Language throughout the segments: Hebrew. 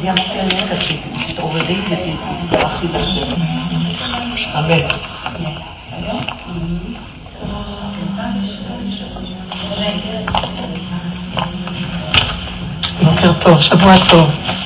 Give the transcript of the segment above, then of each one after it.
תהיה מפיינת, תתעוררי ותצטרכי לשם. אמן. בוקר טוב, שבוע טוב.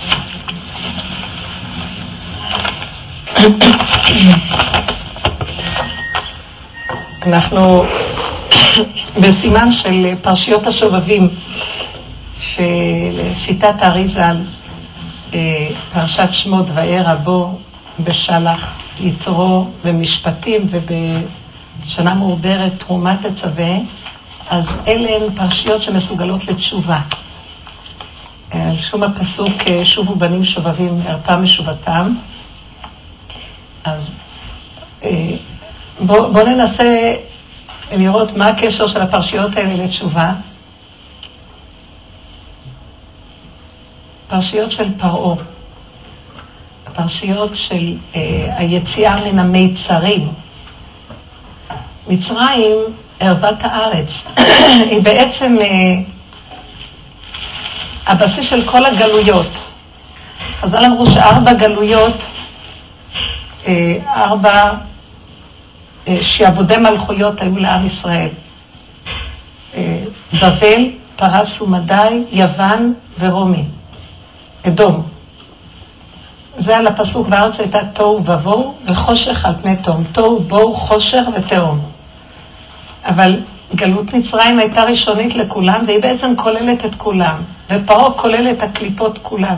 אנחנו בסימן של פרשיות השובבים של שיטת האריז"ל, פרשת שמות וירא בו בשלח יתרו ומשפטים ובשנה מעוברת תרומת תצווה. אז אלה הן פרשיות שמסוגלות לתשובה. על שום הפסוק שובו בנים שובבים ערפה משובתם. אז בוא ננסה לראות מה הקשר של הפרשיות האלה לתשובה. פרשיות של פרעה, הפרשיות של היציאה מן המיצרים. מצרים, ערוות הארץ, היא בעצם הבסיס של כל הגלויות. חז"ל אמרו שארבע גלויות, שעבודי מלכויות היו לעם ישראל. בבל, פרס ומדי, יוון ורומי. אדום. זה על הפסוק, בארץ הייתה תוהו ובוהו וחושך על פני תהום. תוהו בוהו, חושך ותהום. אבל גלות מצרים הייתה ראשונית לכולם, והיא בעצם כוללת את כולם. ופרעה כולל את הקליפות כולם.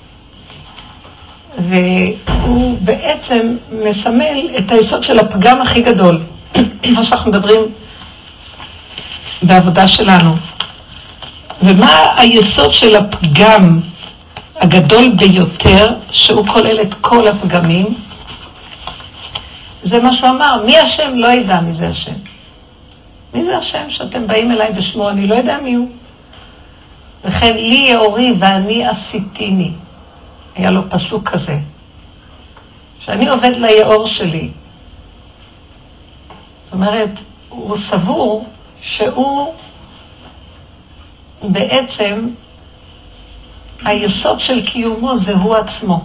והוא בעצם מסמל את היסוד של הפגם הכי גדול. מה שאנחנו מדברים בעבודה שלנו. ומה היסוד של הפגם הגדול ביותר, שהוא כולל את כל הפגמים? זה מה שהוא אמר, מי השם? לא ידע מי זה השם. מי זה השם שאתם באים אליי בשמו? אני לא יודע מי הוא. וכן לי יאורי ואני עשיתיני. היה לו פסוק כזה, שאני עובד ליאור שלי. זאת אומרת, הוא סבור שהוא בעצם היסוד של קיומו זה הוא עצמו.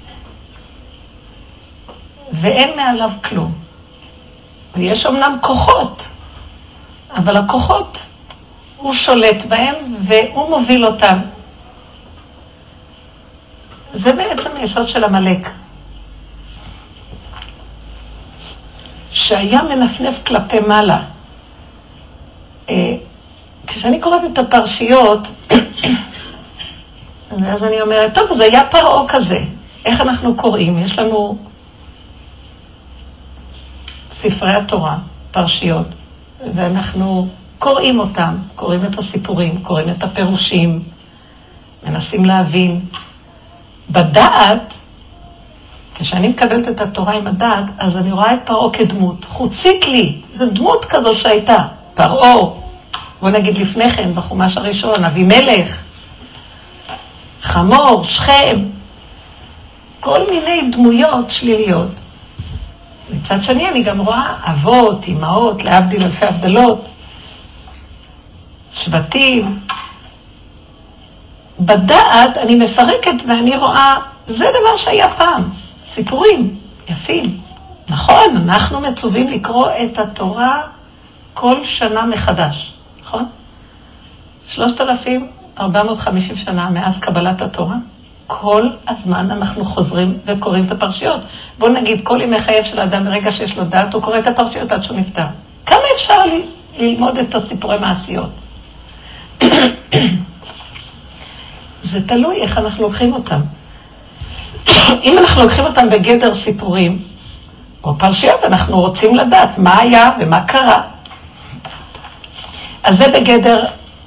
ואין מעליו כלום. ויש אמנם כוחות, אבל הכוחות הוא שולט בהם והוא מוביל אותם. זה בעצם היסוד של המלאק. שהיה מנפנף כלפי מעלה. כשאני קוראת את הפרשיות, ואז אני אומרת, טוב, אז היה פרעה כזה. איך אנחנו קוראים? יש לנו ספרי התורה, פרשיות, ואנחנו קוראים אותם, קוראים את הסיפורים, קוראים את הפירושים, מנסים להבין. בדעת, כשאני מקבלת את התורה עם הדעת, אז אני רואה את פרעה כדמות. חוצית לי, זו דמות כזאת שהייתה. פרעה, בוא נגיד לפני כן, בחומש הראשון, אבימלך, חמור, שכם, כל מיני דמויות שליליות. מצד שני אני גם רואה אבות, אמהות, להבדיל אלפי הבדלות, שבטים. בדעת אני מפרקת ואני רואה, זה דבר שהיה פעם, סיפורים יפים. נכון, אנחנו מצווים לקרוא את התורה כל שנה מחדש, נכון? 3,450 שנה מאז קבלת התורה, כל הזמן אנחנו חוזרים וקוראים את הפרשיות. בוא נגיד, כל ימי חייו של האדם, ברגע שיש לו דעת, הוא קורא את הפרשיות עד שהוא נפטר. כמה אפשר ללמוד את הסיפורי מעשיות? זה תלוי איך אנחנו לוקחים אותם. אם אנחנו לוקחים אותם בגדר סיפורים, או פרשיות, אנחנו רוצים לדעת מה היה ומה קרה. אז זה בגדר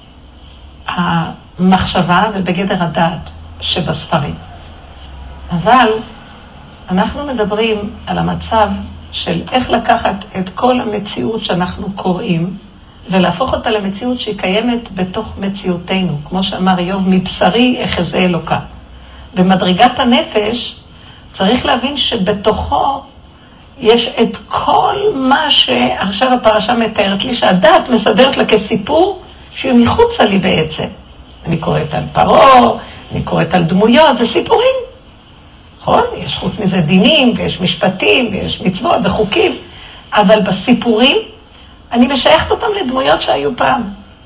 המחשבה ובגדר הדעת שבספרים. אבל אנחנו מדברים על המצב של איך לקחת את כל המציאות שאנחנו קוראים, ולהפוך אותה למציאות שהיא קיימת בתוך מציאותנו. כמו שאמר איוב, מבשרי אחזה אלוקה. במדרגת הנפש צריך להבין שבתוכו יש את כל מה שעכשיו הפרשה מתארת לי, שהדעת מסדרת לה כסיפור שהיא מחוצה לי בעצם. אני קוראת על פרעה, אני קוראת על דמויות, זה סיפורים. נכון? יש חוץ מזה דינים, ויש משפטים, ויש מצוות וחוקים, אבל בסיפורים אני משייכת אותם לדמויות שהיו פעם.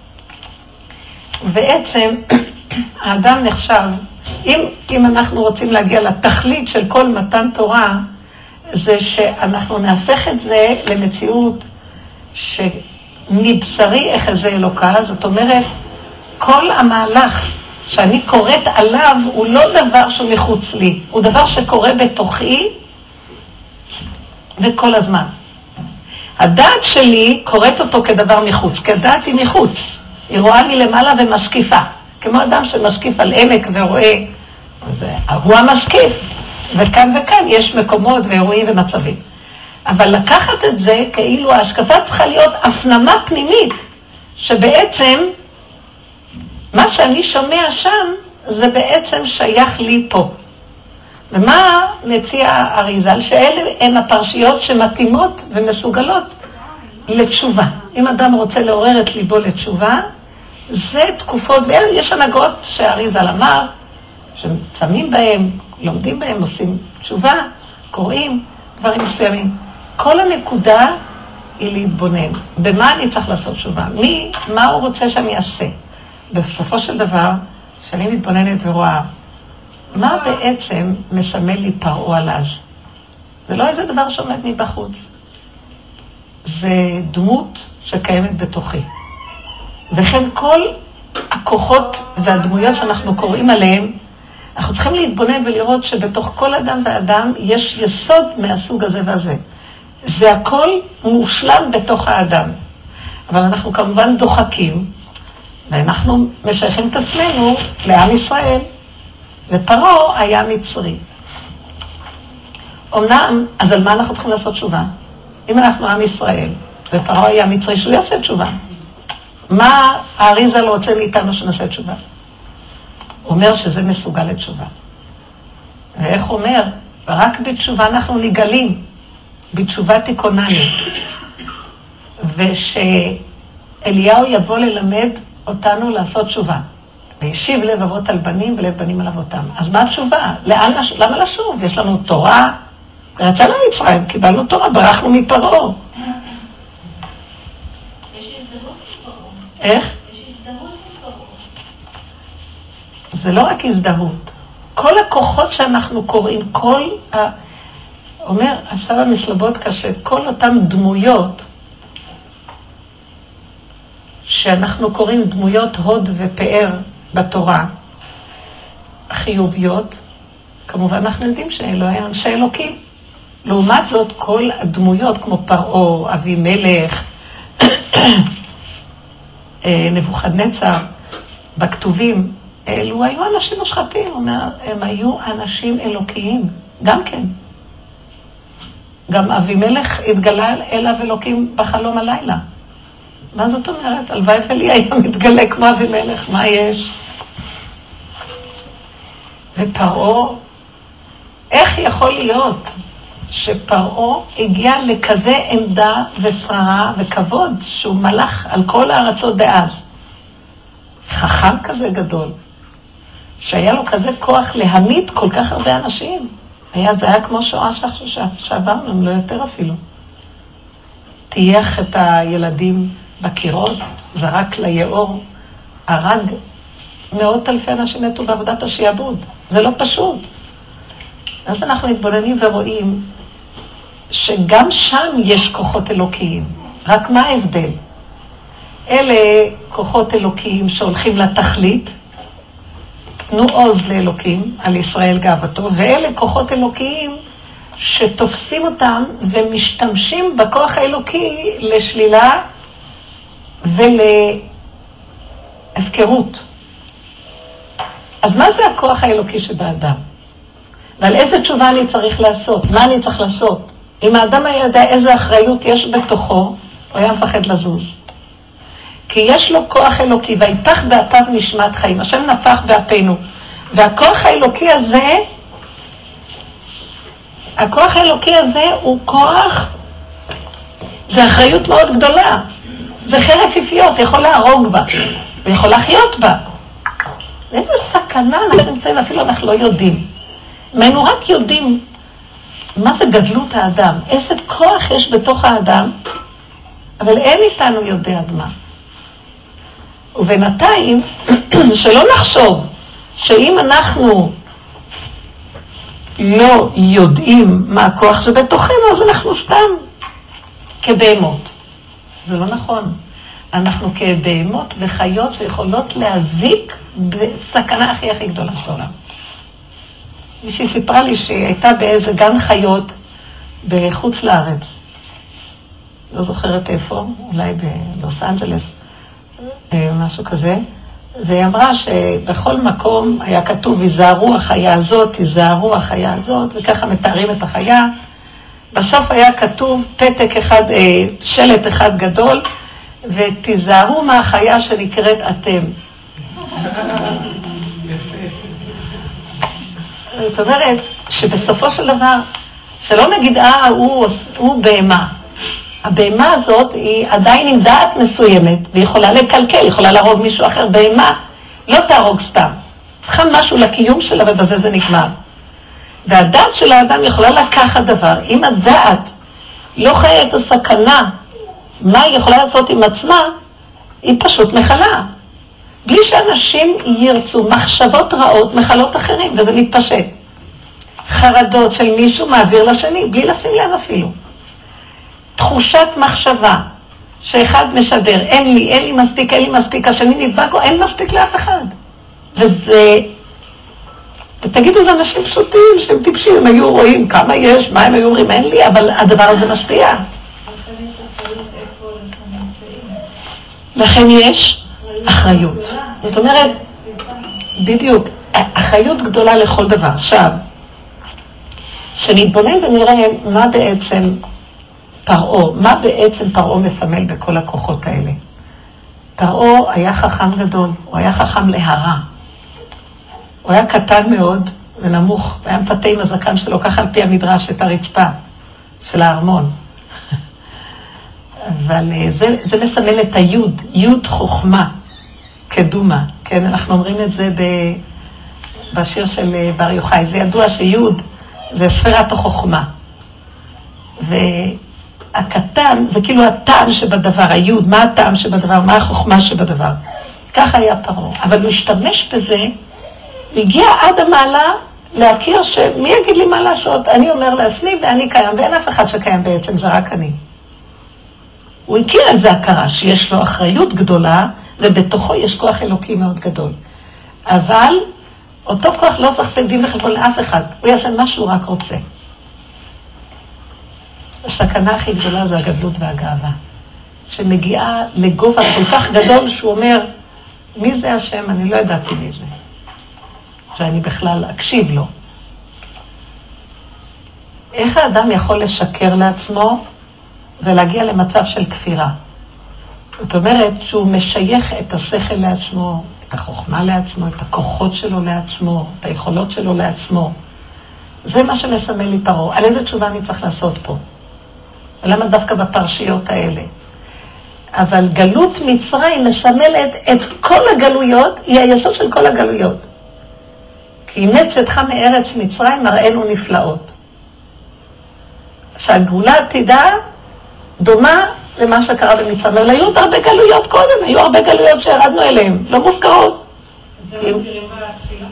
בעצם האדם נחשב, אם אנחנו רוצים להגיע לתכלית של כל מתן תורה, זה שאנחנו נהפך את זה למציאות שמבשרי אחזה אלוקה, זאת אומרת, כל המהלך שאני קוראת עליו הוא לא דבר שהוא מחוץ לי, הוא דבר שקורה בתוכי וכל הזמן. הדעת שלי קוראת אותו כדבר מחוץ, כי הדעת היא מחוץ, היא רואה מלמעלה ומשקיפה, כמו אדם שמשקיף על עמק ורואה, הוא המשקיף, וכאן וכאן יש מקומות ואירועים ומצבים. אבל לקחת את זה כאילו ההשקפה צריכה להיות הפנמה פנימית, שבעצם מה שאני שומע שם זה בעצם שייך לי פה. ומה מציע אריזל? שאלה הן הפרשיות שמתאימות ומסוגלות לתשובה. אם אדם רוצה לעורר את ליבו לתשובה, זה תקופות, ויש הנהגות שאריזל אמר, שצמים בהם, לומדים בהם, עושים תשובה, קוראים, דברים מסוימים. כל הנקודה היא להתבונן. במה אני צריך לעשות תשובה? מה הוא רוצה שאני אעשה? בסופו של דבר, שאני מתבוננת ורואה, מה בעצם מסמל לי פרעה על אז? זה לא איזה דבר שעומד מבחוץ. זה דמות שקיימת בתוכי. וכן כל הכוחות והדמויות שאנחנו קוראים עליהם, אנחנו צריכים להתבונן ולראות שבתוך כל אדם ואדם יש יסוד מהסוג הזה והזה. זה הכל מושלם בתוך האדם. אבל אנחנו כמובן דוחקים, ואנחנו משייכים את עצמנו לעם ישראל, ופרעה היה מצרי. אמנם, אז על מה אנחנו צריכים לעשות תשובה? אם אנחנו עם ישראל, ופרעה היה מצרי, שהוא יעשה תשובה. מה האריזל רוצה מאיתנו שנעשה תשובה? הוא אומר שזה מסוגל לתשובה. ואיך אומר? רק בתשובה אנחנו נגלים, בתשובה תיקונני. ושאליהו יבוא ללמד אותנו לעשות תשובה. וישיב לב אבות על בנים ולב בנים על אבותם. אז מה התשובה? למה לשוב? יש לנו תורה. יצאנו ממצרים, קיבלנו תורה, ברחנו מפרעה. יש הזדהות מפרעה. איך? יש הזדהות מפרעה. זה לא רק הזדהות. כל הכוחות שאנחנו קוראים, אומר הסבא מסלובודקה שכל אותם דמויות שאנחנו קוראים דמויות הוד ופאר בתורה, חיוביות, כמובן אנחנו יודעים שאלו היה אנשי אלוקים. לעומת זאת, כל הדמויות כמו פרעה, אבימלך, נבוכדנצר, בכתובים, אלו היו אנשים מושחתים, הם היו אנשים אלוקיים, גם כן. גם אבימלך התגלה אליו אלוקים בחלום הלילה. מה זאת אומרת? הלוואי ולי היה מתגלה כמו אבימלך, מה יש? ופרעה, איך יכול להיות שפרעה הגיע לכזה עמדה ושררה וכבוד שהוא מלך על כל הארצות דאז? חכם כזה גדול, שהיה לו כזה כוח להמית כל כך הרבה אנשים. זה היה כמו שואה שעברנו, לא יותר אפילו. תייך את הילדים בקירות, זרק ליאור, הרג מאות אלפי אנשים מתו בעבודת השיעבוד. זה לא פשוט. אז אנחנו מתבוננים ורואים שגם שם יש כוחות אלוקיים. רק מה ההבדל? אלה כוחות אלוקיים שהולכים לתכלית, תנו עוז לאלוקים על ישראל גאוותו, ואלה כוחות אלוקיים שתופסים אותם ומשתמשים בכוח האלוקי לשלילה ולהפקרות. אז מה זה הכוח האלוקי שבאדם? ועל איזה תשובה אני צריך לעשות? מה אני צריך לעשות? אם האדם היה יודע איזה אחריות יש בתוכו, הוא היה מפחד לזוז. כי יש לו כוח אלוקי, ויפח באפיו נשמת חיים. השם נפח באפינו. והכוח האלוקי הזה, הוא כוח, זה אחריות מאוד גדולה. זה חרב פיפיות, יכול להרוג בה, ויכול לחיות בה. לאיזה סכנה אנחנו נמצאים, אפילו אנחנו לא יודעים. אם היינו רק יודעים מה זה גדלות האדם, איזה כוח יש בתוך האדם, אבל אין איתנו יודע עד מה. ובינתיים, שלא נחשוב שאם אנחנו לא יודעים מה הכוח שבתוכנו, אז אנחנו סתם כבהמות. זה לא נכון. אנחנו כבהמות וחיות שיכולות להזיק בסכנה הכי הכי גדולה של העולם. מישהי סיפרה לי שהיא הייתה באיזה גן חיות בחוץ לארץ. לא זוכרת איפה, אולי בלוס אנג'לס, משהו כזה. והיא אמרה שבכל מקום היה כתוב, היזהרו החיה הזאת, היזהרו החיה הזאת, וככה מתארים את החיה. בסוף היה כתוב פתק אחד, שלט אחד גדול, ותיזהרו מהחיה שנקראת אתם. זאת אומרת, שבסופו של דבר, שלא נגיד, הוא בהמה. הבהמה הזאת היא עדיין עם דעת מסוימת, והיא יכולה לקלקל, יכולה להרוג מישהו אחר. בהמה לא תהרוג סתם. צריכה משהו לקיום שלה, ובזה זה נגמר. והדעת של האדם יכולה לקחת דבר. אם הדעת לא חיה את הסכנה, מה היא יכולה לעשות עם עצמה, היא פשוט מחלה. בלי שאנשים ירצו מחשבות רעות, מחלות אחרים, וזה מתפשט. חרדות של מישהו מעביר לשני, בלי לשים לב אפילו. תחושת מחשבה, שאחד משדר, אין לי מספיק, השני נדבק, או אין מספיק לאף אחד. וזה, ותגידו, זה אנשים פשוטים, שהם טיפשים, הם היו רואים כמה יש, מה הם היו אומרים, אין לי, אבל הדבר הזה משפיע. לכן יש אחריות. זאת אומרת, בדיוק, אחריות גדולה לכל דבר. עכשיו, שנתבונן ונראה מה בעצם פרעה מסמל בכל הכוחות האלה. פרעה היה חכם גדול, הוא היה חכם להרע. הוא היה קטן מאוד ונמוך, הוא היה מפתה עם הזקן שלו, ככה על פי המדרש, את הרצפה של הארמון. אבל זה מסמל את היוד, יוד חוכמה, קדומה. כן, אנחנו אומרים את זה בשיר של בר יוחאי. זה ידוע שיוד זה ספירת החוכמה. והקטן זה כאילו הטעם שבדבר, היוד, מה הטעם שבדבר, מה החוכמה שבדבר. ככה היה פרעה. אבל הוא השתמש בזה, הגיע עד המעלה להכיר שמי יגיד לי מה לעשות? אני אומר לעצמי ואני קיים, ואין אף אחד שקיים בעצם, זה רק אני. הוא הכיר איזה הכרה שיש לו אחריות גדולה, ובתוכו יש כוח אלוקי מאוד גדול. אבל אותו כוח לא צריך לתת דין וחשבון לאף אחד, הוא יעשה מה שהוא רק רוצה. הסכנה הכי גדולה זה הגדלות והגאווה, שמגיעה לגובה כל כך גדול שהוא אומר, מי זה השם? אני לא ידעתי מי זה. שאני בכלל אקשיב לו. איך האדם יכול לשקר לעצמו ולהגיע למצב של כפירה? זאת אומרת שהוא משייך את השכל לעצמו, את החוכמה לעצמו, את הכוחות שלו לעצמו, את היכולות שלו לעצמו. זה מה שמסמל לי פרעה. על איזה תשובה אני צריך לעשות פה? ולמה דווקא בפרשיות האלה? אבל גלות מצרים מסמלת את כל הגלויות, היא היסוד של כל הגלויות. כי אם צאתך מארץ מצרים מראינו נפלאות. שהגאולה עתידה דומה למה שקרה במצרים. אבל היו עוד הרבה גלויות קודם, היו הרבה גלויות שירדנו אליהם, לא מוזכרות. זה מזכירים בתפילה?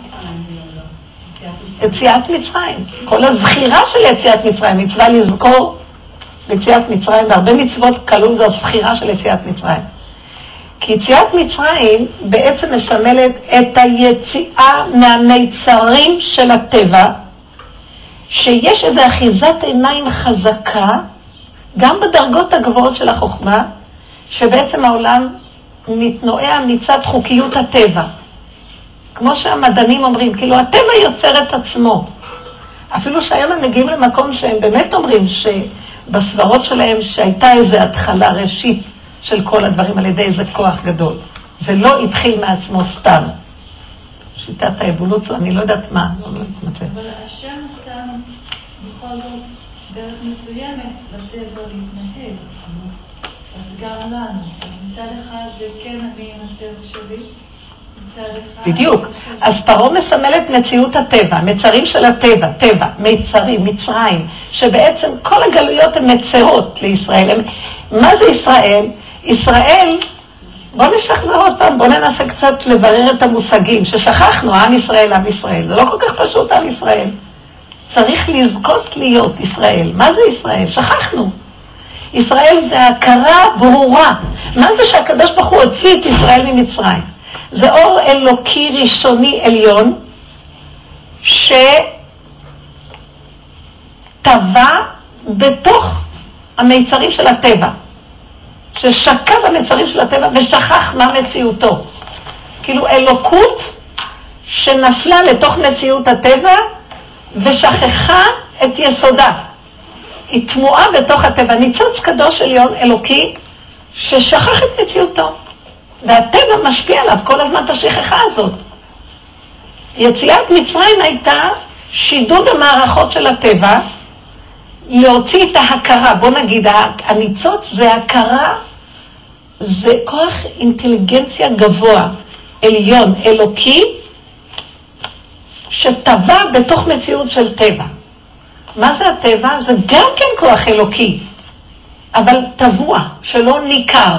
יציאת מצרים. כל הזכירה של יציאת מצרים, מצווה לזכור יציאת מצרים, והרבה מצוות כלול בזכירה של יציאת מצרים. כי יציאת מצרים בעצם מסמלת את היציאה מהמיצרים של הטבע, שיש איזו אחיזת עיניים חזקה, גם בדרגות הגבוהות של החוכמה, שבעצם העולם מתנועע מצד חוקיות הטבע. כמו שהמדענים אומרים, כאילו הטבע יוצר את עצמו. אפילו שהיום הם מגיעים למקום שהם באמת אומרים שבסברות שלהם שהייתה איזו התחלה ראשית של כל הדברים על ידי איזה כוח גדול. זה לא התחיל מעצמו סתם. שיטת האבולוציה, אני לא יודעת מה, לא מתמצא. אבל השם נתן בכל זאת דרך מסוימת לטבע להתנהל. אז גם לנו. אז מצד אחד זה כן אני עם הטבע שלי, בדיוק. אז פרעה מסמל את מציאות הטבע, מצרים של הטבע, טבע, מצרים, מצרים, שבעצם כל הגלויות הן מצרות לישראל. מה זה ישראל? ישראל, בואו נשחזר עוד פעם, בואו ננסה קצת לברר את המושגים, ששכחנו, עם ישראל, עם ישראל. זה לא כל כך פשוט עם ישראל. צריך לזכות להיות ישראל. מה זה ישראל? שכחנו. ישראל זה הכרה ברורה. מה זה שהקדוש ברוך הוא הוציא את ישראל ממצרים? זה אור אלוקי ראשוני עליון, שטבע בתוך המיצרים של הטבע. ששקע במצרים של הטבע ושכח מה מציאותו. כאילו אלוקות שנפלה לתוך מציאות הטבע ושכחה את יסודה. היא תמוהה בתוך הטבע, ניצוץ קדוש עליון אלוקי ששכח את מציאותו. והטבע משפיע עליו כל הזמן את השכחה הזאת. יציאת מצרים הייתה שידוד המערכות של הטבע, להוציא את ההכרה. בוא נגיד, הניצוץ זה הכרה, זה כוח אינטליגנציה גבוה, עליון, אלוקי, שטבע בתוך מציאות של טבע. מה זה הטבע? זה גם כן כוח אלוקי, אבל טבוע, שלא ניכר.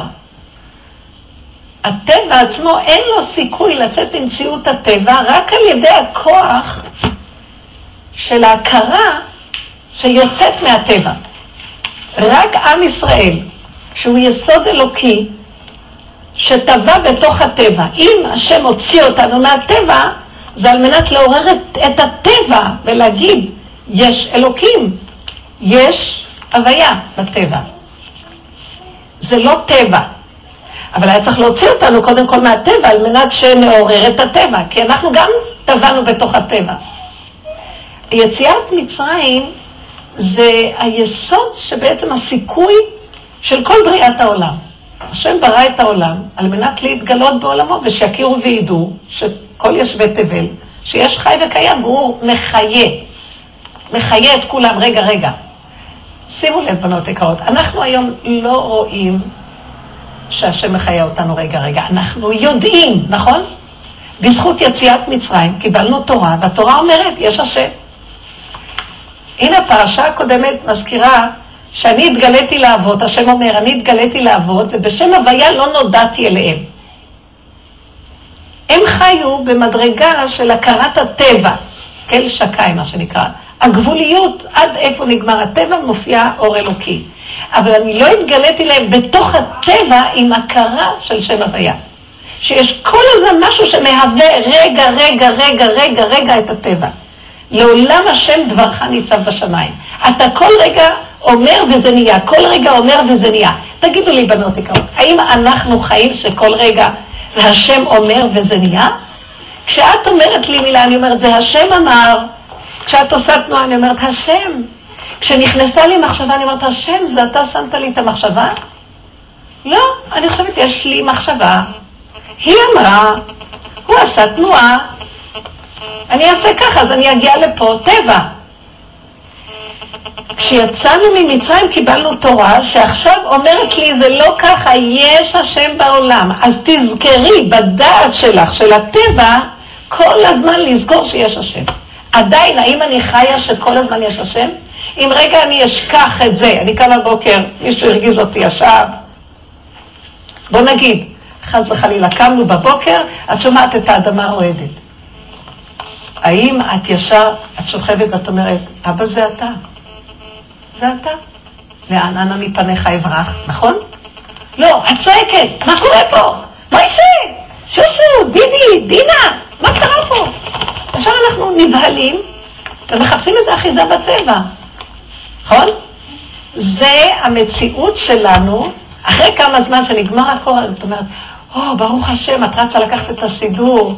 הטבע עצמו אין לו סיכוי לצאת ממציאות הטבע, רק על ידי הכוח של ההכרה שיוצאת מהטבע. רק עם ישראל, שהוא יסוד אלוקי, שטבע בתוך הטבע. אם השם הוציא אותנו מהטבע, זה על מנת לעורר את הטבע ולהגיד, יש אלוקים, יש הוויה בטבע. זה לא טבע. אבל היה צריך להוציא אותנו קודם כל מהטבע, על מנת שנעורר את הטבע, כי אנחנו גם טבענו בתוך הטבע. יציאת מצרים זה היסוד שבעצם הסיכוי של כל בריאת העולם. השם ברא את העולם על מנת להתגלות בעולמו, ושיכירו וידעו שכל ישבי תבל, שיש חי וקיים, והוא מחיה את כולם. רגע. שימו לב בנות יקרות, אנחנו היום לא רואים שהשם מחיה אותנו רגע. אנחנו יודעים, נכון? בזכות יציאת מצרים קיבלנו תורה, והתורה אומרת, יש השם. הנה הפרשה הקודמת מזכירה שאני התגליתי לאבות, השם אומר, אני התגליתי לאבות, ובשם הוויה לא נודעתי אליהם. הם חיו במדרגה של הכרת הטבע, כל שקאי מה שנקרא. הגבוליות, עד איפה נגמר הטבע, מופיע אור אלוקי. אבל אני לא התגליתי להם בתוך הטבע עם הכרה של שם הוויה. שיש כל הזמן משהו שמהווה רגע את הטבע. לעולם השם דברך ניצב בשמיים. אתה כל רגע אומר וזה נהיה, כל רגע אומר וזה נהיה. תגידו לי בנות יקרות, האם אנחנו חיים שכל רגע השם אומר וזה נהיה? כשאת אומרת לי מילה, אני אומרת, זה השם אמר. כשאת עושה תנועה, אני אומרת, השם. כשנכנסה לי מחשבה, אני אומרת, השם, זה אתה שמת לי את המחשבה? לא, אני חושבת, יש לי מחשבה. היא אמרה, הוא עשה תנועה. אני אעשה ככה, אז אני אגיע לפה, טבע. כשיצאנו ממצרים קיבלנו תורה שעכשיו אומרת לי זה לא ככה, יש השם בעולם. אז תזכרי בדעת שלך, של הטבע, כל הזמן לזכור שיש השם. עדיין, האם אני חיה שכל הזמן יש השם? אם רגע אני אשכח את זה, אני קם בבוקר, מישהו הרגיז אותי ישר. בוא נגיד, חס וחלילה, קמנו בבוקר, את שומעת את האדמה רועדת. האם את ישר, את שוכבת ואת אומרת, אבא זה אתה? זה אתה. לאן אנה מפניך אברח, נכון? לא, את צועקת, מה קורה פה? מה ישה? שושו, דידי, דינה, מה קרה פה? עכשיו אנחנו נבהלים ומחפשים איזו אחיזה בטבע, נכון? זה המציאות שלנו, אחרי כמה זמן שנגמר הכל, את אומרת, ברוך השם, את רצה לקחת את הסידור.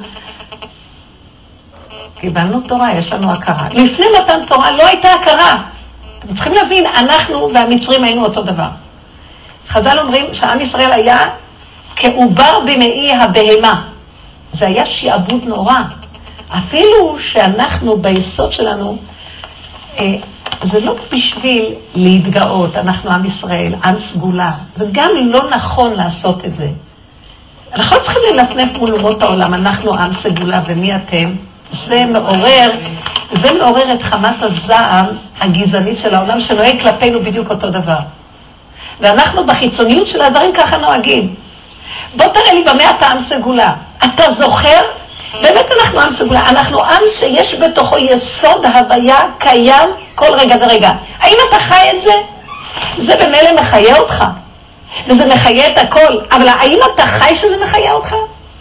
קיבלנו תורה, יש לנו הכרה. לפני מתן תורה לא הייתה הכרה. אתם צריכים להבין, אנחנו והמצרים היינו אותו דבר. חז"ל אומרים שהעם ישראל היה כעובר במעי הבהמה. זה היה שיעבוד נורא. אפילו שאנחנו ביסוד שלנו, זה לא בשביל להתגאות, אנחנו עם ישראל, עם סגולה. זה גם לא נכון לעשות את זה. אנחנו לא צריכים לנפנף מול אומות העולם, אנחנו עם סגולה ומי אתם? זה מעורר את חמת הזעם הגזענית של העולם שנוהג כלפינו בדיוק אותו דבר. ואנחנו בחיצוניות של הדברים ככה נוהגים. בוא תראה לי במה אתה עם סגולה. אתה זוכר? באמת אנחנו עם סגולה. אנחנו עם שיש בתוכו יסוד הוויה קיים כל רגע ורגע. האם אתה חי את זה? זה במילא מחיה אותך. וזה מחיה את הכל. אבל האם אתה חי שזה מחיה אותך?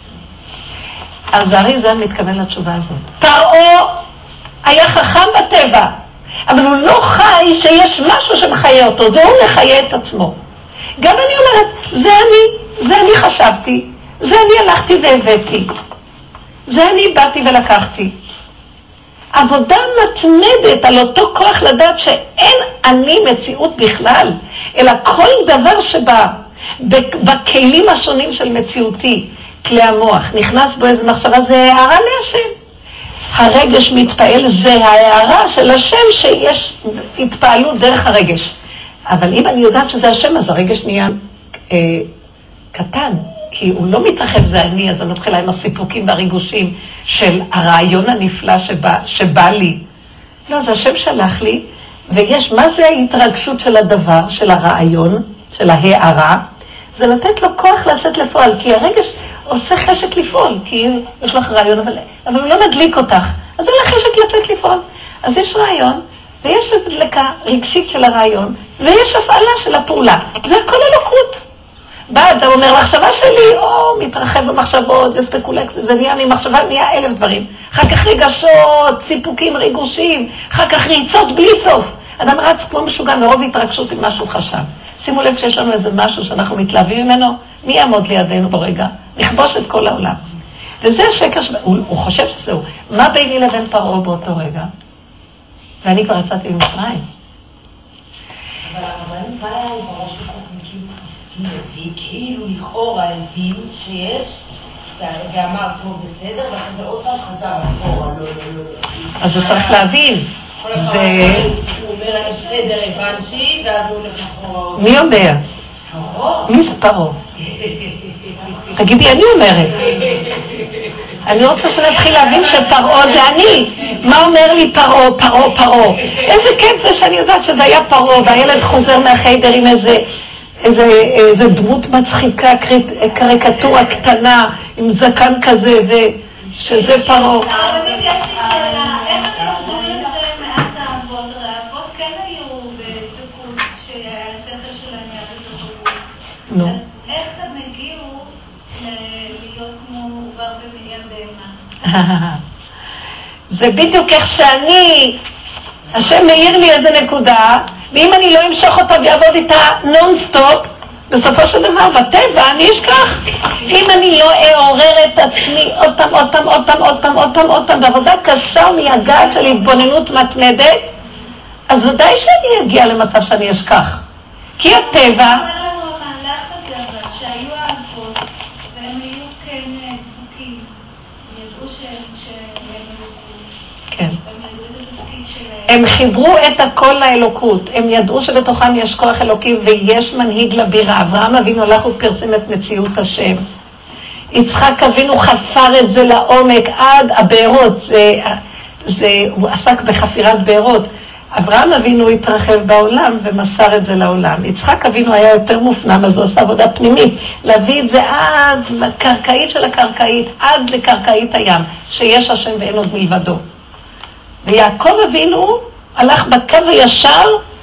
אז האריז"ל מתכוון לתשובה הזאת. פרעה היה חכם בטבע, אבל הוא לא חי שיש משהו שמחיה אותו, זה הוא מחיה את עצמו. גם אני אומרת, זה אני חשבתי, זה אני הלכתי והבאתי, זה אני באתי ולקחתי. עבודה מתמדת על אותו כוח לדעת שאין אני מציאות בכלל, אלא כל דבר שבא בכלים השונים של מציאותי, כלי המוח, נכנס בו איזו מחשבה, זה הערה להשם. הרגש מתפעל, זה ההערה של השם שיש התפעלות דרך הרגש. אבל אם אני יודעת שזה השם, אז הרגש נהיה קטן, כי הוא לא מתרחב, זה אני, אז אני מתחילה עם הסיפוקים והריגושים של הרעיון הנפלא שבא לי. לא, זה השם שלח לי, ויש, מה זה ההתרגשות של הדבר, של הרעיון, של ההערה? זה לתת לו כוח לצאת לפועל, כי הרגש עושה חשק לפעול, כי יש לך רעיון, אבל הוא לא מדליק אותך, אז אין לך חשק לצאת לפעול. אז יש רעיון, ויש דלקה רגשית של הרעיון, ויש הפעלה של הפעולה. זה הכל אלוקות. בא, אתה אומר, מחשבה שלי, מתרחב במחשבות וספקולציות, זה נהיה ממחשבה, נהיה 1000 דברים. אחר כך רגשות, ציפוקים, ריגושים, אחר כך ריצות בלי סוף. אדם רץ כמו משוגע מרוב התרגשות עם משהו חשב. שימו לב שיש לנו איזה משהו שאנחנו מתלהבים ממנו, מי יעמוד לידינו ברגע? נכבוש את כל העולם. וזה השקר, הוא חושב שזהו. מה ביני לבין פרעה באותו רגע? ואני כבר יצאתי ממצרים. אבל הרבנים באה עם בראש הקוגניטיב עסקי, כאילו לכאורה הבין שיש, ואמר טוב בסדר, ואחרי זה עוד פעם חזר אחורה, לא. אז זה צריך להבין. כל הפרשה, הוא אומר, בסדר, הבנתי, ואז הוא הולך אחורה. מי אומר? מי זה פרעה? תגידי, אני אומרת. אני רוצה שנתחיל להבין שפרעה זה אני. מה אומר לי פרעה? איזה כיף זה שאני יודעת שזה היה פרעה, והילד חוזר מהחיידר עם איזה דמות מצחיקה, קריקטורה קטנה, עם זקן כזה, ושזה פרעה. אבל אם יש לי שאלה, איך אתם אומרים לזה מעט האבות? הרי האבות כן היו בדקות שהשכל שלהם היה בדקות. נו. אז איך הם הגיעו להיות כמו עובר במניין בהמה? זה בדיוק איך שאני, השם מאיר לי איזה נקודה, ואם אני לא אמשוך אותה ויעבוד איתה נונסטופ, בסופו של דבר, בטבע, אני אשכח. אם אני לא אעורר את עצמי עוד פעם, בעבודה קשה ומייגעת של התבוננות מתמדת, אז ודאי שאני אגיע למצב שאני אשכח. כי הטבע... אומר לנו המהלך הזה, אבל שהיו האבות, והם היו כן דבוקים, הם ידעו שהם אלוקות. כן. הם ידעו את הדבוקית שלהם. הם חיברו את הכל לאלוקות, הם ידעו שבתוכם יש כוח אלוקי ויש מנהיג לבירה. אברהם אבינו הלך ופרסם את מציאות השם. יצחק אבינו חפר את זה לעומק עד הבארות, הוא עסק בחפירת בארות. אברהם אבינו התרחב בעולם ומסר את זה לעולם. יצחק אבינו היה יותר מופנם, אז הוא עשה עבודה פנימית, להביא את זה עד לקרקעית של הקרקעית, עד לקרקעית הים, שיש השם ואין עוד מלבדו. ויעקב אבינו הלך בקו הישר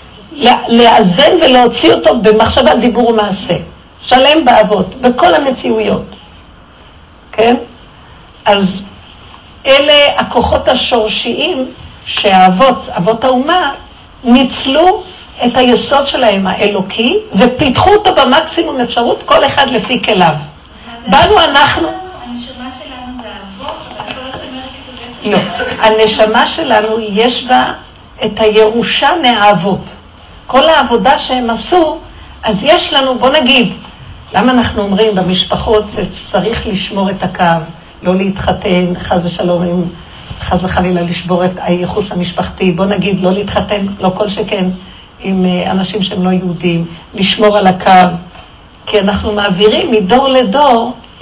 לאזן ולהוציא אותו במחשבה, דיבור ומעשה. שלם באבות, בכל המציאויות. כן? אז אלה הכוחות השורשיים שהאבות, אבות האומה, ניצלו את היסוד שלהם האלוקי ופיתחו אותו במקסימום אפשרות, כל אחד לפי כליו. באנו אנחנו... הנשמה שלנו זה האבות, אבל כל זאת אומרת שזה בעצם... לא, הנשמה שלנו יש בה את הירושה מהאבות. כל העבודה שהם עשו, אז יש לנו, בוא נגיד, למה אנחנו אומרים במשפחות צריך לשמור את הקו, לא להתחתן, חס ושלום, חס וחלילה לשבור את הייחוס המשפחתי, בוא נגיד לא להתחתן, לא כל שכן, עם אנשים שהם לא יהודים, לשמור על הקו, כי אנחנו מעבירים מדור לדור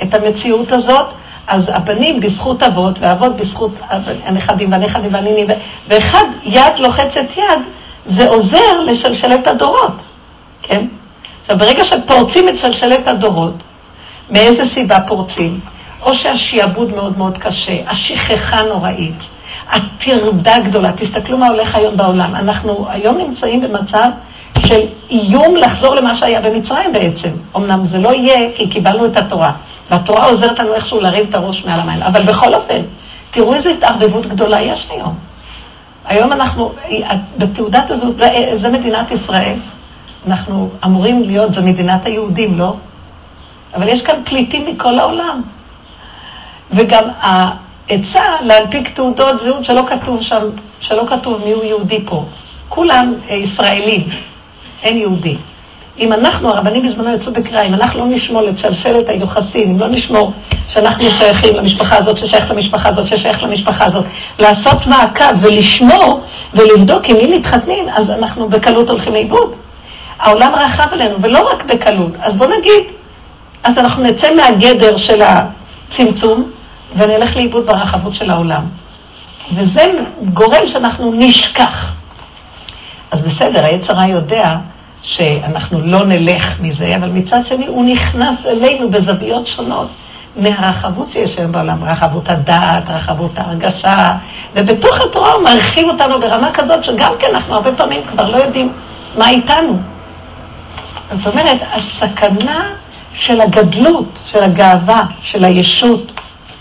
את המציאות הזאת, אז הבנים בזכות אבות, והאבות בזכות הנכדים והנכדים והנינים, ואחד יד לוחצת יד, זה עוזר לשלשלת הדורות, כן? עכשיו, ברגע שפורצים את שלשלת הדורות, מאיזה סיבה פורצים? או שהשיעבוד מאוד מאוד קשה, השכחה נוראית, התרדה גדולה. תסתכלו מה הולך היום בעולם. אנחנו היום נמצאים במצב של איום לחזור למה שהיה במצרים בעצם. אמנם זה לא יהיה כי קיבלנו את התורה, והתורה עוזרת לנו איכשהו להרים את הראש מעל המים. אבל בכל אופן, תראו איזו התערבבות גדולה יש היום. היום אנחנו, בתעודת הזאת, זה מדינת ישראל. אנחנו אמורים להיות, זו מדינת היהודים, לא? אבל יש כאן פליטים מכל העולם. וגם העצה להנפיק תעודות זהות שלא כתוב שם, שלא כתוב מי הוא יהודי פה. כולם ישראלים, אין יהודי. אם אנחנו, הרבנים בזמנו יצאו בקריאה, אם אנחנו לא נשמור את שלשלת היוחסין, אם לא נשמור שאנחנו שייכים למשפחה הזאת, ששייך למשפחה הזאת, ששייך למשפחה הזאת, לעשות מעקב ולשמור ולבדוק עם מי מתחתנים, אז אנחנו בקלות הולכים לאיבוד. העולם רחב עלינו, ולא רק בקלות. אז בוא נגיד, אז אנחנו נצא מהגדר של הצמצום, ונלך לאיבוד ברחבות של העולם. וזה גורם שאנחנו נשכח. אז בסדר, היצרה יודע שאנחנו לא נלך מזה, אבל מצד שני הוא נכנס אלינו בזוויות שונות מהרחבות שיש היום בעולם, רחבות הדעת, רחבות ההרגשה, ובתוך התורה הוא מרחיב אותנו ברמה כזאת שגם כן אנחנו הרבה פעמים כבר לא יודעים מה איתנו. זאת אומרת, הסכנה של הגדלות, של הגאווה, של הישות,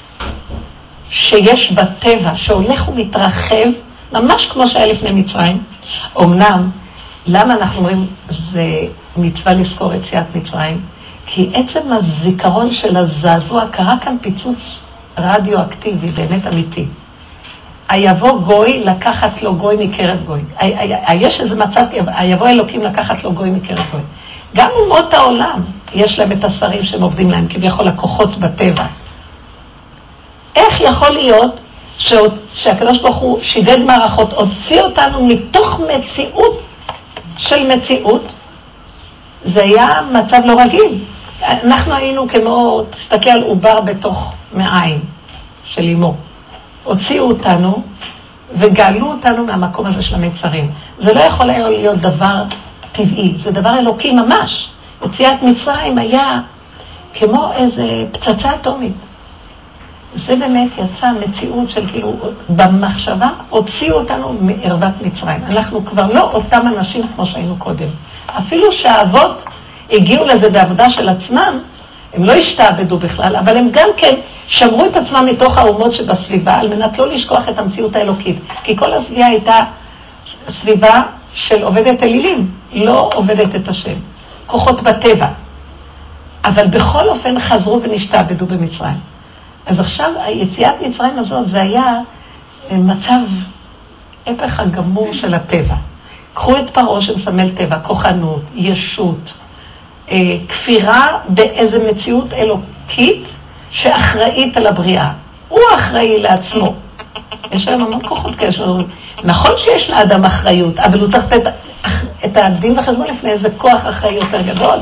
שיש בטבע, שהולך ומתרחב, ממש כמו שהיה לפני מצרים. אמנם, למה אנחנו אומרים, זה מצווה לזכור יציאת מצרים? כי עצם הזיכרון של הזעזוע, קרה כאן פיצוץ רדיואקטיבי, באמת אמיתי. היבוא גוי לקחת לו גוי מקרב גוי. יש איזה מצב, היבוא אלוקים לקחת לו גוי מקרב גוי. גם אומות העולם, יש להם את השרים שהם עובדים להם, כביכול הכוחות בטבע. איך יכול להיות שהקדוש ברוך הוא שידד מערכות, הוציא אותנו מתוך מציאות של מציאות? זה היה מצב לא רגיל. אנחנו היינו כמו, תסתכל על עובר בתוך מעיים של אמו. הוציאו אותנו וגאלו אותנו מהמקום הזה של המצרים. זה לא יכול היה להיות דבר טבעי, זה דבר אלוקי ממש. יציאת מצרים היה כמו איזה פצצה אטומית. זה באמת יצא מציאות של כאילו, במחשבה הוציאו אותנו מערבת מצרים. אנחנו כבר לא אותם אנשים כמו שהיינו קודם. אפילו שהאבות הגיעו לזה בעבודה של עצמם, הם לא השתעבדו בכלל, אבל הם גם כן שמרו את עצמם מתוך האומות שבסביבה, על מנת לא לשכוח את המציאות האלוקית. כי כל הסביבה הייתה סביבה של עובדת אלילים, לא עובדת את השם. כוחות בטבע. אבל בכל אופן חזרו ונשתעבדו במצרים. אז עכשיו, היציאת מצרים הזאת, זה היה מצב הפך הגמור של הטבע. קחו את פרעה שמסמל טבע, כוחנות, ישות, כפירה באיזו מציאות אלוקית שאחראית על הבריאה. הוא אחראי לעצמו. יש היום המון כוחות כאלה שאומרים, נכון שיש לאדם אחריות, אבל הוא צריך לתת את הדין וחשבון לפני איזה כוח אחראי יותר גדול.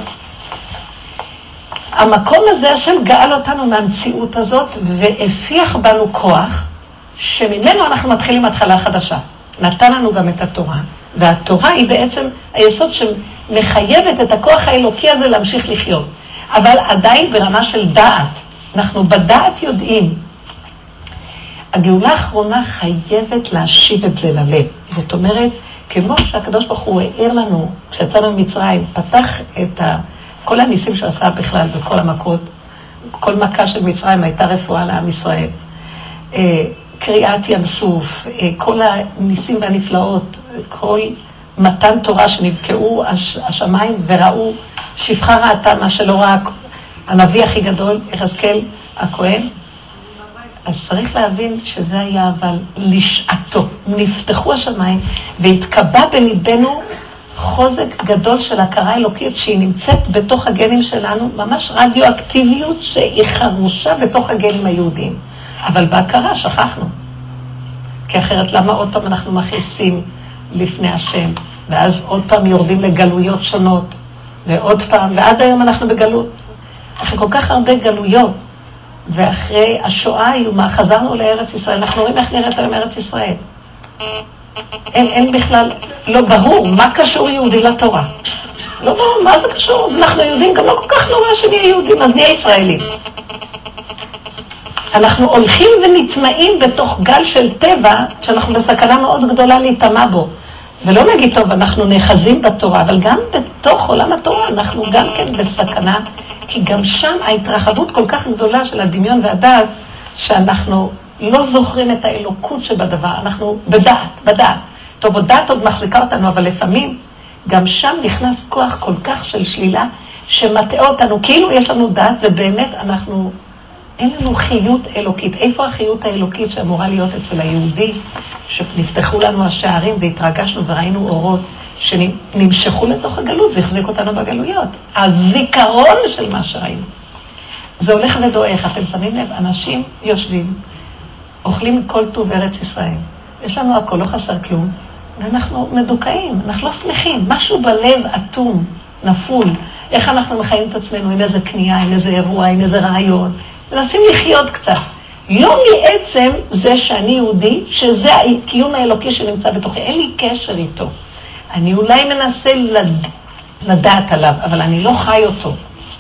המקום הזה, השם גאל אותנו מהמציאות הזאת, והפיח בנו כוח, שממנו אנחנו מתחילים התחלה חדשה. נתן לנו גם את התורה, והתורה היא בעצם היסוד שמחייבת את הכוח האלוקי הזה להמשיך לחיות. אבל עדיין ברמה של דעת, אנחנו בדעת יודעים. הגאולה האחרונה חייבת להשיב את זה ללב. זאת אומרת, כמו שהקדוש ברוך הוא העיר לנו, כשיצאנו ממצרים, פתח את כל הניסים שהוא עשה בכלל בכל המכות, כל מכה של מצרים הייתה רפואה לעם ישראל. קריאת ים סוף, כל הניסים והנפלאות, כל מתן תורה שנבקעו השמיים וראו, שפחה ראתה מה שלא ראה הנביא הכי גדול, יחזקאל הכהן. אז צריך להבין שזה היה אבל לשעתו. נפתחו השמיים והתקבע בליבנו חוזק גדול של הכרה אלוקית שהיא נמצאת בתוך הגנים שלנו, ממש רדיואקטיביות שהיא חרושה בתוך הגנים היהודיים. אבל בהכרה שכחנו. כי אחרת למה עוד פעם אנחנו מכניסים לפני השם, ואז עוד פעם יורדים לגלויות שונות, ועוד פעם, ועד היום אנחנו בגלות. אחרי כל כך הרבה גלויות, ואחרי השואה האיומה חזרנו לארץ ישראל, אנחנו רואים איך נראית היום ארץ ישראל. אין בכלל, לא ברור, מה קשור יהודי לתורה? לא ברור, מה זה קשור? אז אנחנו יהודים, גם לא כל כך נורא שנהיה יהודים, אז נהיה ישראלים. אנחנו הולכים ונטמעים בתוך גל של טבע, שאנחנו בסכנה מאוד גדולה להתאמה בו. ולא נגיד, טוב, אנחנו נחזים בתורה, אבל גם בתוך עולם התורה אנחנו גם כן בסכנה, כי גם שם ההתרחבות כל כך גדולה של הדמיון והדעת, שאנחנו לא זוכרים את האלוקות שבדבר, אנחנו בדעת. טוב, הדעת עוד מחזיקה אותנו, אבל לפעמים גם שם נכנס כוח כל כך של שלילה, שמטעה אותנו, כאילו יש לנו דעת, ובאמת אין לנו חיות אלוקית. איפה החיות האלוקית שאמורה להיות אצל היהודי, שנפתחו לנו השערים והתרגשנו וראינו אורות שנמשכו לתוך הגלות, זה החזיק אותנו בגלויות. הזיכרון של מה שראינו. זה הולך ודועך, אתם שמים לב, אנשים יושבים, אוכלים כל טוב ארץ ישראל. יש לנו הכל, לא חסר כלום, ואנחנו מדוכאים, אנחנו לא שמחים. משהו בלב אטום, נפול. איך אנחנו מחיים את עצמנו עם איזה קנייה, עם איזה אירוע, עם איזה רעיון. מנסים לחיות קצת. לא מעצם זה שאני יהודי, שזה הקיום האלוקי שנמצא בתוכי. אין לי קשר איתו. אני אולי מנסה לדעת עליו, אבל אני לא חי אותו.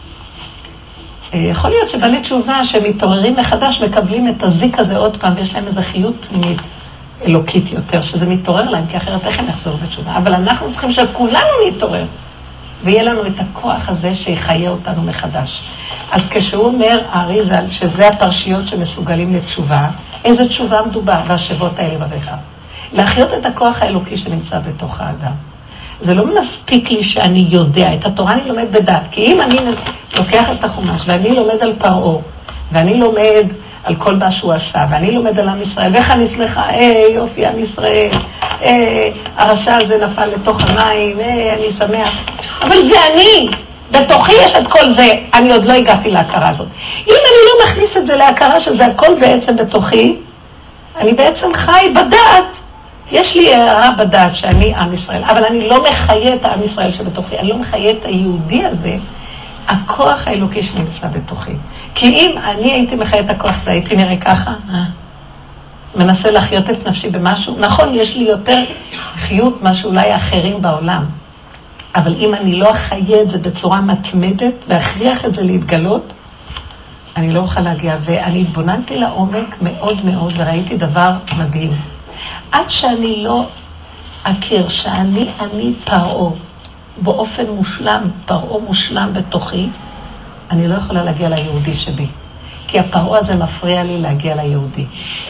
יכול להיות שבעלי תשובה שמתעוררים מחדש, מקבלים את הזיק הזה עוד פעם, ויש להם איזו חיות פנימית אלוקית יותר, שזה מתעורר להם, כי אחרת איך הם יחזרו בתשובה. אבל אנחנו צריכים שכולנו נתעורר. ויהיה לנו את הכוח הזה שיחיה אותנו מחדש. אז כשהוא אומר, האריזל, שזה הפרשיות שמסוגלים לתשובה, איזה תשובה מדובר והשבות האלה בבך? להחיות את הכוח האלוקי שנמצא בתוך האדם. זה לא מספיק לי שאני יודע, את התורה אני לומד בדעת, כי אם אני לוקח את החומש ואני לומד על פרעה, ואני לומד על כל מה שהוא עשה, ואני לומד על עם ישראל, ואיך אני שמחה, יופי, עם ישראל, הרשע הזה נפל לתוך המים, אני שמח. אבל זה אני, בתוכי יש את כל זה, אני עוד לא הגעתי להכרה הזאת. אם אני לא מכניס את זה להכרה שזה הכל בעצם בתוכי, אני בעצם חי בדעת, יש לי הערה בדעת שאני עם ישראל, אבל אני לא מחיה את העם ישראל שבתוכי, אני לא מחיה את היהודי הזה, הכוח האלוקי שנמצא בתוכי. כי אם אני הייתי מחיה את הכוח הזה, הייתי נראה ככה, מנסה לחיות את נפשי במשהו, נכון, יש לי יותר חיות מה שאולי האחרים בעולם, אבל אם אני לא אחיה את זה בצורה מתמדת ואכריח את זה להתגלות, אני לא אוכל להגיע. ואני התבוננתי לעומק מאוד מאוד וראיתי דבר מדהים. עד שאני לא אכיר שאני פרעה באופן מושלם, פרעה מושלם בתוכי, אני לא יכולה להגיע ליהודי שבי. כי הפרעה הזה מפריע לי להגיע ליהודי.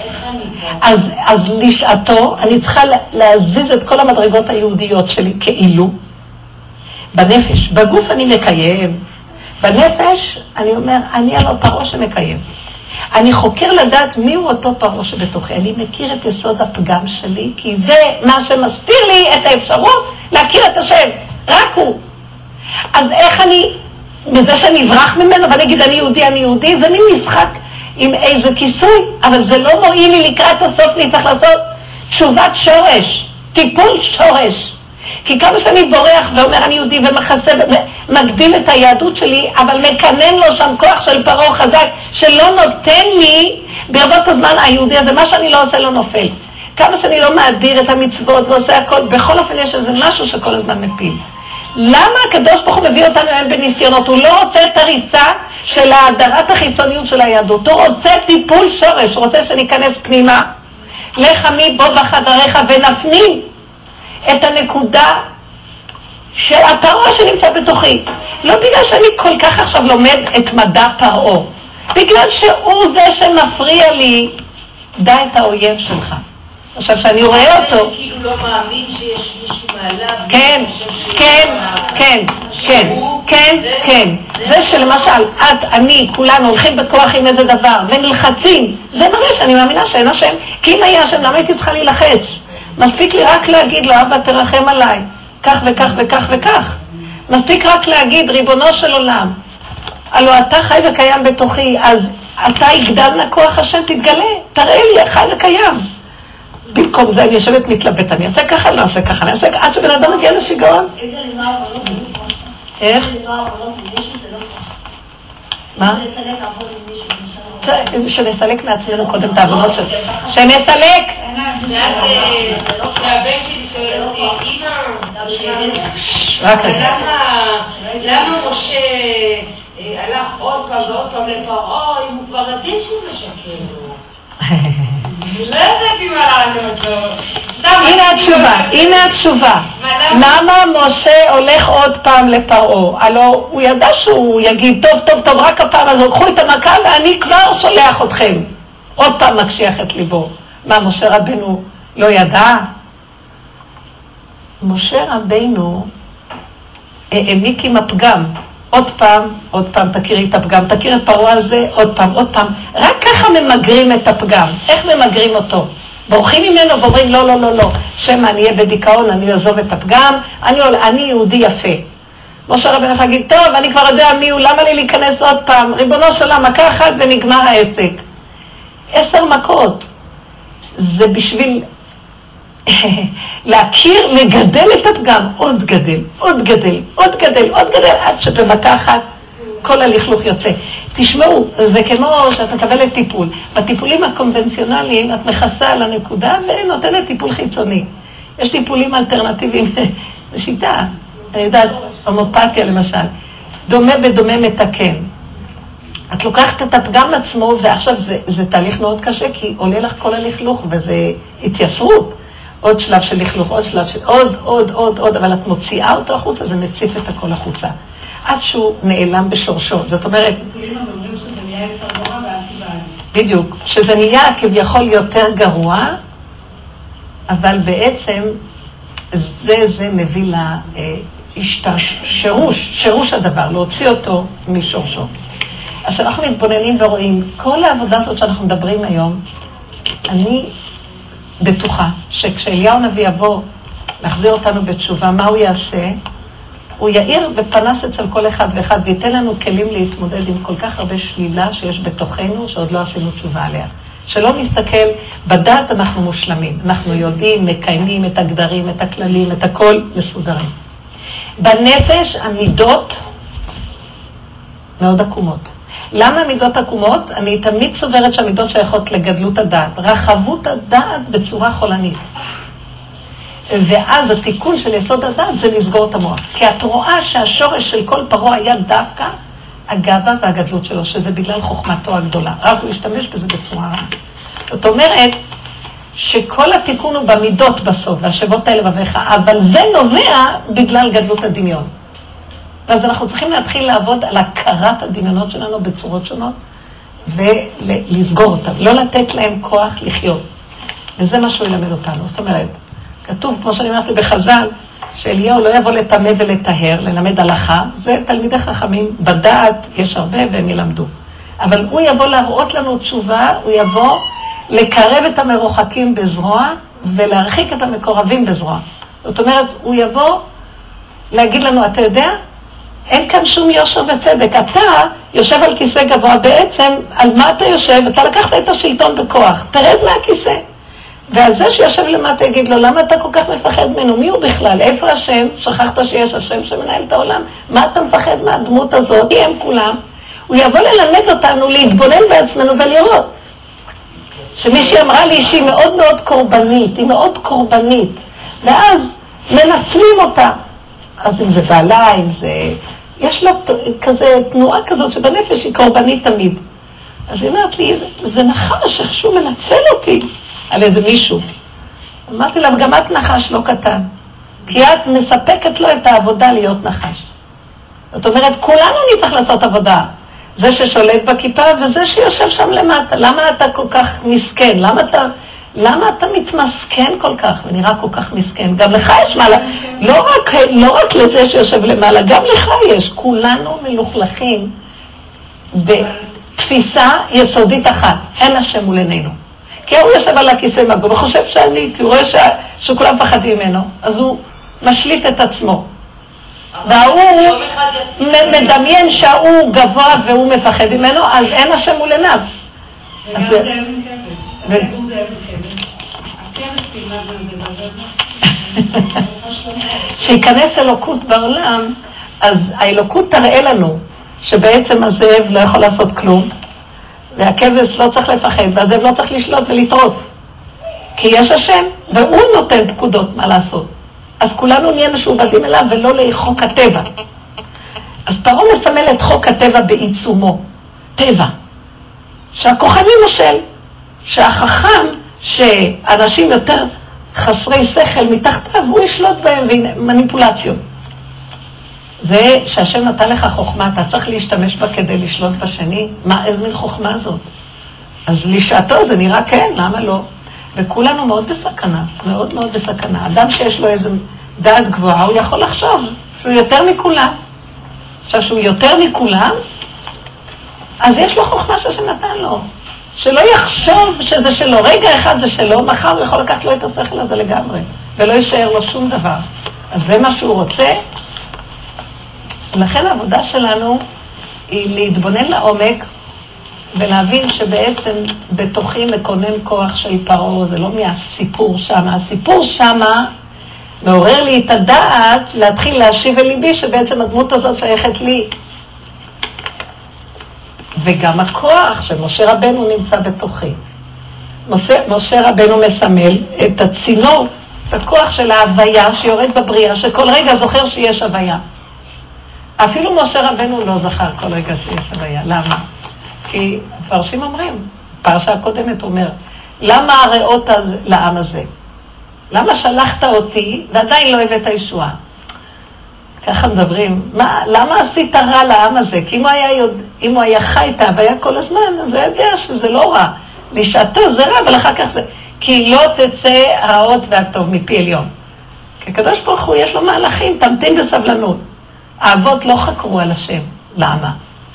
אז לשעתו אני צריכה להזיז את כל המדרגות היהודיות שלי כאילו, בנפש, בגוף אני מקיים, בנפש אני אומר, אני הלא פרעה שמקיים. אני חוקר לדעת מיהו אותו פרעה שבתוכי. אני מכיר את יסוד הפגם שלי, כי זה מה שמסתיר לי את האפשרות להכיר את השם. רק הוא. אז איך אני, בזה שאני אברח ממנו ואני אגיד אני יהודי, זה מין משחק עם איזה כיסוי, אבל זה לא מועיל לי לקראת הסוף, אני צריך לעשות תשובת שורש, טיפול שורש. כי כמה שאני בורח ואומר אני יהודי ומחסה ומגדיל את היהדות שלי, אבל מקנן לו שם כוח של פרעה חזק שלא נותן לי ברבות הזמן היהודי הזה, מה שאני לא עושה לא נופל. כמה שאני לא מאדיר את המצוות ועושה הכל, בכל אופן יש איזה משהו שכל הזמן מפיל. למה הקדוש ברוך הוא מביא אותנו היום בניסיונות? הוא לא רוצה את הריצה של ההדרת החיצוניות של היהדות, הוא רוצה טיפול שורש, הוא רוצה שניכנס פנימה. לך מי בוא בחדריך ונפנים את הנקודה של הפרעה שנמצא בתוכי. לא בגלל שאני כל כך עכשיו לומד את מדע פרעה, בגלל שהוא זה שמפריע לי. דע את האויב שלך. עכשיו שאני רואה אותו. זה שכאילו לא מאמין שיש מישהו מעליו. כן, כן, כן, כן, כן, כן. זה שלמשל, את, אני, כולנו הולכים בכוח עם איזה דבר ונלחצים. זה מראה שאני מאמינה שאין השם. כי אם היה השם, למה הייתי צריכה להילחץ? מספיק לי רק להגיד לו, אבא תרחם עליי, כך וכך וכך וכך. מספיק רק להגיד, ריבונו של עולם, הלוא אתה חי וקיים בתוכי, אז אתה יגדל נא כוח השם, תתגלה, תראה לי, חי וקיים. במקום זה אני יושבת מתלבט, אני אעשה ככה, לא אעשה ככה, אני אעשה ככה, עד שבן אדם מגיע לשיגעון. איזה למה עבודות זה לא ככה? איך? איזה למה עבודות מישהו זה לא ככה? מה? איזה לסלק עבוד עם מישהו, שנסלק מעצמנו קודם את העבודות שלנו. שנסלק! והבן שלי שואל אותי, אמא, למה משה הלך עוד פעם ועוד פעם לפרעה, אם הוא כבר הבין שהוא משקר לו? לא ידעתי מה לענות לו. הנה התשובה. למה משה הולך עוד פעם לפרעה? הלוא הוא ידע שהוא יגיד, טוב, רק הפעם הזו, קחו את המכה ואני כבר שולח אתכם. עוד פעם מקשיח את ליבו. מה, משה רבנו לא ידע? משה רבנו העמיק עם הפגם. עוד פעם, תכירי את הפגם, תכיר את פרעה הזה, עוד פעם. רק ככה ממגרים את הפגם. איך ממגרים אותו? בורחים ממנו ואומרים, לא. שמה, אני אהיה בדיכאון, אני אעזוב את הפגם, אני יהודי יפה. משה רבנו יכול להגיד, טוב, אני כבר יודע מי הוא, למה לי להיכנס עוד פעם? ריבונו שלה, מכה אחת ונגמר העסק. 10 מכות. זה בשביל להכיר, לגדל את הפגם, עוד גדל, עד שבמכה אחת כל הלכלוך יוצא. תשמעו, זה כמו שאת מקבלת טיפול. בטיפולים הקונבנציונליים את מכסה על הנקודה ונותנת טיפול חיצוני. יש טיפולים אלטרנטיביים בשיטה, אני יודעת, הומופתיה למשל, דומה בדומה מתקן. את לוקחת את הפגם עצמו, ועכשיו זה תהליך מאוד קשה, כי עולה לך כל הלכלוך, וזה התייסרות. עוד שלב של לכלוך, עוד שלב של עוד, אבל את מוציאה אותו החוצה, זה מציף את הכל החוצה. עד שהוא נעלם בשורשו. זאת אומרת... טיפולים אומרים שזה נהיה יותר גרוע ואנטיבאלי. בדיוק. שזה נהיה כביכול יותר גרוע, אבל בעצם זה מביא שירוש הדבר, להוציא אותו משורשו. אז שאנחנו מתבוננים ורואים, כל העבודה הזאת שאנחנו מדברים היום, אני בטוחה שכשאליהו נביא יבוא להחזיר אותנו בתשובה, מה הוא יעשה? הוא יאיר בפנס אצל כל אחד ואחד, וייתן לנו כלים להתמודד עם כל כך הרבה שלילה שיש בתוכנו, שעוד לא עשינו תשובה עליה. שלא נסתכל, בדעת אנחנו מושלמים. אנחנו יודעים, מקיימים את הגדרים, את הכללים, את הכל מסודרים. בנפש המידות מאוד עקומות. למה מידות עקומות? אני תמיד סוברת שהמידות שייכות לגדלות הדעת, רחבות הדעת בצורה חולנית. ואז התיקון של יסוד הדעת זה לסגור את המוח. כי את רואה שהשורש של כל פרעה היה דווקא הגאווה והגדלות שלו, שזה בגלל חוכמתו הגדולה. רק הוא השתמש בזה בצורה רעה. זאת אומרת שכל התיקון הוא במידות בסוף, והשבות האלה בבך, אבל זה נובע בגלל גדלות הדמיון. ואז אנחנו צריכים להתחיל לעבוד על הכרת הדמיונות שלנו בצורות שונות, ולסגור אותם, לא לתת להם כוח לחיות. וזה מה שהוא ילמד אותנו. זאת אומרת, כתוב, כמו שאני אמרתי בחז"ל, שאליהו לא יבוא לטמא ולטהר, ללמד הלכה, זה תלמידי חכמים, בדעת יש הרבה והם ילמדו. אבל הוא יבוא להראות לנו תשובה, הוא יבוא לקרב את המרוחקים בזרוע, ולהרחיק את המקורבים בזרוע. זאת אומרת, הוא יבוא להגיד לנו, אתה יודע, אין כאן שום יושר וצדק. אתה יושב על כיסא גבוה בעצם, על מה אתה יושב? אתה לקחת את השלטון בכוח, תרד מהכיסא. ועל זה שיושב למטה יגיד לו, למה אתה כל כך מפחד ממנו? מי הוא בכלל? איפה השם? שכחת שיש השם שמנהל את העולם? מה אתה מפחד מהדמות הזאת? הם כולם. הוא יבוא ללמד אותנו, להתבונן בעצמנו ולראות. שמישהי אמרה לי שהיא מאוד מאוד קורבנית, היא מאוד קורבנית. ואז מנצלים אותה. אז אם זה בעלה, אם זה... יש לה כזה תנועה כזאת שבנפש היא קורבנית תמיד. אז היא אומרת לי, זה נחש, איכשהו מנצל אותי על איזה מישהו. אמרתי לה, גם את נחש לא קטן. כי את מספקת לו את העבודה להיות נחש. זאת אומרת, כולנו נצטרך לעשות עבודה. זה ששולט בכיפה וזה שיושב שם למטה. למה אתה כל כך מסכן? למה אתה מתמסכן כל כך ונראה כל כך מסכן? גם לך יש מעלה. לא רק לזה שיושב למעלה, גם לך יש. כולנו מלוכלכים בתפיסה יסודית אחת. אין השם מול עינינו. כי הוא יושב על הכיסא מגו וחושב שאני, כי הוא רואה שכולם מפחדים ממנו. אז הוא משליט את עצמו. והוא מדמיין שהוא גבוה והוא מפחד ממנו, אז אין השם מול עיניו. וגם זה אין כבש. הוא זה אין כבש. הכבש תלמד מה זה בזה. שיכנס אלוקות בעולם, אז האלוקות תראה לנו שבעצם הזאב לא יכול לעשות כלום, והכבש לא צריך לפחד, והזאב לא צריך לשלוט ולטרוף. כי יש השם, והוא נותן פקודות מה לעשות. אז כולנו נהיה משועבדים אליו ולא לחוק הטבע. אז פרעה מסמל את חוק הטבע בעיצומו. טבע. שהכוכבים מושל. שהחכם, שאנשים יותר חסרי שכל מתחתיו, הוא ישלוט בהם ומניפולציות. זה שהשם נתן לך חוכמה, אתה צריך להשתמש בה כדי לשלוט בשני. מה, איזה מין חוכמה זאת? אז לשעתו זה נראה כן, למה לא? וכולנו מאוד בסכנה, מאוד מאוד בסכנה. אדם שיש לו איזה דעת גבוהה, הוא יכול לחשוב שהוא יותר מכולם. עכשיו, שהוא יותר מכולם, אז יש לו חוכמה שהשם נתן לו. שלא יחשוב שזה שלו. רגע אחד זה שלו, מחר הוא יכול לקחת לו את השכל הזה לגמרי, ולא יישאר לו שום דבר. אז זה מה שהוא רוצה. ולכן העבודה שלנו היא להתבונן לעומק, ולהבין שבעצם בתוכי מקונן כוח של פרעה, זה לא מהסיפור שמה. הסיפור שמה מעורר לי את הדעת להתחיל להשיב אל ליבי שבעצם הדמות הזאת שייכת לי. וגם הכוח של משה רבנו נמצא בתוכי. משה רבנו מסמל את הצינור, את הכוח של ההוויה שיורד בבריאה, שכל רגע זוכר שיש הוויה. אפילו משה רבנו לא זכר כל רגע שיש הוויה. למה? כי הפרשים אומרים, פרשה הקודמת אומר, למה הראות לעם הזה? למה שלחת אותי ועדיין לא הבאת ישועה? ככה מדברים, למה עשית רע לעם הזה? כי אם הוא היה חי את ההוויה כל הזמן, אז הוא יודע שזה לא רע. לשעתו זה רע, אבל אחר כך זה... כי לא תצא הרעות והטוב מפי עליון. כי הקדוש ברוך הוא יש לו מהלכים, תמתין בסבלנות. האבות לא חקרו על השם. למה?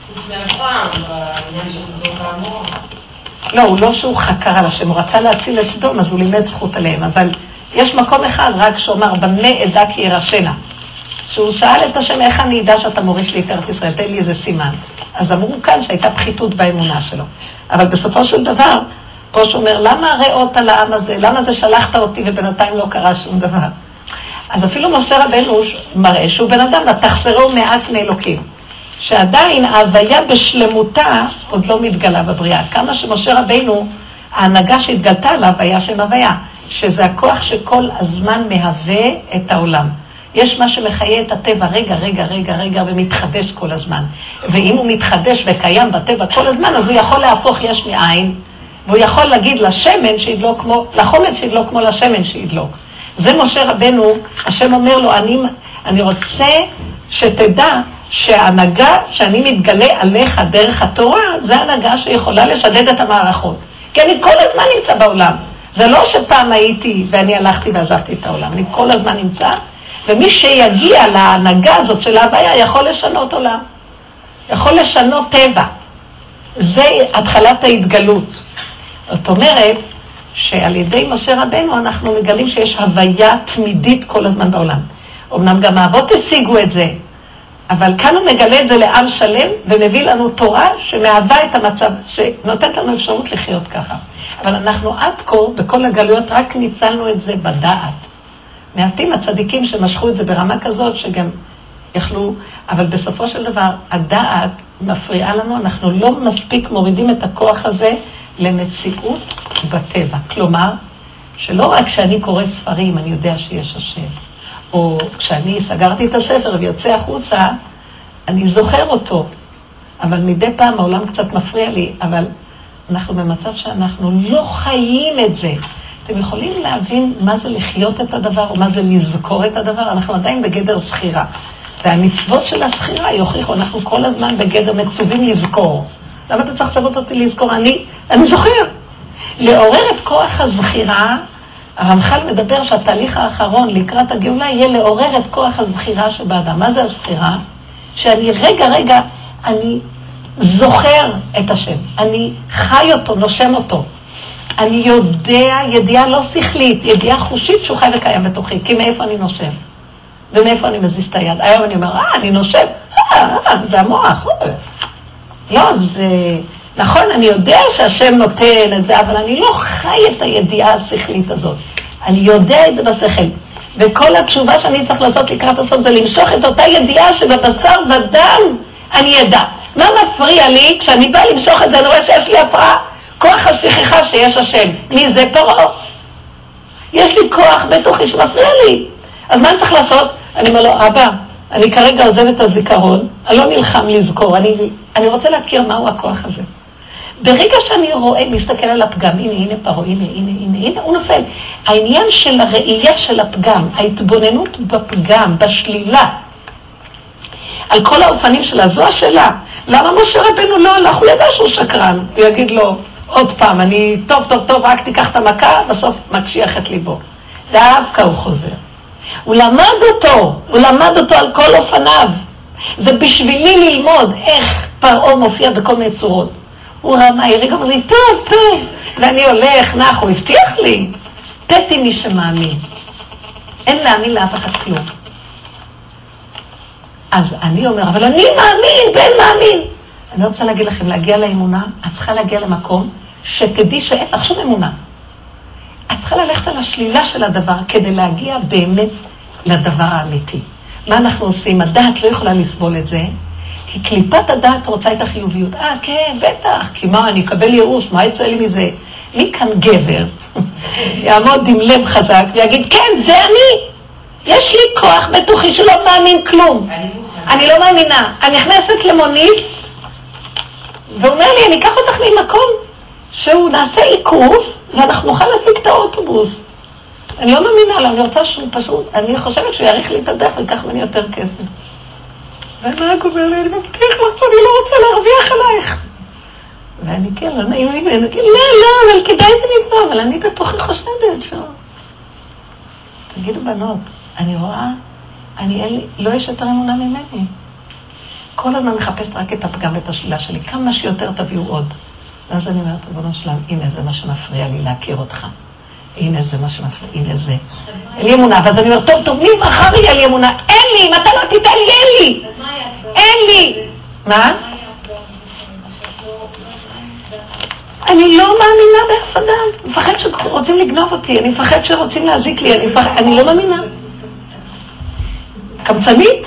לא, הוא לא שהוא חקר על השם, הוא רצה להציל את סדום, אז הוא לימד זכות עליהם, אבל יש מקום אחד רק שאומר, במה עדה כי ירשנה. שהוא שאל את השם, איך אני ידע שאתה מוריש לי את ארץ ישראל, תן לי איזה סימן. אז אמרו כאן שהייתה פחיתות באמונה שלו. אבל בסופו של דבר, פה שאומר, למה הראות על העם הזה? למה זה שלחת אותי ובינתיים לא קרה שום דבר? אז אפילו משה רבנו מראה שהוא בן אדם, ותחסרו מעט מאלוקים. שעדיין ההוויה בשלמותה עוד לא מתגלה בבריאה. כמה שמשה רבנו, ההנהגה שהתגלתה עליו היה שם הוויה, שזה הכוח שכל הזמן מהווה את העולם. יש מה שמחיה את הטבע רגע ומתחדש כל הזמן. ואם הוא מתחדש וקיים בטבע כל הזמן, אז הוא יכול להפוך יש מאין, והוא יכול להגיד לשמן שידלוק כמו, לחומץ שידלוק כמו לשמן שידלוק. זה משה רבנו, השם אומר לו, אני רוצה שתדע שההנהגה שאני מתגלה עליך דרך התורה, זה ההנהגה שיכולה לשדד את המערכות. כי אני כל הזמן נמצא בעולם. זה לא שפעם הייתי ואני הלכתי ועזבתי את העולם. אני כל הזמן נמצא, ומי שיגיע להנהגה הזאת של ההוויה יכול לשנות עולם. יכול לשנות טבע. זה התחלת ההתגלות. זאת אומרת, שעל ידי משה רבנו אנחנו מגלים שיש הוויה תמידית כל הזמן בעולם. אמנם גם האבות השיגו את זה, אבל כאן הוא מגלה את זה לעם שלם, ומביא לנו תורה שמהווה את המצב, שנותנת לנו אפשרות לחיות ככה. אבל אנחנו עד כה, בכל הגלויות, רק ניצלנו את זה בדעת. מעטים הצדיקים שמשכו את זה ברמה כזאת, שגם יכלו, אבל בסופו של דבר, הדעת מפריעה לנו, אנחנו לא מספיק מורידים את הכוח הזה למציאות בטבע. כלומר, שלא רק כשאני קורא ספרים, אני יודע שיש השם. או כשאני סגרתי את הספר ויוצא החוצה, אני זוכר אותו. אבל מדי פעם העולם קצת מפריע לי, אבל אנחנו במצב שאנחנו לא חיים את זה. אתם יכולים להבין מה זה לחיות את הדבר, או מה זה לזכור את הדבר? אנחנו עדיין בגדר זכירה. והמצוות של הזכירה יוכיחו, אנחנו כל הזמן בגדר מצווים לזכור. למה אתה צריך לצוות אותי לזכור? אני זוכר. לעורר את כוח הזכירה, הרמח"ל מדבר שהתהליך האחרון לקראת הגאולה יהיה לעורר את כוח הזכירה שבאדם. מה זה הזכירה? שאני רגע, אני זוכר את השם. אני חי אותו, נושם אותו. אני יודע, ידיעה לא שכלית, ידיעה חושית שהוא חי וקיים בתוכי. כי מאיפה אני נושם? ומאיפה אני מזיז את היד? היום אני אומר, אני נושם. זה המוח. לא, זה... נכון, אני יודע שהשם נותן את זה, אבל אני לא חי את הידיעה השכלית הזאת. אני יודע את זה בשכל. וכל התשובה שאני צריך לעשות לקראת הסוף זה למשוך את אותה ידיעה שבבשר ודם אני ידע. מה מפריע לי? כשאני באה למשוך את זה, אני רואה שיש לי הפרעה. כוח השכחה שיש השם. מי זה? פרעה. יש לי כוח בתוכי שמפריע לי. אז מה אני צריך לעשות? אני אומר לו, אבא, אני כרגע עוזב את הזיכרון, אני לא נלחם לזכור, אני רוצה להכיר מהו הכוח הזה. ברגע שאני רואה, מסתכל על הפגם, הנה פרעה, הנה, הוא נופל. העניין של הראייה של הפגם, ההתבוננות בפגם, בשלילה, על כל האופנים שלה, זו השאלה. למה משה רבנו לא הלך? הוא ידע שהוא שקרן. הוא יגיד לו, עוד פעם, אני טוב, רק תיקח את המכה, בסוף מקשיח את ליבו. דווקא הוא חוזר. הוא למד אותו על כל אופניו. זה בשבילי ללמוד איך פרעה מופיע בכל מיני צורות. הוא רמה, יריג אמר לי, טוב, ואני הולך, נח, הוא הבטיח לי. פתי מי שמאמין. אין להאמין לאף אחד כלום. אז אני אומר, אבל אני מאמין, ואין מאמין. אני רוצה להגיד לכם, להגיע לאמונה, את צריכה להגיע למקום שתדעי שאין לך שום אמונה. את צריכה ללכת על השלילה של הדבר כדי להגיע באמת לדבר האמיתי. מה אנחנו עושים? הדעת לא יכולה לסבול את זה, כי קליפת הדעת רוצה את החיוביות. כן, בטח, כי מה, אני אקבל ייאוש, מה יצא לי מזה? מי כאן גבר? יעמוד עם לב חזק ויגיד, כן, זה אני. יש לי כוח בתוכי שלא מאמין כלום. אני לא מאמינה. אני נכנסת למונית, והוא אומר לי, אני אקח אותך ממקום שהוא נעשה עיכוב, ואנחנו נוכל להשיג את האוטובוס. אני לא מאמינה לו, אני רוצה שהוא פשוט, אני חושבת שהוא יאריך לי את הדרך ויקח ממני יותר כסף. והנהג אומר לי, אני מבטיח לך שאני לא רוצה להרוויח עלייך. ואני כן, לא נעים לי, ואני כן, לא, אבל כדאי זה נדבר, אבל אני בתוכי חושדת שם. תגידו בנות, אני רואה, לא יש יותר אמונה ממני. כל הזמן מחפשת רק את הפגם ואת השלילה שלי, כמה שיותר תביאו עוד. ואז אני אומרת, ריבונו שלם, הנה זה מה שמפריע לי להכיר אותך. הנה זה מה שמפריע, הנה זה. אין לי אמונה, ואז אני אומר, טוב, מי מחר יהיה לי אמונה? אין לי, אם אתה לא תיתן לי, אין לי. אין לי. מה? אני לא מאמינה באף אדם. אני מפחד שרוצים לגנוב אותי, אני מפחד שרוצים להזיק לי, אני לא מאמינה. קמצנית?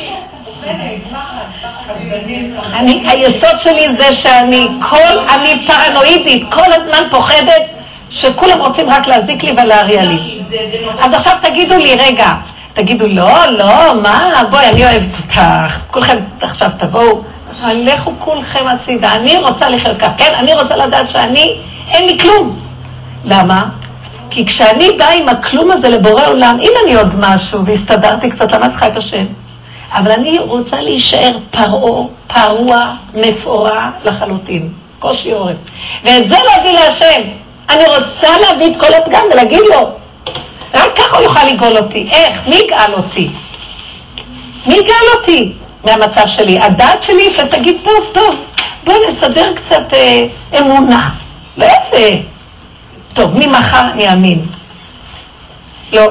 היסוד שלי זה שאני פרנואידית, כל הזמן פוחדת שכולם רוצים רק להזיק לי ולהריע לי. אז עכשיו תגידו לי, רגע, תגידו, לא, מה, בואי, אני אוהבת אותך, כולכם עכשיו תבואו, לכו כולכם הצידה, אני רוצה לחיות כך, כן, אני רוצה לדעת אין לי כלום. למה? כי כשאני באה עם הכלום הזה לבורא עולם, אם אני עוד משהו והסתדרתי קצת, למה צריכה את השם? אבל אני רוצה להישאר פרוע, מפורע לחלוטין, קושי עורף. ואת זה להביא להשם. אני רוצה להביא את כל הפגם ולהגיד לו, רק ככה הוא יוכל לגאול אותי. איך? מי יגאל אותי? מי יגאל אותי מהמצב שלי? הדעת שלי שתגיד, טוב, בוא נסדר קצת אמונה. לא יפה. טוב, ממחר אני אאמין. לא.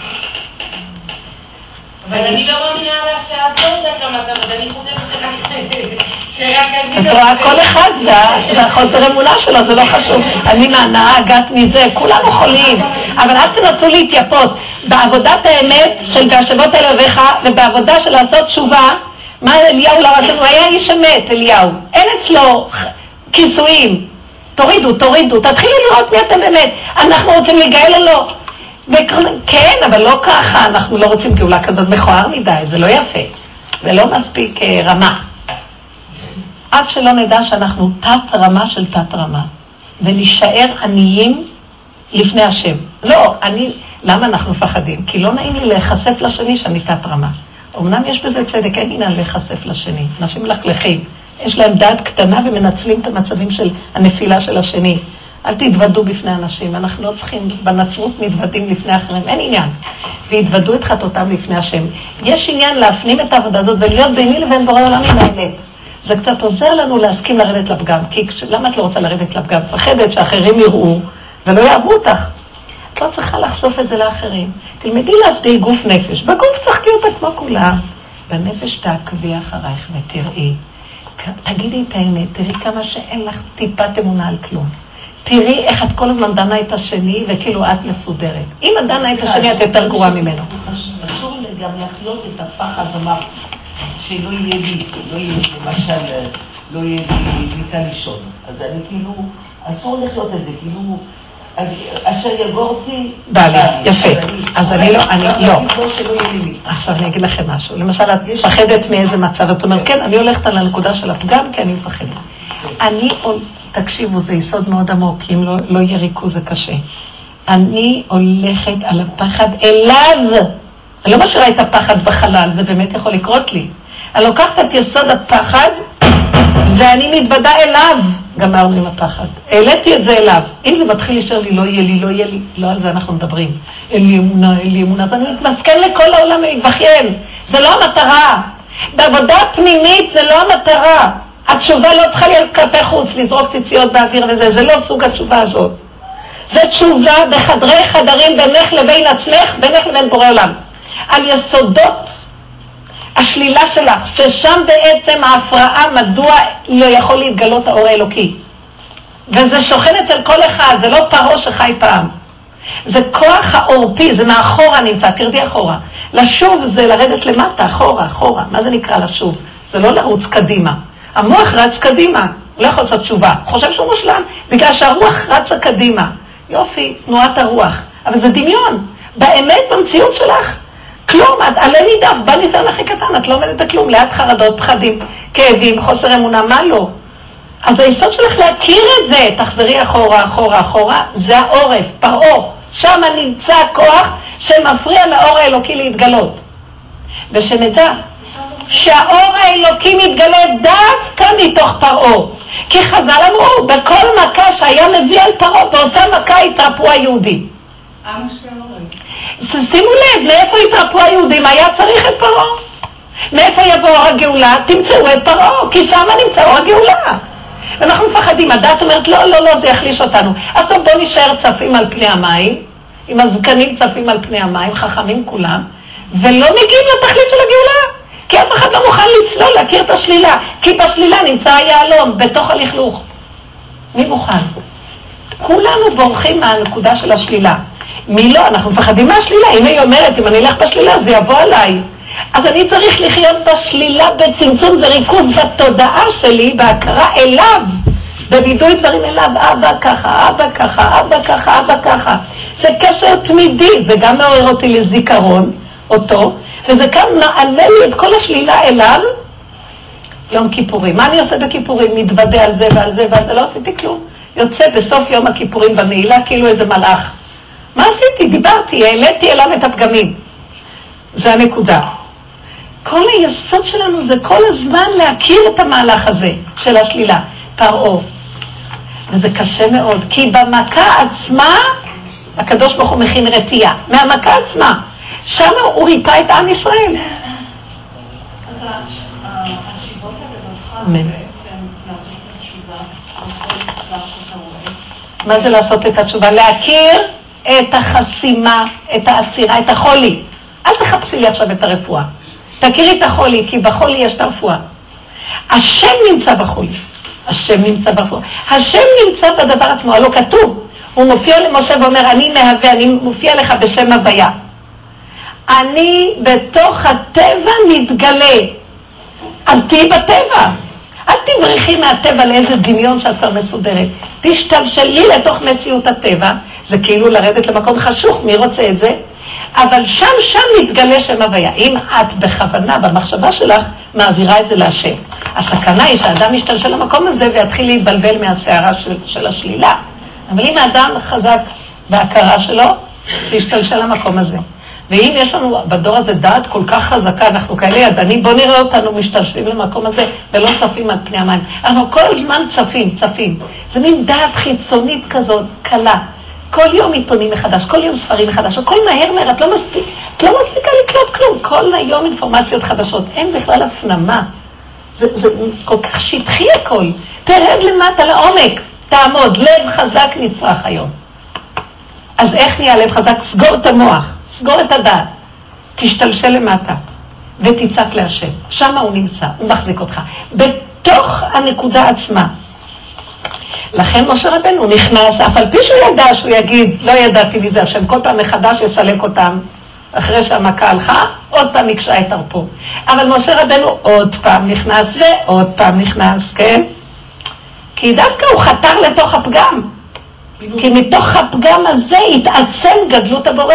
אבל אני לא מאמינה לך שאת לא יודעת למצב, אז אני חושבת שרק אני את רואה כל אחד, והחוסר אמונה שלו, זה לא חשוב. אני מהנאה, הגעת מזה, כולנו חולים. אבל אל תנסו להתייפות. בעבודת האמת של והשבות אל אביך, ובעבודה של לעשות תשובה, מה אליהו לא רצנו? הוא היה איש אמת, אליהו. אין אצלו כיסויים. תורידו, תתחילו לראות מי אתם באמת. אנחנו רוצים לגאל או לא? כן, אבל לא ככה, אנחנו לא רוצים גאולה כזאת מכוער מדי, זה לא יפה, זה לא מספיק רמה. עד שלא נדע שאנחנו תת רמה של תת רמה, ונשאר עניים לפני השם. לא, למה אנחנו מפחדים? כי לא נעים לי להיחשף לשני שאני תת רמה. אמנם יש בזה צדק, אין עניין להיחשף לשני, אנשים מלכלכים, יש להם דעת קטנה ומנצלים את המצבים של הנפילה של השני. אל תתוודו בפני אנשים, אנחנו לא צריכים, בנצרות מתוודים לפני אחרים, אין עניין. והתוודו את חטאותם לפני השם. יש עניין להפנים את העבודה הזאת ולהיות ביני לבין בורא עולם עם האמת. זה קצת עוזר לנו להסכים לרדת לפגם, כי למה את לא רוצה לרדת לפגם? פחדת שאחרים יראו ולא יאהבו אותך. את לא צריכה לחשוף את זה לאחרים. תלמדי להבדיל גוף נפש. בגוף צחקי אותה כמו כולם. בנפש תעקבי אחרייך ותראי. תגידי את האמת, תראי כמה שאין לך טיפת אמונה על כלום. תראי איך את כל הזמן דנה את השני, וכאילו את מסודרת. אם את דנה את השני, את יותר גרועה ממנו. אסור גם לחיות את הפחד, אמר, שלא יהיה לי, למשל, לא יהיה לי מיטה לישון. אז אני כאילו, אסור לחיות את זה, כאילו, אשר יגורתי... דלי, יפה. אז אני לא... עכשיו אני אגיד לכם משהו. למשל, את מפחדת מאיזה מצב. את אומרת, כן, אני הולכת על הנקודה של הפגם, כי אני מפחדת. תקשיבו, זה יסוד מאוד עמוק, כי אם לא יהיה ריכוז זה קשה. אני הולכת על הפחד אליו. אני לא משאירה את הפחד בחלל, זה באמת יכול לקרות לי. אני לוקחת את יסוד הפחד, ואני מתוודה אליו. גמרנו עם הפחד. העליתי את זה אליו. אם זה מתחיל להישאר לי, לא יהיה לי, לא יהיה לי. לא על זה אנחנו מדברים. אין לי אמונה, אין לי אמונה. אז אני מתמסכן לכל העולם להתבכיין. זה לא המטרה. בעבודה פנימית זה לא המטרה. התשובה לא צריכה להיות כלפי חוץ, לזרוק ציציות באוויר וזה. זה לא סוג התשובה הזאת. זה תשובה בחדרי חדרים בינך לבין עצמך, בינך לבין בורא עולם. על יסודות השלילה שלך, ששם בעצם ההפרעה מדוע לא יכול להתגלות האור האלוקי. וזה שוכן אצל כל אחד, זה לא פרעה שחי פעם. זה כוח העורפי, זה מאחורה נמצא, תרדי אחורה. לשוב זה לרדת למטה, אחורה, אחורה. מה זה נקרא לשוב? זה לא לרוץ קדימה. המוח רץ קדימה, לא יכול לעשות תשובה. חושב שהוא מושלם, בגלל שהרוח רצה קדימה. יופי, תנועת הרוח. אבל זה דמיון. באמת במציאות שלך, כלום, את עלי נידף, בא ניסיון הכי קטן, את לא עומדת בכלום, ליד חרדות, פחדים, כאבים, חוסר אמונה, מה לא? אז היסוד שלך להכיר את זה, תחזרי אחורה, אחורה, אחורה, זה העורף, פרעה. שם נמצא הכוח שמפריע לאור האלוקי להתגלות. ושנדע שהאור האלוקי מתגלה דווקא מתוך פרעה. כי חז"ל אמרו, בכל מכה שהיה מביא על פרעה, באותה מכה התרפאו היהודים. שימו לב, מאיפה התרפאו היהודים? היה צריך את פרעה. מאיפה יבוא אור הגאולה? תמצאו את פרעה, כי שם נמצא אור הגאולה. ואנחנו מפחדים, הדת אומרת, לא, לא, לא, זה יחליש אותנו. אז טוב, בוא נשאר צפים על פני המים, עם הזקנים צפים על פני המים, חכמים כולם, ולא מגיעים לתכלית של הגאולה. כי אף אחד לא מוכן לצלול, להכיר את השלילה. כי בשלילה נמצא היעלום, בתוך הלכלוך. מי מוכן? כולנו בורחים מהנקודה של השלילה. מי לא? אנחנו מפחדים מהשלילה. אם היא אומרת, אם אני אלך בשלילה, זה יבוא עליי. אז אני צריך לחיות בשלילה, בצמצום וריכוז בתודעה שלי, בהכרה אליו, בוידוי דברים אליו, אבא ככה, אבא ככה, אבא ככה, אבא ככה. זה קשר תמידי, זה גם מעורר אותי לזיכרון, אותו, וזה כאן מעלה לי את כל השלילה אליו, יום כיפורים. מה אני עושה בכיפורים? מתוודה על זה ועל זה ועל זה, לא עשיתי כלום. יוצא בסוף יום הכיפורים בנעילה כאילו איזה מלאך. מה עשיתי? דיברתי, העליתי אליו את הפגמים. זה הנקודה. כל היסוד שלנו זה כל הזמן להכיר את המהלך הזה של השלילה, פרעה. וזה קשה מאוד, כי במכה עצמה, הקדוש ברוך הוא מכין רתיעה. מהמכה עצמה. שם הוא ריפא את עם ישראל. אז השיבות הרווחה זה בעצם לעשות את התשובה. מה זה לעשות את התשובה? להכיר את החסימה, את העצירה, את החולי. אל תחפשי לי עכשיו את הרפואה. תכירי את החולי, כי בחולי יש את הרפואה. השם נמצא בחולי. השם נמצא ברפואה. השם נמצא בדבר עצמו, הלא כתוב. הוא מופיע למשה ואומר, אני מהווה, אני מופיע לך בשם הוויה. אני בתוך הטבע מתגלה. אז תהי בטבע. אל תבריחי מהטבע לאיזה דמיון שאת כבר מסודרת. תשתלשלי לתוך מציאות הטבע. זה כאילו לרדת למקום חשוך, מי רוצה את זה? אבל שם מתגלה שם הוויה. אם את בכוונה, במחשבה שלך, מעבירה את זה להשם. הסכנה היא שהאדם ישתלשל למקום הזה ויתחיל להתבלבל מהסערה של השלילה. אבל אם האדם חזק בהכרה שלו, שישתלשל למקום הזה. ואם יש לנו בדור הזה דעת כל כך חזקה, אנחנו כאלה ידענים, בוא נראה אותנו משתלשלים למקום הזה ולא צפים על פני המים. אנחנו כל הזמן צפים. זה מין דעת חיצונית כזאת, קלה. כל יום עיתונים מחדש, כל יום ספרים מחדש, הכל מהר, את לא מספיקה לקלוט כלום. כל היום אינפורמציות חדשות, אין בכלל הפנמה. זה כל כך שטחי הכל. תרד למטה לעומק, תעמוד, לב חזק נצרך היום. אז איך נהיה לב חזק? סגור את המוח. סגור את הדעת, תשתלשל למטה ותצעק להשם. שם הוא נמצא, הוא מחזיק אותך. בתוך הנקודה עצמה. לכן משה רבנו נכנס, אף על פי שהוא ידע שהוא יגיד, לא ידעתי מזה השם, כל פעם מחדש יסלק אותם. אחרי שהמכה הלכה, עוד פעם נקשה את הרפו. אבל משה רבנו עוד פעם נכנס ועוד פעם נכנס, כן? כי דווקא הוא חתר לתוך הפגם. כי מתוך הפגם הזה התעצם גדלות הבורא.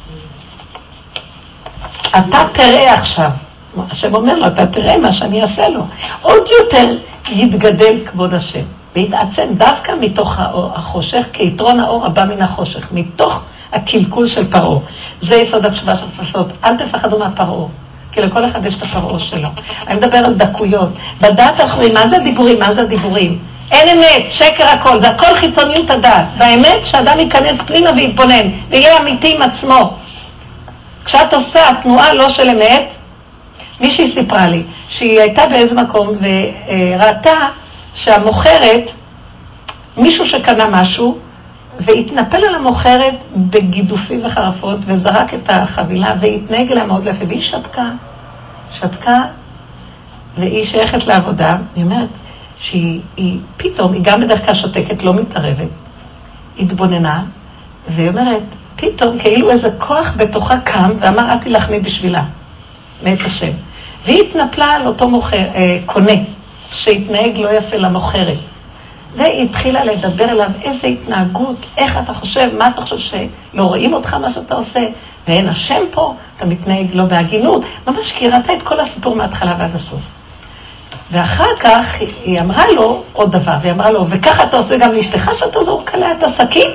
אתה תראה עכשיו, השם אומר לו, אתה תראה מה שאני אעשה לו. עוד יותר יתגדל כבוד השם, והתעצם דווקא מתוך החושך, כי יתרון האור הבא מן החושך, מתוך הקלקול של פרעה. זה יסוד התשובה שצריך לעשות. אל תפחדו מהפרעה, כי לכל אחד יש את הפרעה שלו. אני מדבר על דקויות. בדעת האחרים, מה זה דיבורים? מה זה דיבורים? אין אמת, שקר הכל, זה הכל חיצוניות הדעת. והאמת שאדם ייכנס פנימה ויתבונן, ויהיה אמיתי עם עצמו. כשאת עושה התנועה לא של אמת, מישהי סיפרה לי שהיא הייתה באיזה מקום וראתה שהמוכרת, מישהו שקנה משהו, והתנפל על המוכרת בגידופים וחרפות, וזרק את החבילה, והתנהג לה מאוד לפי, והיא שתקה, והיא שייכת לעבודה. היא אומרת שהיא פתאום, היא גם בדרך כלל שותקת, לא מתערבת, התבוננה, והיא אומרת, פתאום כאילו איזה כוח בתוכה קם, ואמר, את תלחמי בשבילה, מאת השם. והיא התנפלה על אותו קונה, שהתנהג לא יפה למוכרת. והיא התחילה לדבר אליו, איזה התנהגות, איך אתה חושב, מה אתה חושב שלא רואים אותך מה שאתה עושה, ואין השם פה, אתה מתנהג לא בהגינות, ממש כי ראתה את כל הסיפור מההתחלה ועד הסוף. ואחר כך היא אמרה לו עוד דבר, והיא אמרה לו, וככה אתה עושה גם לאשתך שאתה זורק עליה את השקית?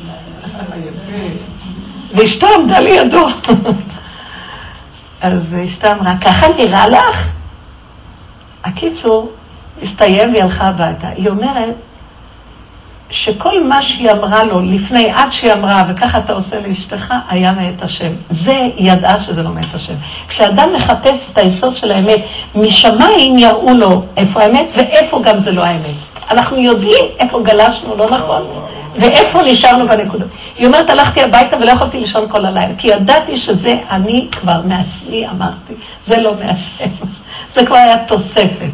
ואשתו עמדה לידו. אז אשתו אמרה, ככה נראה לך? הקיצור, הסתיים והיא הלכה הביתה. היא אומרת שכל מה שהיא אמרה לו לפני, עד שהיא אמרה, וככה אתה עושה לאשתך, היה מאת השם. זה היא ידעה שזה לא מאת השם. כשאדם מחפש את היסוד של האמת, משמיים יראו לו איפה האמת ואיפה גם זה לא האמת. אנחנו יודעים איפה גלשנו, לא נכון? ואיפה נשארנו בנקודות. היא אומרת, הלכתי הביתה ולא יכולתי לישון כל הלילה, כי ידעתי שזה אני כבר מעצמי, אמרתי, זה לא מהשם. זה כבר היה תוספת.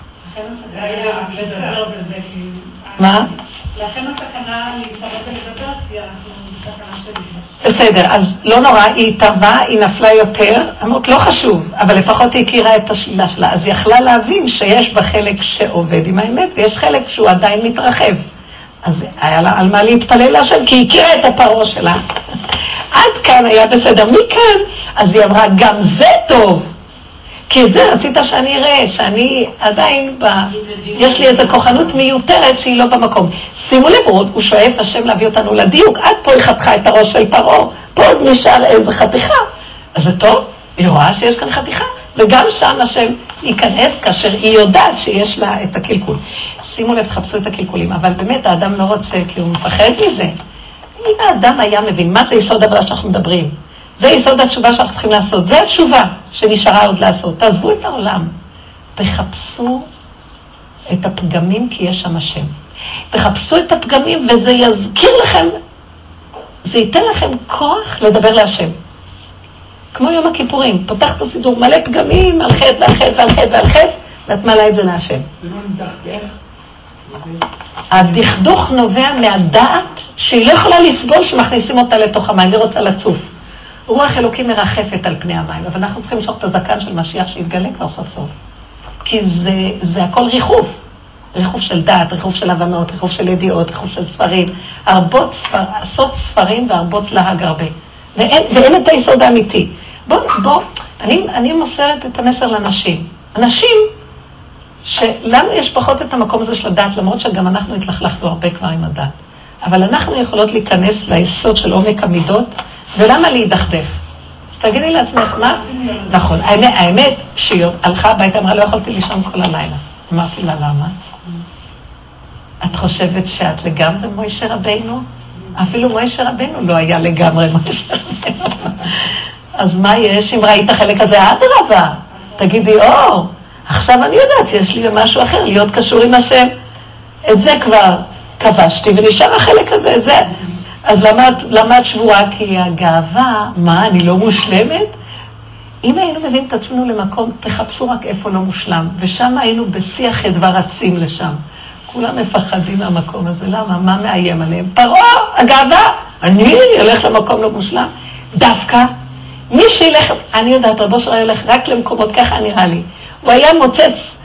מה? לכן הסכנה להתערב ולדבר, כי אנחנו בסכנה שלי. בסדר, אז לא נורא, היא התערבה, היא נפלה יותר, אמרת, לא חשוב, אבל לפחות היא הכירה את השלילה שלה, אז היא יכלה להבין שיש בה חלק שעובד עם האמת, ויש חלק שהוא עדיין מתרחב. אז היה לה על מה להתפלל להשם, כי היא הכירה את הפרעה שלה. עד כאן היה בסדר, מכאן, אז היא אמרה, גם זה טוב. כי את זה רצית שאני אראה, שאני עדיין יש לי איזו כוחנות מיותרת שהיא לא במקום. שימו לב, הוא שואף השם להביא אותנו לדיוק, עד פה היא חתכה את הראש של פרעה, פה עוד נשאר איזו חתיכה. אז זה טוב, היא רואה שיש כאן חתיכה, וגם שם השם ייכנס כאשר היא יודעת שיש לה את הקלקול. שימו לב, תחפשו את הקלקולים, אבל באמת האדם לא רוצה, כי הוא מפחד מזה. אם האדם היה מבין, מה זה יסוד העבודה שאנחנו מדברים? זה יסוד התשובה שאנחנו צריכים לעשות. זה התשובה שנשארה עוד לעשות. תעזבו את העולם. תחפשו את הפגמים כי יש שם השם. תחפשו את הפגמים וזה יזכיר לכם, זה ייתן לכם כוח לדבר להשם. כמו יום הכיפורים, פותח את הסידור מלא פגמים על חטא ועל חטא ועל חטא ועל חטא, ואת מעלה את זה להשם. הדכדוך נובע מהדעת שהיא לא יכולה לסבול שמכניסים אותה לתוך המים, היא רוצה לצוף. רוח אלוקים מרחפת על פני המים, אבל אנחנו צריכים לשאול את הזקן של משיח שיתגלה כבר סוף סוף. כי זה הכל ריחוף. ריחוף של דעת, ריחוף של הבנות, ריחוף של ידיעות, ריחוף של ספרים. עשות ספרים והרבות להג הרבה. ואין את היסוד האמיתי. אני מוסרת את המסר לאנשים. אנשים שלנו יש פחות את המקום הזה של הדעת, למרות שגם אנחנו התלכלכנו הרבה כבר עם הדעת. אבל אנחנו יכולות להיכנס ליסוד של עומק המידות, ולמה להידכדך? אז תגידי לעצמך, מה? נכון, האמת שהיא הלכה הביתה, אמרה, לא יכולתי לישון כל הלילה. אמרתי לה, למה? את חושבת שאת לגמרי מוישה רבינו? אפילו מוישה רבינו לא היה לגמרי מוישה רבינו. אז מה יש? אם ראית החלק הזה, אדרבה. תגידי, עכשיו אני יודעת שיש לי משהו אחר, להיות קשור עם השם. את זה כבר כבשתי, ונשאר החלק הזה, את זה. אז למה את שבורה? כי הגאווה, מה, אני לא מושלמת? אם היינו מביאים את עצמנו למקום, תחפשו רק איפה לא מושלם, ושם היינו בשיח חדווה רצים לשם. כולם מפחדים מהמקום הזה, למה? מה מאיים עליהם? פרעה, הגאווה, אני אלך למקום לא מושלם. דווקא מי שילך, אני יודעת, רבו שראה הולך רק למקומות, ככה נראה לי. הוא היה מוצץ,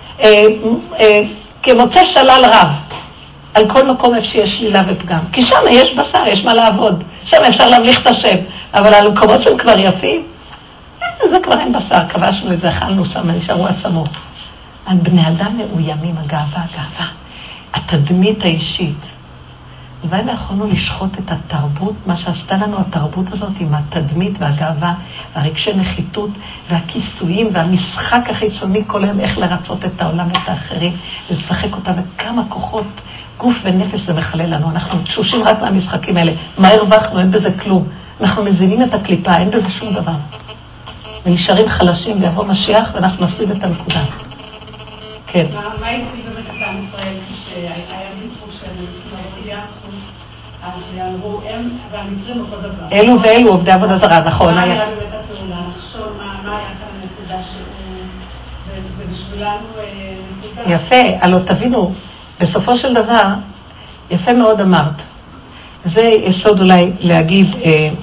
כמוצץ שלל רב, על כל מקום איפה שיש שלילה ופגם. כי שם יש בשר, יש מה לעבוד. שם אפשר להמליך את השם. אבל על מקומות שהם כבר יפים, זה כבר אין בשר, כבשנו את זה, אכלנו שם, נשארו עצמות. על בני אדם מאוימים, הגאווה, התדמית האישית. הלוואי ויכולנו לשחוט את התרבות, מה שעשתה לנו התרבות הזאת עם התדמית והגאווה והרגשי נחיתות והכיסויים והמשחק החיצוני כל היום איך לרצות את העולם ואת האחרים ולשחק אותה וכמה כוחות גוף ונפש זה מחלל לנו. אנחנו תשושים רק מהמשחקים האלה. מה הרווחנו? אין בזה כלום. אנחנו מזינים את הקליפה, אין בזה שום דבר. ונשארים חלשים ויבוא משיח ואנחנו נפסיד את הנקודה. כן. מה הציל באמת את עם ישראל כשהיה זיכרוך שהם התייחסו, אז אמרו הם והמצרים אותו דבר. אלו ואלו עובדי עבודה זרה, נכון. מה היה באמת הפעולה? לחשוב מה היה כאן הנקודה זה בשבילנו נקודה. יפה, הלא תבינו, בסופו של דבר, יפה מאוד אמרת. זה יסוד אולי להגיד,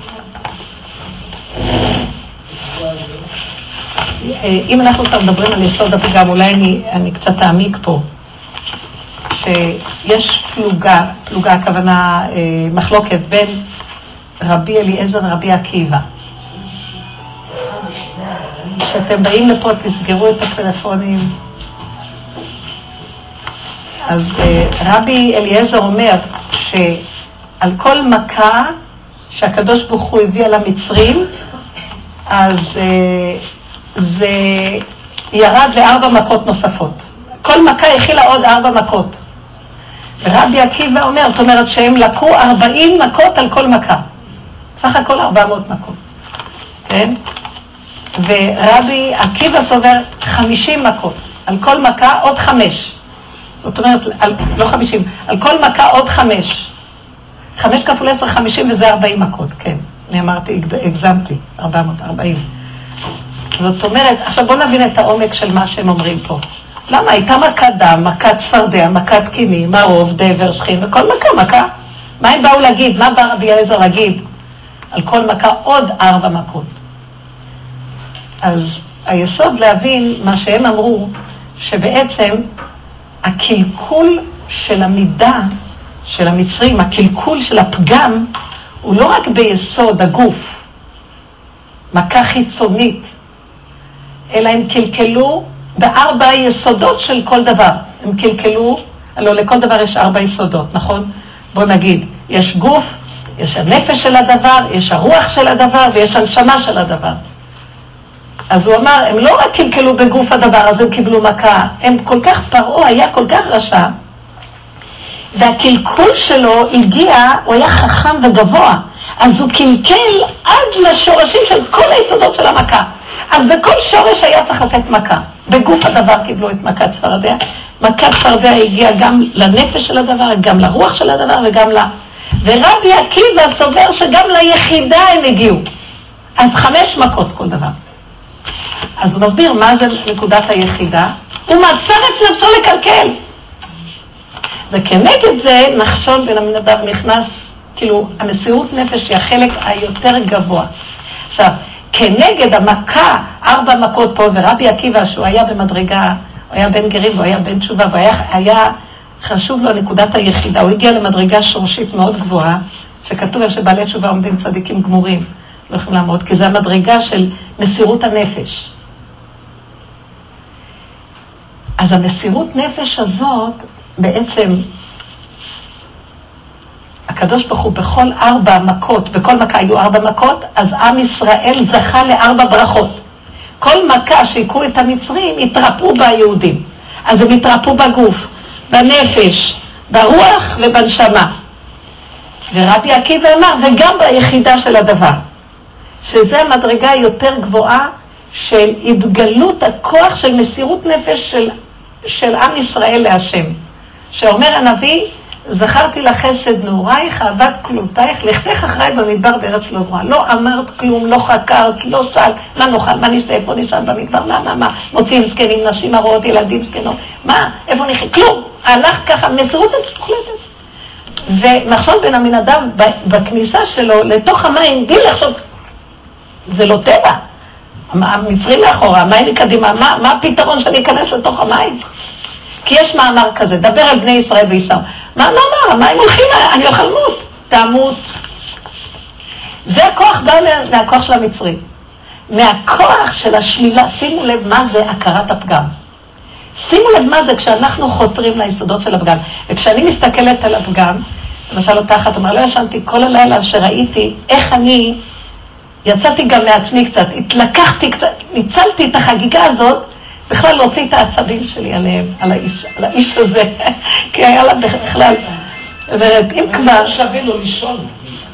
אם אנחנו כבר מדברים על יסוד הפגם, אולי אני קצת אעמיק פה, שיש פלוגה הכוונה מחלוקת בין רבי אליעזר ורבי עקיבא. כשאתם באים לפה תסגרו את הטלפונים. אז רבי אליעזר אומר שעל כל מכה שהקדוש ברוך הוא הביא על המצרים, אז זה ירד ל4 מכות נוספות. כל מכה הכילה עוד 4 מכות. ורבי עקיבא אומר, זאת אומרת שהם לקחו 40 מכות על כל מכה. סך הכל 400 מכות. כן? ורבי עקיבא סובר 50 מכות. על כל מכה עוד 5. זאת אומרת, לא 50, על כל מכה עוד 5. 5 כפול 10, 50 וזה 40 מכות, כן. אני אמרתי, הגזמתי, 440. זאת אומרת, עכשיו בואו נבין את העומק של מה שהם אומרים פה. למה? הייתה מכת דם, מכת צפרדע, מכת קינים, מערוב, דבר, שכין, וכל מכה. מה הם באו להגיד? מה בא רבי אליעזר להגיד? על כל מכה עוד 4 מכות. אז היסוד להבין מה שהם אמרו, שבעצם הקלקול של המידה של המצרים, הקלקול של הפגם, הוא לא רק ביסוד הגוף, מכה חיצונית, אלא הם קלקלו ב4 יסודות של כל דבר. הם קלקלו, הלוא לכל דבר יש 4 יסודות, נכון? בוא נגיד, יש גוף, יש הנפש של הדבר, יש הרוח של הדבר ויש הנשמה של הדבר. אז הוא אמר, הם לא רק קלקלו בגוף הדבר, אז הם קיבלו מכה, הם כל כך פרעה, היה כל כך רשע, והקלקול שלו הגיע, הוא היה חכם וגבוה, אז הוא קלקל עד לשורשים של כל היסודות של המכה. אז בכל שורש היה צריך לתת מכה. בגוף הדבר קיבלו את מכת צפרדע. מכת צפרדע הגיעה גם לנפש של הדבר, גם לרוח של הדבר וגם ורבי עקיבא סובר שגם ליחידה הם הגיעו. אז 5 מכות כל דבר. אז הוא מסביר מה זה נקודת היחידה. הוא מסר את נפשו לקלקל. זה כנגד זה נחשון בן עמינדב נכנס, כאילו המסירות נפש היא החלק היותר גבוה. עכשיו, כנגד המכה, 4 מכות פה, ורבי עקיבא שהוא היה במדרגה, הוא היה בן גרים והוא היה בן תשובה, והיה חשוב לו נקודת היחידה, הוא הגיע למדרגה שורשית מאוד גבוהה, שכתוב שבעלי תשובה עומדים צדיקים גמורים, לא יכולים לעמוד, כי זה המדרגה של מסירות הנפש. אז המסירות נפש הזאת, בעצם, הקדוש ברוך הוא בכל 4 מכות, בכל מכה היו 4 מכות, אז עם ישראל זכה ל4 ברכות. כל מכה שהיכו את המצרים, התרפאו ביהודים. אז הם התרפאו בגוף, בנפש, ברוח ובנשמה. ורבי עקיבא אמר, וגם ביחידה של הדבר. שזה המדרגה היותר גבוהה של התגלות הכוח של מסירות נפש של עם ישראל להשם. שאומר הנביא, זכרתי לחסד נעורייך, אהבת כלותייך, לכתך אחריי במדבר בארץ לא זרועה. לא אמרת כלום, לא חקרת, לא שאל, מה נאכל, מה נשתה, איפה נשאל במדבר, מה, מוציאים זקנים, נשים הרות, ילדים זקנות, מה, איפה נחיה, כלום. הלך ככה, מסירות נפש מוחלטת. ונחשון בן עמינדב בכניסה שלו לתוך המים, בלי לחשוב, זה לא טבע. המצרים מאחורה, המים מקדימה, מה הפתרון שאני אכנס לתוך המים? כי יש מאמר כזה, דבר על בני ישראל וישראל. מה מאמר? המים הולכים, אני אוכל מות, תמות. זה הכוח בא מהכוח של המצרי. מהכוח של השלילה, שימו לב מה זה הכרת הפגם. שימו לב מה זה כשאנחנו חותרים ליסודות של הפגם. וכשאני מסתכלת על הפגם, למשל אותך, את אומר, לא ישנתי כל הלילה שראיתי איך אני יצאתי גם מעצמי קצת, התלקחתי קצת, ניצלתי את החגיגה הזאת, בכלל להוציא את העצבים שלי עליהם, על האיש הזה, כי היה לה בכלל, אם כבר... שווה לו לישון.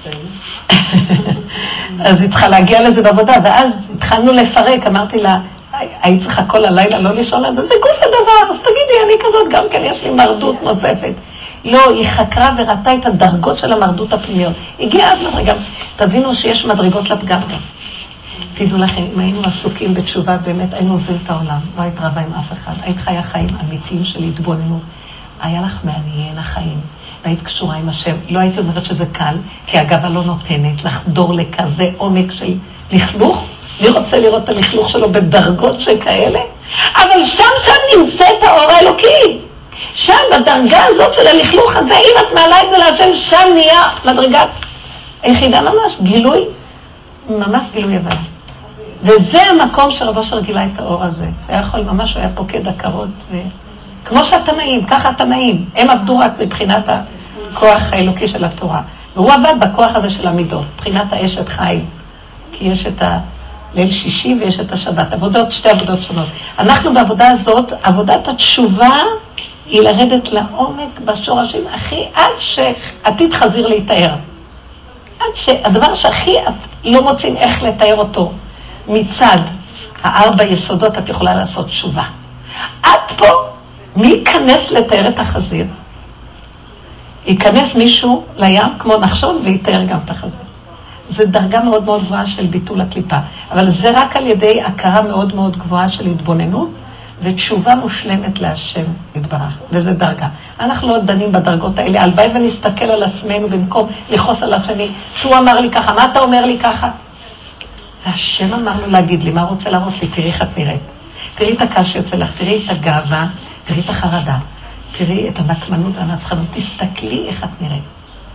אז היא צריכה להגיע לזה בעבודה, ואז התחלנו לפרק, אמרתי לה, היית צריכה כל הלילה לא לישון עד זה גוף הדבר, אז תגידי, אני כזאת גם כן, יש לי מרדות נוספת. לא, היא חקרה וראתה את הדרגות של המרדות הפנימיות. הגיעה עד מדרגה. תבינו שיש מדרגות לפגם גם. תדעו לכם, אם היינו עסוקים בתשובה, באמת היינו עוזבים את העולם. לא היית רבה עם אף אחד. היית חיה חיים אמיתיים של התבוננות. היה לך מעניין החיים. והיית קשורה עם השם. לא הייתי אומרת שזה קל, כי הגאווה לא נותנת לחדור לכזה עומק של לכלוך. אני רוצה לראות את הלכלוך שלו בדרגות שכאלה. אבל שם נמצאת האור האלוקי. שם, בדרגה הזאת של הלכלוך הזה, אם את מעלה את זה להשם, שם נהיה מדרגת היחידה ממש, גילוי, ממש גילוי הבנה. וזה המקום שרב אושר גילה את האור הזה, שהיה יכול ממש, הוא היה פוקד הכרות, כמו שהתנאים, ככה התנאים, הם עבדו רק מבחינת הכוח האלוקי של התורה, והוא עבד בכוח הזה של המידות, מבחינת האשת חיים, כי יש את ליל שישי ויש את השבת, עבודות, שתי עבודות שונות. אנחנו בעבודה הזאת, עבודת התשובה, היא לרדת לעומק בשורשים הכי, עד שעתיד חזיר להתאר. עד שהדבר שהכי את לא מוצאים איך לתאר אותו, מצד הארבע יסודות את יכולה לעשות תשובה. עד פה, מי ייכנס לתאר את החזיר? ייכנס מישהו לים כמו נחשון ויתאר גם את החזיר. זו דרגה מאוד מאוד גבוהה של ביטול הקליפה. אבל זה רק על ידי הכרה מאוד מאוד גבוהה של התבוננות, ותשובה מושלמת להשם יתברך, וזה דרגה. אנחנו לא דנים בדרגות האלה, הלוואי ונסתכל על עצמנו במקום לכעוס על השני, שהוא אמר לי ככה, מה אתה אומר לי ככה? והשם אמר לו להגיד לי, מה רוצה להראות לי? תראי איך את נראית. תראי את הכעס שיוצא לך, תראי את הגאווה, תראי את החרדה, תראי את הנקמנות והנצחנות, תסתכלי איך את נראית.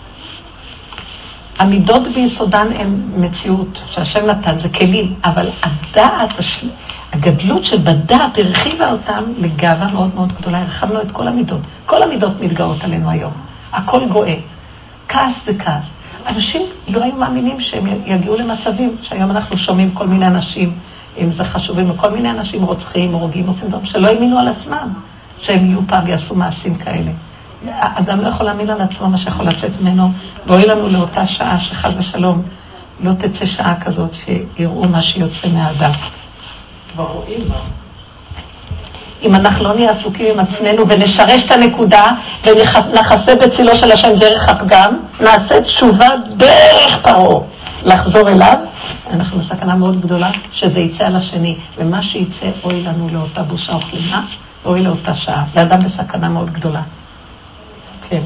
המידות ביסודן הן מציאות שהשם נתן, זה כלים, אבל הדעת, הגדלות שבדעת הרחיבה אותם לגאווה מאוד מאוד גדולה, הרחבנו את כל המידות. כל המידות מתגאות עלינו היום. הכל גואה. כעס זה כעס. אנשים לא היו מאמינים שהם יגיעו למצבים, שהיום אנחנו שומעים כל מיני אנשים, אם זה חשובים, כל מיני אנשים רוצחים, הורגים, עושים דברים שלא האמינו על עצמם, שהם יהיו פעם יעשו מעשים כאלה. אדם לא יכול להאמין על עצמו מה שיכול לצאת ממנו, ואוי לנו לאותה שעה שחס ושלום לא תצא שעה כזאת שיראו מה שיוצא מהאדם. כבר רואים מה. אם אנחנו לא נהיה עסוקים עם עצמנו ונשרש את הנקודה ונחסה בצילו של השם דרך הפגם, נעשה תשובה דרך פרעה לחזור אליו, אנחנו בסכנה מאוד גדולה שזה יצא על השני, ומה שיצא אוי לנו לאותה בושה או כלימה, אוי לאותה שעה, לאדם בסכנה מאוד גדולה. כן.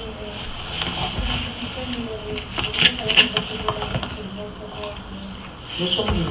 לא שומעים.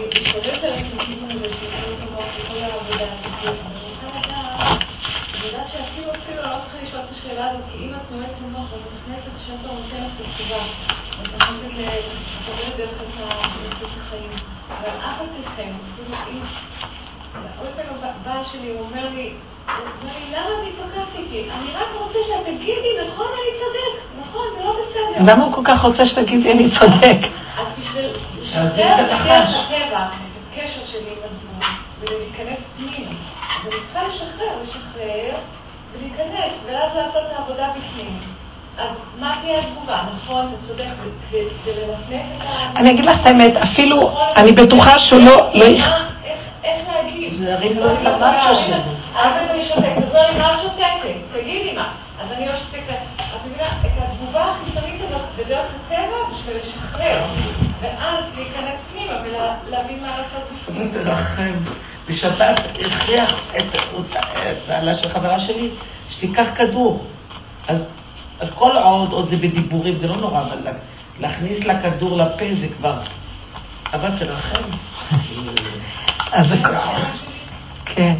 השאלה הזאת, כי אם את נועדת למוח ואת נכנסת שם כבר נותנת את התשובה, ואת נכנסת לתקבל דרך את החיים, אבל אף על פי כן, אם עוד פעם הבעל שלי, הוא אומר לי, למה אני התפקדתי? כי אני רק רוצה שאת תגידי, נכון, אני צודק, נכון, זה לא בסדר. למה הוא כל כך רוצה שתגידי, אני צודק? אז בשביל לשחרר את הטבע, את הקשר שלי עם הדמות, ולהיכנס פנימה, אז אני צריכה לשחרר, ולהיכנס, ואז לעשות את העבודה בפנים. אז מה תהיה התגובה? נכון, אתה צודק, ולנפנף את ה... אני אגיד לך את האמת, אפילו אני בטוחה שהוא לא... איך להגיב? זה הרי לא למד שושן. אז אני שותקת, אז לא למד שותקת, תגידי מה. אז אני לא שותקת. אז אני יודעת, את התגובה החיצונית הזאת בדרך הטבע בשביל לשחרר, ואז להיכנס פנימה ולהבין מה לעשות בפנים. לכם. בשבת הכריח את בעלה של חברה שלי שתיקח כדור. אז כל עוד זה בדיבורים, זה לא נורא, אבל להכניס לה כדור לפה זה כבר הבת של רחל. אז זה כן.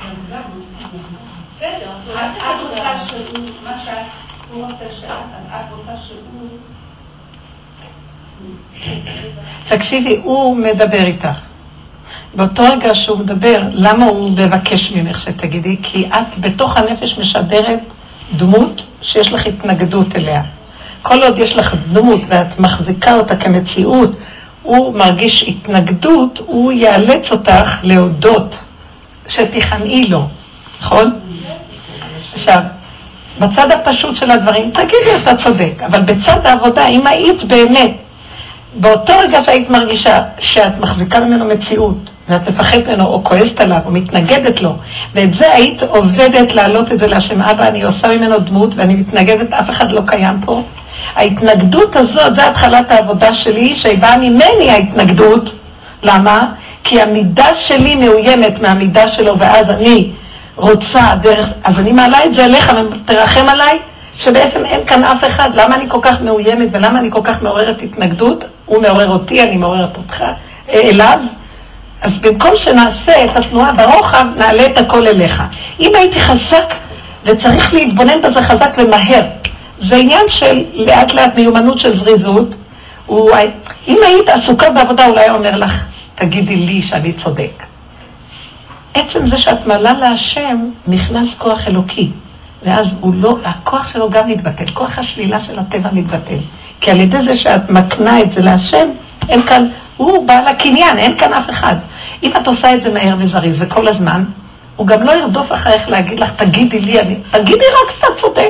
בסדר, את רוצה שהוא, מה שהוא רוצה שאת, אז את רוצה שהוא... תקשיבי, הוא מדבר איתך. באותו רגע שהוא מדבר, למה הוא מבקש ממך שתגידי? כי את בתוך הנפש משדרת דמות שיש לך התנגדות אליה. כל עוד יש לך דמות ואת מחזיקה אותה כמציאות, הוא מרגיש התנגדות, הוא יאלץ אותך להודות שתיכנעי לו, נכון? עכשיו, בצד הפשוט של הדברים, תגידי, אתה צודק, אבל בצד העבודה, אם היית באמת, באותו רגע שהיית מרגישה שאת מחזיקה ממנו מציאות, ואת מפחדת ממנו או כועסת עליו או מתנגדת לו, ואת זה היית עובדת להעלות את זה להשם, אבא, אני עושה ממנו דמות ואני מתנגדת, אף אחד לא קיים פה. ההתנגדות הזאת, זה התחלת העבודה שלי, שהיא באה ממני ההתנגדות. למה? כי המידה שלי מאוימת מהמידה שלו, ואז אני רוצה דרך, אז אני מעלה את זה אליך ותרחם עליי, שבעצם אין כאן אף אחד. למה אני כל כך מאוימת ולמה אני כל כך מעוררת התנגדות? הוא מעורר אותי, אני מעוררת אותך אליו. אז במקום שנעשה את התנועה ברוחב, נעלה את הכל אליך. אם הייתי חזק, וצריך להתבונן בזה חזק ומהר, זה עניין של לאט לאט מיומנות של זריזות. אם היית עסוקה בעבודה, אולי אומר לך, תגידי לי שאני צודק. עצם זה שאת מעלה להשם, נכנס כוח אלוקי. ואז הכוח שלו גם מתבטל, כוח השלילה של הטבע מתבטל. כי על ידי זה שאת מקנה את זה להשם, אין כאן, הוא בעל הקניין, אין כאן אף אחד. אם את עושה את זה מהר וזריז וכל הזמן, הוא גם לא ירדוף אחריך להגיד לך, תגידי לי, תגידי רק שאתה צודק.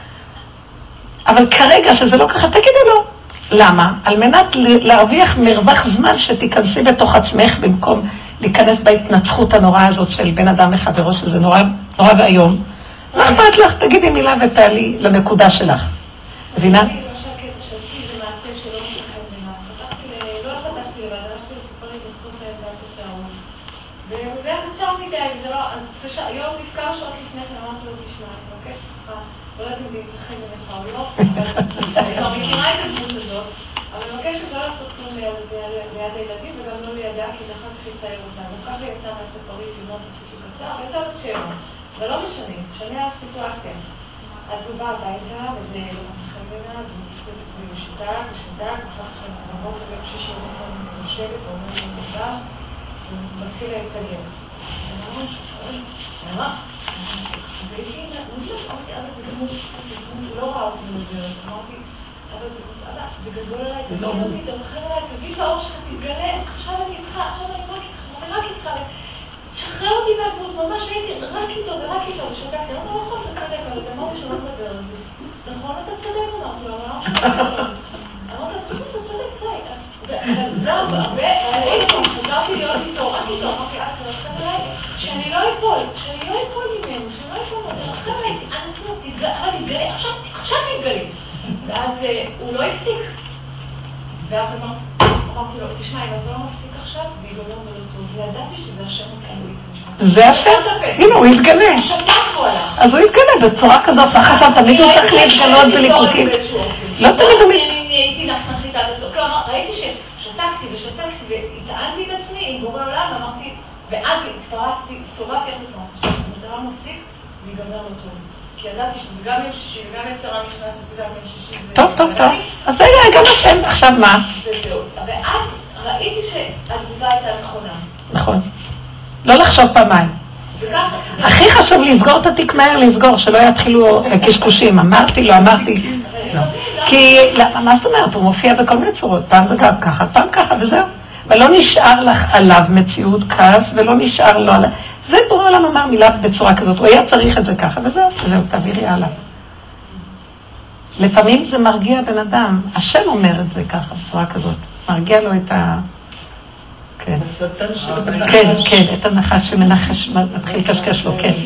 אבל כרגע שזה לא ככה, תגידי לו. למה? על מנת להרוויח מרווח זמן שתיכנסי בתוך עצמך, במקום להיכנס בהתנצחות הנוראה הזאת של בן אדם לחברו, שזה נורא והיום. מה אכפת לך? תגידי מילה ותעלי לנקודה שלך. מבינה? אני למשל קטע שעשיתי זה מעשה שלא מצליחים במה. לא חתכתי לבד, הלכתי לספר לי לחסוך להם דעת השערות. וזה היה קצר מדי, זה לא, אז היום נפקר שעות לפני כן, אמרתי לו, תשמע, אני מבקש אותך, לא יודעת אם זה יצחק בנך או לא, אני כבר מכירה את הדמות הזאת, אבל אני מבקשת לא לעשות כלום ליד הילדים וגם לא לידה, כי זה אחר כך יצייר אותנו. ככה יצא מהספרית, ללמוד עשיתי קצר, והייתה עוד שאלה. אבל לא משנה הסיטואציה. אז הוא בא הביתה, וזה לא מצליחים בינה, והוא שתק, אחר כך נבוא וגם ששירות נושבת, הוא אומר לי דבר, והוא מתחיל להתקדם. אז הייתי, אמרתי, אבא זה דמות, הוא לא ראה אותי מדברת, אמרתי, אבא זה גדול עליי, תציל אותי, תרחם עליי, תביא את האור שלך, תתגלה, עכשיו אני איתך, עכשיו אני רק איתך, שחרר אותי מהדמות, ממש הייתי רק איתו ורק איתו, ושתקתי, אני לא יכול, אתה צדק, אבל זה אמרתי שלא מדבר על זה. נכון, אתה צדק, אמרתי לו, אמרתי, אתה צדק, די. אבל הרבה, חזרתי להיות איתו, רק איתו, אמרתי, תרחם עליי, שאני לא אפול ממנו, שאני לא אפול, תרחם עליי, אני תתגלה, עכשיו תתגלה. ואז הוא לא הפסיק. ואז אמרתי לו, תשמע, אם אתה לא מפסיק עכשיו, זה יגמר ולא טוב. וידעתי שזה השם הצלוי. זה השם? הנה, הוא יתגלה. שתק הוא הלך. אז הוא יתגלה בצורה כזאת, עכשיו תמיד הוא צריך להתגלות בליקוקים. לא תמיד הוא אני הייתי נחנחית עד הסוף. כלומר, ראיתי ששתקתי והטענתי את עצמי עם בורא עולם, אמרתי, ואז התפרצתי, הסתובבתי איך לצמח. עכשיו, אם אתה לא מפסיק, זה יגמר לא טוב. כי ידעתי שזה גם יום שישי וגם יצרה נכנסת, אתה יודע, יום שישי זה... טוב. אז זה גם השם, עכשיו מה? ואז ראיתי שהתגובה הייתה נכונה. נכון. לא לחשוב פעמיים. הכי חשוב לסגור את התיק מהר, לסגור, שלא יתחילו קשקושים. אמרתי. כי, מה זאת אומרת? הוא מופיע בכל מיני צורות. פעם זה גם ככה, פעם ככה, וזהו. ולא נשאר לך עליו מציאות כעס, ולא נשאר לו עליו. זה בורא עולם אמר מילה בצורה כזאת, הוא היה צריך את זה ככה, וזהו, תעבירי הלאה. לפעמים זה מרגיע בן אדם, השם אומר את זה ככה, בצורה כזאת, מרגיע לו את ה... כן, כן, את הנחש שמנחש, מתחיל קשקש לו, כן.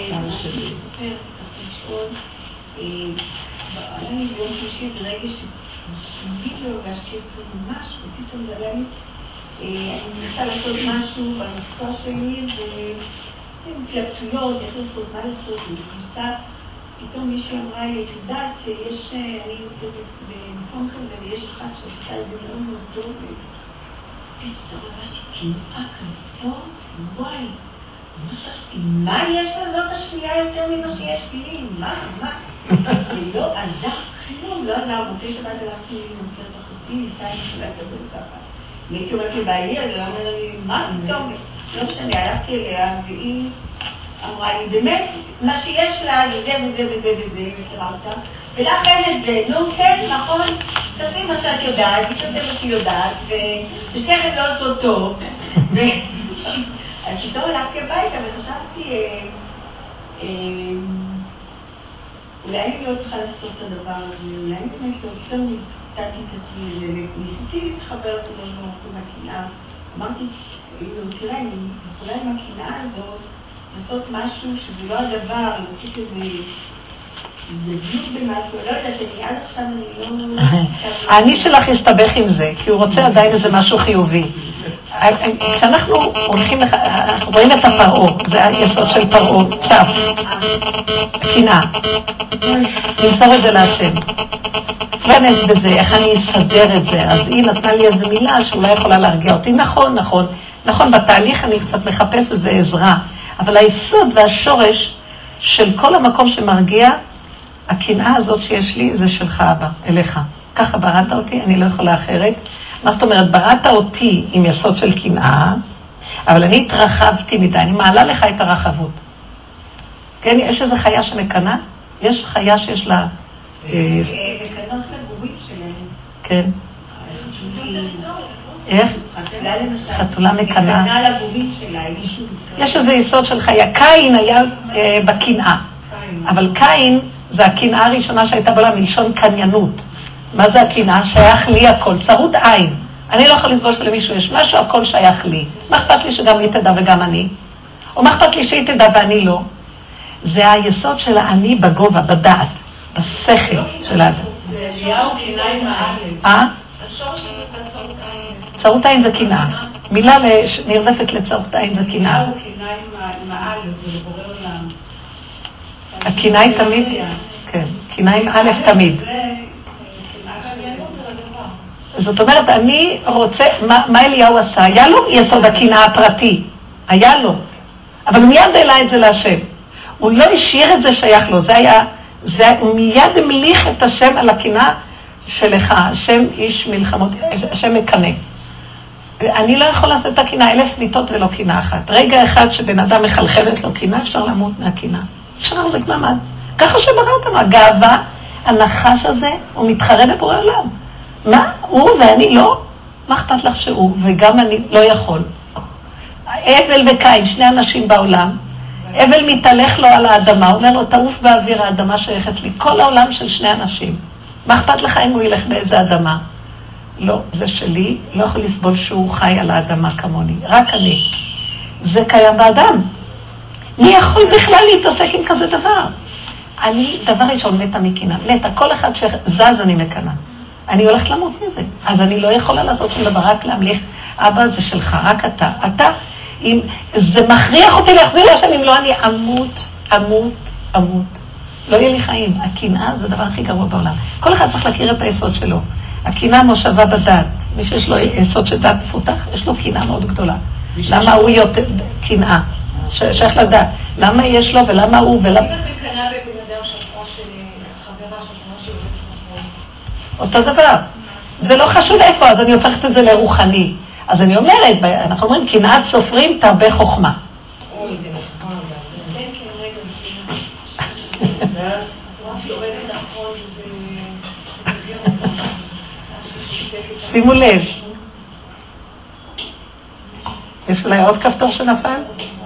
אני ביום שישי זה רגע שמגיע לו והשאיר ממש, ופתאום זה עלה לי, אני מנסה לעשות משהו במקצוע שלי, והתלבטויות, איך לעשות, מה לעשות, בקבוצה, פתאום מישהי אמרה לי, את יודעת, אני יוצאת במקום כזה, ויש אחת שעושה את זה מאוד מאוד טוב, פתאום הרגשתי קנאה כזאת, וואי, ממש הרגשתי, מה יש לזאת השנייה יותר ממה שיש לי? מה? ולא עזר כלום, לא עזר. מוצאי שבת הלכתי למפלט אחותי, איתה אני יכולה לדבר ככה. הייתי אומרת לבעלי, אז הוא אומר לי, מה פתאום? לא משנה, הלכתי אליה, והיא אמרה לי, באמת, מה שיש לה זה זה וזה וזה וזה, היא מכירה אותה, ולך אין את זה, נו כן, נכון, תעשי מה שאת יודעת, היא תעשי מה שהיא יודעת, ושתיכן לא עושות טוב. אז פתאום הלכתי הביתה וחשבתי, אולי אני לא צריכה לעשות את הדבר הזה, אולי באמת לא, פתאום נתתי את עצמי לזה, וניסיתי להתחבר עם הקנאה. אמרתי, תראה, אני יכולה עם הקנאה הזאת לעשות משהו שזה לא הדבר, לעשות איזה בדיוק במשהו, לא יודעת, אני עד עכשיו אני לא... האני שלך יסתבך עם זה, כי הוא רוצה עדיין איזה משהו חיובי. כשאנחנו הולכים, אנחנו רואים את הפרעה, זה היסוד של פרעה, צף, קנאה. נמסור את זה להשם. לא נס בזה, איך אני אסדר את זה? אז היא נתנה לי איזו מילה שאולי יכולה להרגיע אותי. נכון, בתהליך אני קצת מחפש איזו עזרה, אבל היסוד והשורש של כל המקום שמרגיע, הקנאה הזאת שיש לי זה שלך אבא, אליך. ככה בראת אותי, אני לא יכולה אחרת. מה זאת אומרת? בראת אותי עם יסוד של קנאה, אבל אני התרחבתי מדי, אני מעלה לך את הרחבות. כן, יש איזו חיה שמקנה? יש חיה שיש לה... מקנות לגורים שלהם. כן. איך? חתולה מקנה. מקנה לגורים שלה, יש איזה יסוד של חיה. קין היה בקנאה. אבל קין זה הקנאה הראשונה שהייתה בעולם, מלשון קניינות. מה זה הקנאה? שייך לי הכל, צרות עין. אני לא יכול לסבול שלמישהו יש משהו, הכל שייך לי. מה אכפת לי שגם היא תדע וגם אני? או מה אכפת לי שהיא תדע ואני לא? זה היסוד של האני בגובה, בדעת, בשכל של האדם. זה אליהו קנאה עם האלף. השורש הזה זה צרות עין. צרות עין זה קנאה. מילה נרדפת לצרות עין זה קנאה. אליהו קנאה עם האלף, זה לבורא עולם. הקנאה היא תמיד, כן, קנאה עם א' תמיד. זאת אומרת, אני רוצה, מה אליהו עשה? היה לו יסוד הקנאה הפרטי, היה לו, אבל הוא מיד העלה את זה להשם. הוא לא השאיר את זה שייך לו, הוא מיד המליך את השם על הקנאה שלך, השם איש מלחמות, השם מקנה. אני לא יכול לעשות את הקנאה, 1000 מיטות ולא קנאה אחת. רגע אחד שבן אדם מחלחלת לו קנאה, אפשר למות מהקנאה. אפשר להחזיק מעמד. ככה שבראת, הגאווה, הנחש הזה, הוא מתחרה לבורא עולם. מה? הוא ואני לא? מה אכפת לך שהוא? וגם אני לא יכול. אבל וקין, שני אנשים בעולם, אבל מתהלך לו על האדמה, הוא אומר לו, תעוף באוויר, האדמה שייכת לי. כל העולם של שני אנשים. מה אכפת לך אם הוא ילך באיזה אדמה? לא, זה שלי, לא יכול לסבול שהוא חי על האדמה כמוני. רק אני. זה קיים באדם. מי יכול בכלל להתעסק עם כזה דבר? אני, דבר ראשון, מתה מקנאה. מתה, כל אחד שזז אני מקנאה. אני הולכת למות מזה. אז אני לא יכולה לעשות שום דבר, רק להמליך. אבא, זה שלך, רק אתה. אתה, אם זה מכריח אותי להחזיר להשם, אם לא אני אמות. לא יהיה לי חיים. הקנאה זה הדבר הכי גרוע בעולם. כל אחד צריך להכיר את היסוד שלו. הקנאה מושבה בדת. מי שיש לו יסוד של דת מפותח, יש לו קנאה מאוד גדולה. למה הוא יותר קנאה? שייך לדעת. למה יש לו ולמה הוא ולמה... אם את מקנאה בבן אדם או של חברה שלך, שהיא עובדת אותו דבר. זה לא חשוב איפה, אז אני הופכת את זה לרוחני. אז אני אומרת, אנחנו אומרים, קנאת סופרים תרבה חוכמה. אוי, זה נכון. כן, רגע, בשבילה. התורה שהיא עובדת נכון, זה... שימו לב. יש אולי עוד כפתור שנפל?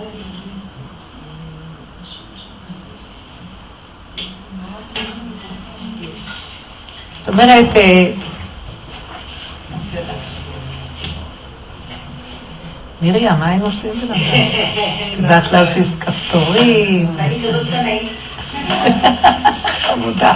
זאת אומרת, מיריה, מה הם עושים בנאדם? יודעת להזיז כפתורים. ואני כזאת קנאית. חמודה.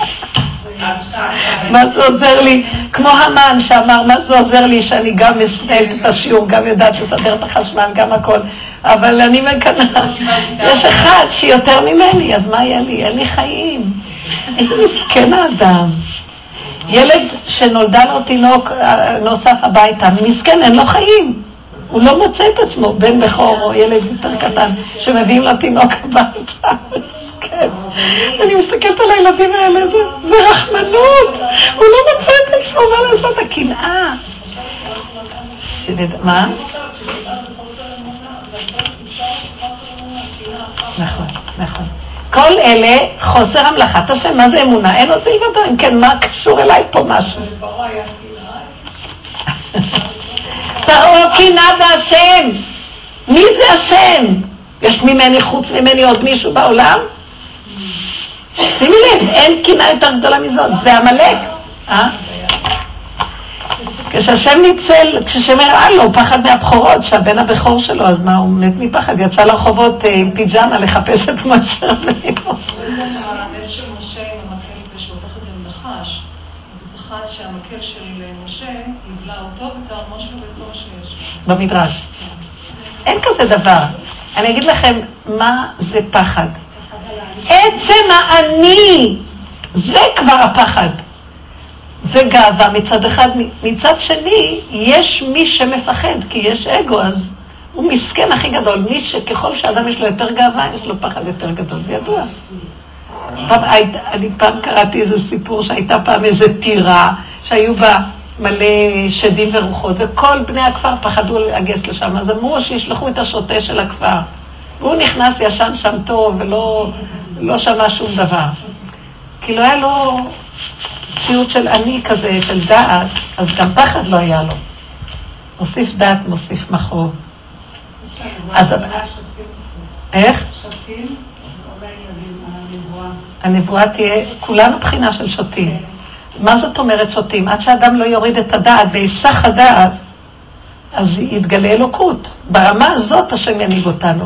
מה זה עוזר לי? כמו המן שאמר, מה זה עוזר לי שאני גם מסתלת את השיעור, גם יודעת לסדר את החשמל, גם הכל. אבל אני מקנאה. יש אחד שיותר ממני, אז מה יהיה לי? אין לי חיים. איזה מסכן האדם. ילד שנולדה לו תינוק נוסף הביתה, מסכן, אין לו חיים. הוא לא מוצא את עצמו, בן בכור או ילד יותר קטן, שמביאים לו תינוק הביתה, מסכן. אני מסתכלת על הילדים האלה, זה רחמנות. הוא לא מוצא את עצמו, מה לעשות? הקנאה. מה? נכון, נכון. כל אלה חוסר המלאכת השם. מה זה אמונה? אין עוד מלבדו. אם כן, מה קשור אליי פה משהו? פרעה קנאה בהשם. מי זה השם? יש ממני חוץ ממני עוד מישהו בעולם? שימי לב, אין קנאה יותר גדולה מזאת. זה עמלק. כשהשם ניצל, כשהשם הראה לו, הוא פחד מהבחורות, שהבן הבכור שלו, אז מה, הוא מת מפחד, יצא לרחובות עם פיג'מה לחפש את משה רבינו. הנס של משה עם המקל שהופך את זה לנחש, זה פחד שהמקל שלי למשה יבלע אותו ותרמו שלו ואת כל שיש. במדרש. אין כזה דבר. אני אגיד לכם מה זה פחד. עצם האני, זה כבר הפחד. זה גאווה מצד אחד, מצד שני יש מי שמפחד, כי יש אגו, אז הוא מסכן הכי גדול. מי שככל שאדם יש לו יותר גאווה, יש לו פחד יותר גדול, זה ידוע. אני פעם קראתי איזה סיפור שהייתה פעם איזה טירה, שהיו בה מלא שדים ורוחות, וכל בני הכפר פחדו להגש לשם, אז אמרו שישלחו את השוטה של הכפר. והוא נכנס ישן שם טוב ולא שמע שום דבר. כי לא היה לו ציוד של אני כזה, של דעת, אז גם פחד לא היה לו. מוסיף דעת, מוסיף מחרוב. אז איך? שותים, הנבואה תהיה כולנו בחינה של שוטים. מה זאת אומרת שוטים? עד שאדם לא יוריד את הדעת, בהיסח הדעת, אז יתגלה אלוקות. ברמה הזאת השם ינהיג אותנו.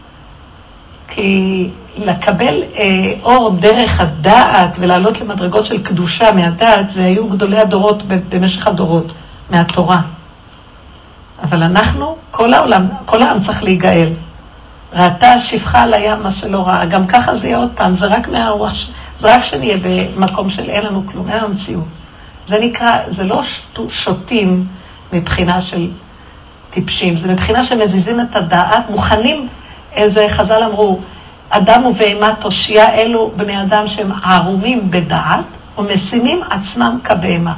כי לקבל אור דרך הדעת ולעלות למדרגות של קדושה מהדעת, זה היו גדולי הדורות במשך הדורות, מהתורה. אבל אנחנו, כל העם צריך להיגאל. ראתה שפחה על הים מה שלא ראה. גם ככה זה יהיה עוד פעם, זה רק מהרוח, זה רק שנהיה במקום של אין לנו כלום, אין לנו מציאות. זה נקרא, זה לא שוטים מבחינה של טיפשים, זה מבחינה שמזיזים את הדעת, מוכנים, איזה חז"ל אמרו, אדם ובהמה תושייה, אלו בני אדם שהם ערומים בדעת, ומשימים עצמם כבהמה.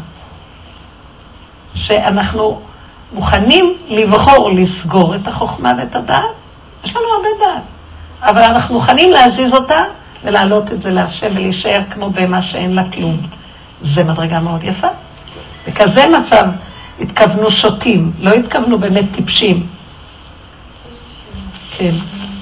שאנחנו מוכנים לבחור, לסגור את החוכמה ואת הדעת, יש לנו הרבה דעת, אבל אנחנו מוכנים להזיז אותה, ולהעלות את זה להשם ולהישאר כמו בהמה שאין לה כלום. זה מדרגה מאוד יפה. וכזה מצב התכוונו שוטים, לא התכוונו באמת טיפשים. כן.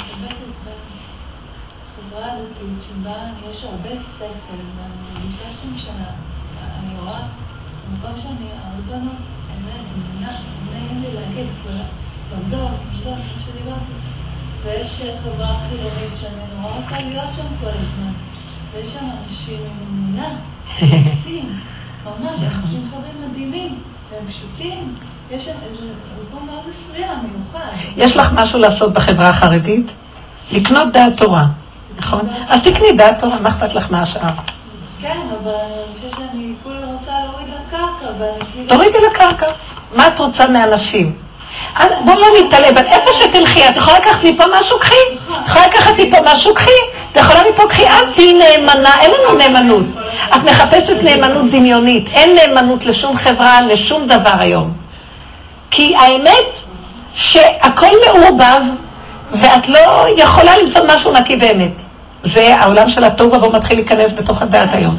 יש הרבה שכל, ואני מרגישה שם שאני רואה, במקום שאני, הרבנות, אין לי להגיד, לומדות, מה שדיברתי. ויש חברה חילונית שאני נורא רוצה להיות שם כל הזמן. ויש שם אנשים עם אמונה, עושים, ממש, הם עושים דברים מדהימים, והם פשוטים. יש שם איזה מקום מאוד מסוים, מיוחד. יש לך משהו לעשות בחברה החרדית? לקנות דעת תורה. נכון? אז תקני דעת תורה, מה אכפת לך מהשאר? כן, אבל אני חושב שאני כולה רוצה להוריד לקרקע, תורידי לקרקע. מה את רוצה מאנשים? בוא לא נתעלם, איפה שתלכי, את יכולה לקחת מפה משהו, קחי. את יכולה לקחת מפה משהו, קחי. את יכולה מפה, קחי. אל תהי נאמנה, אין לנו נאמנות. את מחפשת נאמנות דמיונית. אין נאמנות לשום חברה, לשום דבר היום. כי האמת שהכל מעורבב, ואת לא יכולה למצוא משהו נקי באמת. זה העולם של הטוב ובו מתחיל להיכנס בתוך הדעת היום.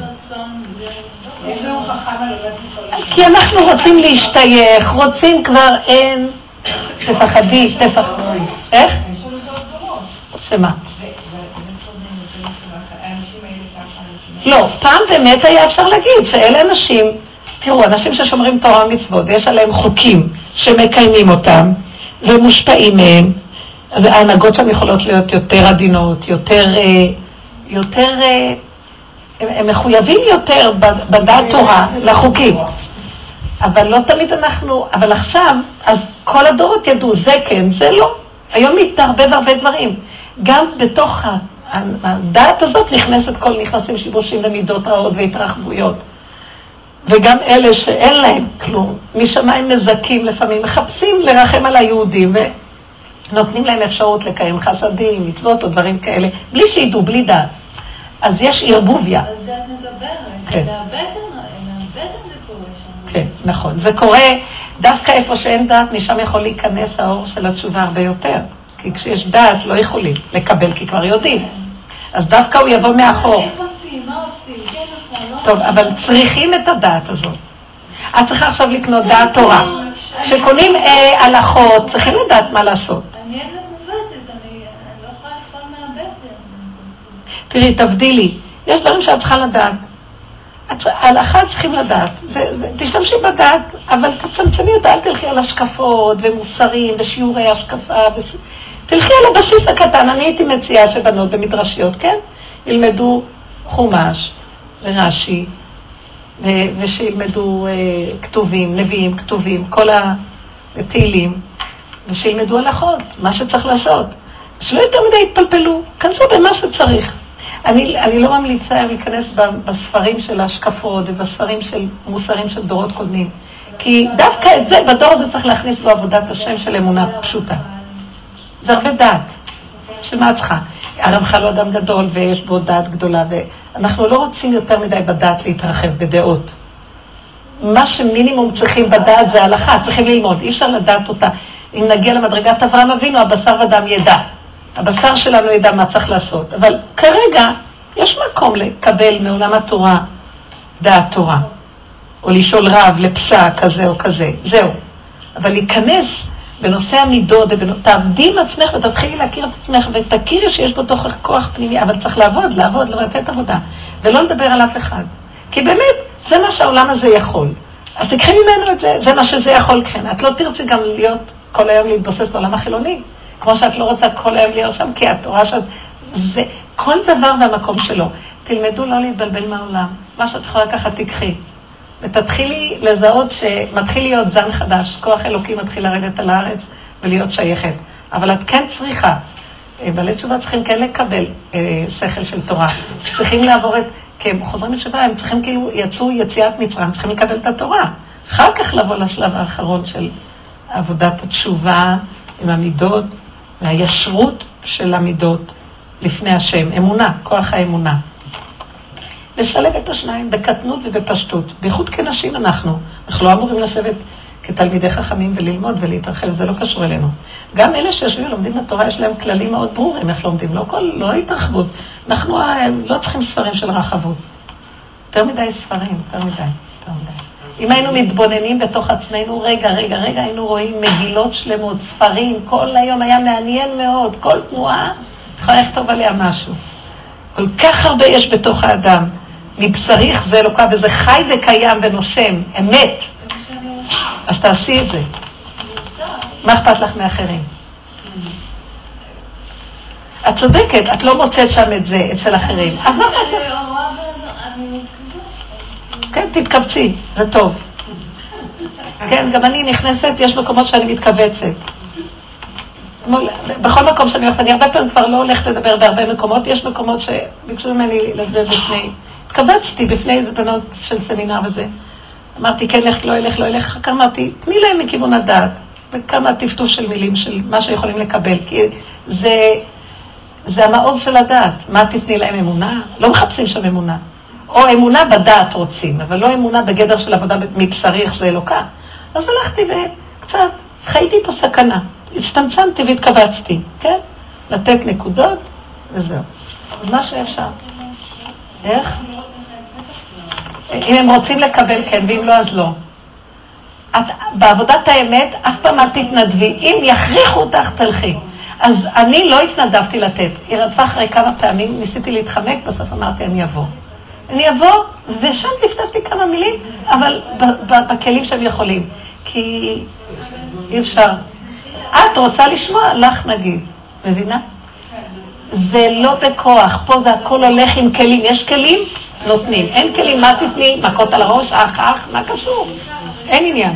כי אנחנו רוצים להשתייך, רוצים כבר אין, תפחדי, איך? שמה? לא, פעם באמת היה אפשר להגיד שאלה אנשים, תראו, אנשים ששומרים תורה ומצוות, יש עליהם חוקים שמקיימים אותם ומושפעים מהם, אז ההנהגות שם יכולות להיות יותר עדינות, יותר הם מחויבים יותר בדעת תורה לחוקים. אבל לא תמיד אנחנו, אבל עכשיו, אז כל הדורות ידעו, זה כן, זה לא. היום מתערבב הרבה דברים. גם בתוך הדעת הזאת נכנסים שיבושים ומידות רעות והתרחבויות. וגם אלה שאין להם כלום, משמיים נזקים לפעמים, מחפשים לרחם על היהודים, ונותנים להם אפשרות לקיים חסדים, מצוות או דברים כאלה, בלי שידעו, בלי דעת. אז יש ערבוביה. אז זה את מדברת. כן. מהבטן זה קורה שם. כן, נכון. זה קורה דווקא איפה שאין דעת, משם יכול להיכנס האור של התשובה הרבה יותר. כי כשיש דעת לא יכולים לקבל, כי כבר יודעים. אז דווקא הוא יבוא מאחור. איך עושים? מה עושים? כן, נכון. טוב, אבל צריכים את הדעת הזאת. את צריכה עכשיו לקנות דעת תורה. כשקונים הלכות, צריכים לדעת מה לעשות. אני אין לה מובטת, אני לא יכולה לפעול מהבטן. תראי, תבדילי. יש דברים שאת צריכה לדעת. ההלכה צריכים לדעת. תשתמשי בדעת, אבל תצמצמי אותה, אל תלכי על השקפות ומוסרים ושיעורי השקפה. תלכי על הבסיס הקטן. אני הייתי מציעה שבנות במדרשיות, כן? ילמדו חומש ורש"י, ושילמדו כתובים, נביאים, כתובים, כל התהילים, ושילמדו הלכות, מה שצריך לעשות. שלא יותר מדי יתפלפלו, כנסו במה שצריך. אני לא ממליצה להיכנס בספרים של השקפות ובספרים של מוסרים של דורות קודמים. כי דווקא את זה, בדור הזה צריך להכניס בו עבודת השם של אמונה פשוטה. זה הרבה דעת. שמה את צריכה? הרמח"ל הוא אדם גדול ויש בו דעת גדולה, ואנחנו לא רוצים יותר מדי בדעת להתרחב בדעות. מה שמינימום צריכים בדעת זה הלכה, צריכים ללמוד, אי אפשר לדעת אותה. אם נגיע למדרגת אברהם אבינו, הבשר ודם ידע. הבשר שלנו ידע מה צריך לעשות. אבל כרגע יש מקום לקבל מעולם התורה דעת תורה, או לשאול רב לפסק כזה או כזה, זהו. אבל להיכנס בנושא המידות, תעבדי עם עצמך ותתחילי להכיר את עצמך ותכירי שיש בו תוך כוח פנימי, אבל צריך לעבוד, לתת עבודה, ולא לדבר על אף אחד. כי באמת, זה מה שהעולם הזה יכול. אז תקחי ממנו את זה, זה מה שזה יכול כן. את לא תרצי גם להיות כל היום להתבוסס בעולם החילוני, כמו שאת לא רוצה כל היום להיות שם, כי את רואה שאת... זה כל דבר והמקום שלו. תלמדו לא להתבלבל מהעולם. מה שאת יכולה ככה תקחי. ותתחילי לזהות שמתחיל להיות זן חדש, כוח אלוקי מתחיל לרדת על הארץ ולהיות שייכת. אבל את כן צריכה, בעלי תשובה צריכים כן לקבל שכל של תורה. צריכים לעבור את, כי הם חוזרים לתשובה, הם צריכים כאילו, יצאו יציאת מצרים, צריכים לקבל את התורה. אחר כך לבוא לשלב האחרון של עבודת התשובה עם המידות, והישרות של המידות לפני השם, אמונה, כוח האמונה. לשלב את השניים בקטנות ובפשטות. בייחוד כנשים אנחנו לא אמורים לשבת כתלמידי חכמים וללמוד ולהתרחב, זה לא קשור אלינו. גם אלה שיושבים ולומדים בתורה, יש להם כללים מאוד ברורים איך לומדים, לא התרחבות. אנחנו לא צריכים ספרים של רחבות. יותר מדי ספרים, יותר מדי. אם היינו מתבוננים בתוך עצמנו, רגע, היינו רואים מגילות שלמות, ספרים, כל היום היה מעניין מאוד, כל תנועה, יכולה לכתוב עליה משהו. כל כך הרבה יש בתוך האדם. מבשריך זה אלוקה, וזה חי וקיים ונושם, אמת. אז תעשי את זה. מה אכפת לך מאחרים? את צודקת, את לא מוצאת שם את זה אצל אחרים. אז מה אכפת לך? כן, תתכווצי, זה טוב. כן, גם אני נכנסת, יש מקומות שאני מתכווצת. בכל מקום שאני הולכת, אני הרבה פעמים כבר לא הולכת לדבר בהרבה מקומות, יש מקומות שביקשו ממני לדבר בפני, התכווצתי בפני איזה בנות של סמינר וזה. אמרתי, כן, לא אלך, אחר כך אמרתי, תני להם מכיוון הדעת, וכמה טפטוף של מילים של מה שיכולים לקבל, כי זה המעוז של הדעת. מה תתני להם אמונה? לא מחפשים שם אמונה. או אמונה בדעת רוצים, אבל לא אמונה בגדר של עבודה מבשריך זה אלוקה. אז הלכתי וקצת חייתי את הסכנה. הצטמצמתי והתכווצתי, כן? לתת נקודות וזהו. אז מה שאפשר. איך? אם הם רוצים לקבל כן, ואם לא אז לא. בעבודת האמת אף פעם אל תתנדבי. אם יכריחו אותך תלכי. אז אני לא התנדבתי לתת. היא רדפה אחרי כמה פעמים, ניסיתי להתחמק, בסוף אמרתי אני אבוא, ושם נפתחתי כמה מילים, אבל בכלים שהם יכולים. כי אי אפשר. את רוצה לשמוע? לך נגיד. מבינה? זה לא בכוח. פה זה הכל הולך עם כלים. יש כלים? נותנים. אין כלים, מה תתני? מכות על הראש? אח, מה קשור? אין עניין.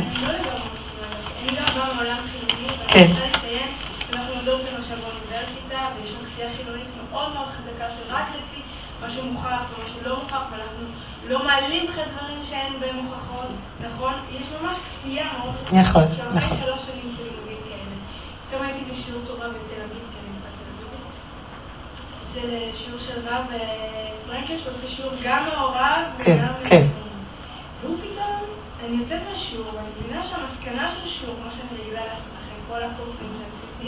כן. אנחנו לומדות למשל באוניברסיטה, ויש לנו כפייה חילונית מאוד מאוד חזקה, שרק לפי מה שמוכח ומה שלא מוכח, ואנחנו לא מעלים לך דברים שאין בהם הוכחות, נכון? יש ממש כפייה מאוד נכון, נכון. שהרבה 3 שנים של לימודים כאלה. פתאום הייתי בשיעור תורה בתל אביב, כי אני נפת תל אביב. אצל שיעור של רב פרנקל, שעושה שיעור גם מעורב וגם... כן. והוא פתאום, אני יוצאת מהשיעור, ואני מבינה שהמסקנה של השיעור, כמו שאני רגילה לעשות אחרי כל הקורסים שעשיתי,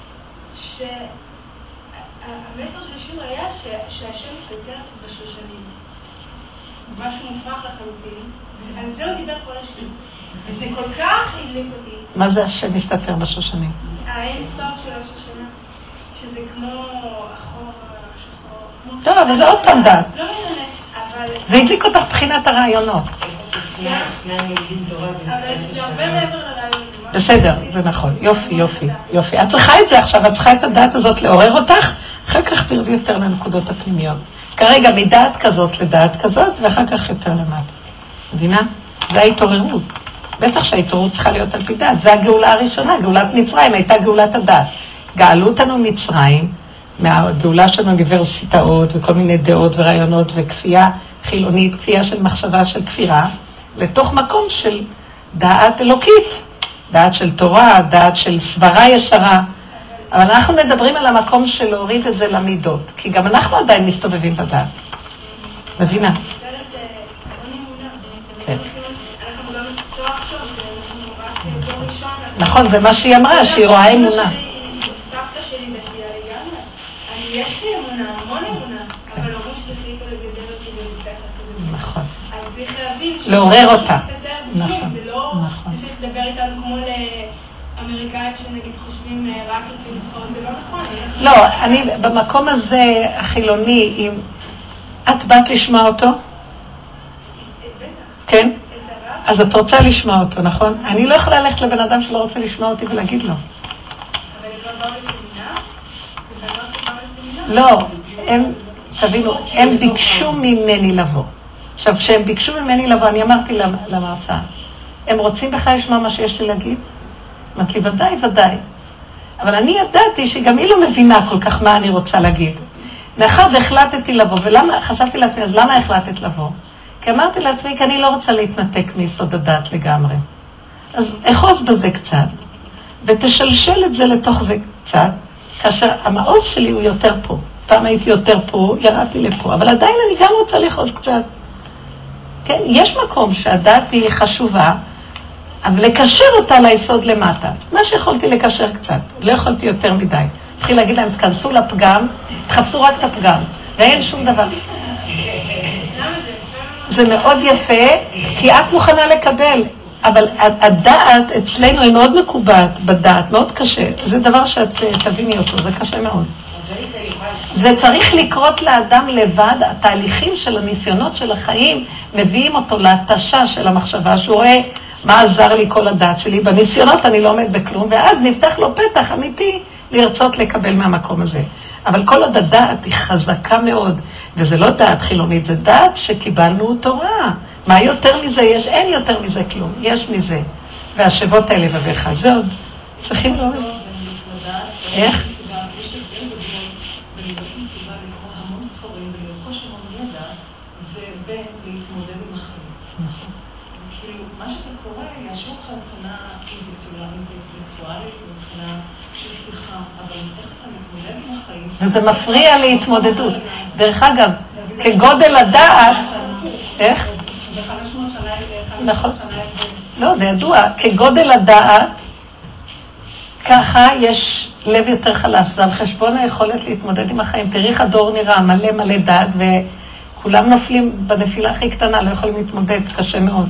שהמסר של השיעור היה שהשם מסתתר בשושנים. משהו מופרך לחלוטין, ועל זה הוא דיבר כל השיעור. וזה כל כך הדליק אותי. מה זה השם מסתתר בשושנים? האין סוף של השושנה, שזה כמו החור, שחור. טוב, אבל זה עוד פעם דעת. לא משנה, אבל... זה הדליק אותך בחינת הרעיונות. אבל זה הרבה מעבר לרעיונות. בסדר, זה נכון. יופי, יופי, יופי. את צריכה את זה עכשיו, את צריכה את הדעת הזאת לעורר אותך, אחר כך תרדי יותר לנקודות הפנימיות. כרגע מדעת כזאת לדעת כזאת, ואחר כך יותר למטה. מבינה? זה ההתעוררות. בטח שההתעוררות צריכה להיות על פי דעת. זה הגאולה הראשונה, גאולת מצרים, הייתה גאולת הדעת. גאלו אותנו מצרים, מהגאולה של אוניברסיטאות וכל מיני דעות ורעיונות וכפייה חילונית, כפייה של מחשבה של כפירה, לתוך מקום של דעת אלוקית, דעת של תורה, דעת של סברה ישרה. אבל אנחנו מדברים על המקום של להוריד את זה למידות, כי גם אנחנו עדיין מסתובבים בדעת. מבינה? כן. נכון, זה מה שהיא אמרה, שהיא רואה אמונה. סבתא שלי דתייה לגמרי. יש לי אמונה, המון אמונה, אבל לא משליחי איתו לגדל אותי ולצחק כזה. נכון. אז צריך להבין לעורר אותה. נכון. זה לא שצריך לדבר איתנו כמו לאמריקאים שנגיד חושבים רק לפי נוסחאות, זה לא נכון. לא, אני במקום הזה החילוני, אם את באת לשמוע אותו? כן? אז את רוצה לשמוע אותו, נכון? אני לא יכולה ללכת לבן אדם שלא רוצה לשמוע אותי ולהגיד לו. אבל הם לא באו לסמינר? זה בנות שבאו לסמינר? לא, הם, תבינו, הם ביקשו ממני לבוא. עכשיו, כשהם ביקשו ממני לבוא, אני אמרתי למרצה, הם רוצים בכלל לשמוע מה שיש לי להגיד? אמרתי לי, ודאי, ודאי. אבל אני ידעתי שגם היא לא מבינה כל כך מה אני רוצה להגיד. מאחר והחלטתי לבוא, ולמה, חשבתי לעצמי, אז למה החלטת לבוא? כי אמרתי לעצמי, כי אני לא רוצה להתנתק מיסוד הדעת לגמרי. אז אחוז בזה קצת, ותשלשל את זה לתוך זה קצת, כאשר המעוז שלי הוא יותר פה. פעם הייתי יותר פה, ירדתי לפה, אבל עדיין אני גם רוצה לחוז קצת. כן, יש מקום שהדעת היא חשובה, אבל לקשר אותה ליסוד למטה. מה שיכולתי לקשר קצת, לא יכולתי יותר מדי. התחיל להגיד להם, תכנסו לפגם, תחפשו רק את הפגם, ואין שום דבר. זה מאוד יפה, כי את מוכנה לקבל, אבל הדעת אצלנו היא מאוד מקובעת בדעת, מאוד קשה. זה דבר שאת תביני אותו, זה קשה מאוד. זה צריך לקרות לאדם לבד, התהליכים של הניסיונות של החיים מביאים אותו להתשה של המחשבה, שהוא רואה מה עזר לי כל הדעת שלי, בניסיונות אני לא עומד בכלום, ואז נפתח לו פתח אמיתי לרצות לקבל מהמקום הזה. אבל כל עוד הדעת היא חזקה מאוד, וזה לא דעת חילונית, זה דעת שקיבלנו תורה. מה יותר מזה יש? אין יותר מזה כלום, יש מזה. והשבות האלה ובך, זה עוד צריכים להוריד. איך? וזה מפריע להתמודדות. דרך אגב, כגודל הדעת, איך? נכון. לא, זה ידוע. כגודל הדעת, ככה יש לב יותר חלש. זה על חשבון היכולת להתמודד עם החיים. תראי איך הדור נראה מלא מלא דעת, וכולם נופלים בנפילה הכי קטנה, לא יכולים להתמודד, קשה מאוד.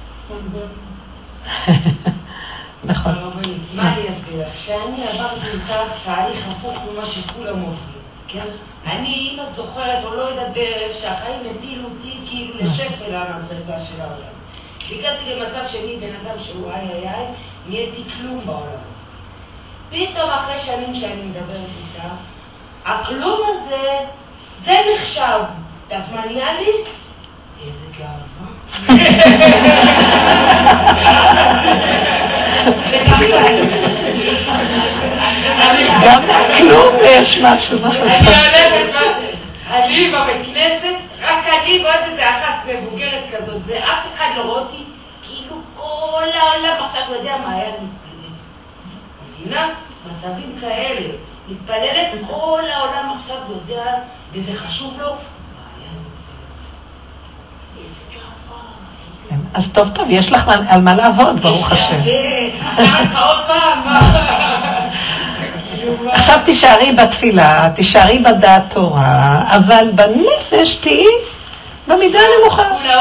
נכון. מה אני אסביר לך? שאני עברתי איתך תהליך הפוך ממה שכולם עוברים, כן? אני, אם את זוכרת או לא אדבר, שהחיים הפילו אותי כאילו לשפל המדרגה של העולם. הגעתי למצב שאני בן אדם שהוא איי, נהייתי כלום בעולם. פתאום אחרי שנים שאני מדברת איתה, הכלום הזה, זה נחשב. את מה נהיה לי? איזה גאווה. גם כלום יש משהו, אני הולכת, אני בבית כנסת, רק אני ועוד איזה אחת מבוגרת. ואף אחד לא רואה אותי, כאילו כל העולם עכשיו יודע מה היה לי. מבינה? מצבים כאלה. מתפללת, כל העולם עכשיו יודע, וזה חשוב לו. אז טוב, יש לך על מה לעבוד, ברוך השם. עכשיו תישארי בתפילה, תישארי בדעת תורה, אבל בנפש תהיי במידה נמוכה.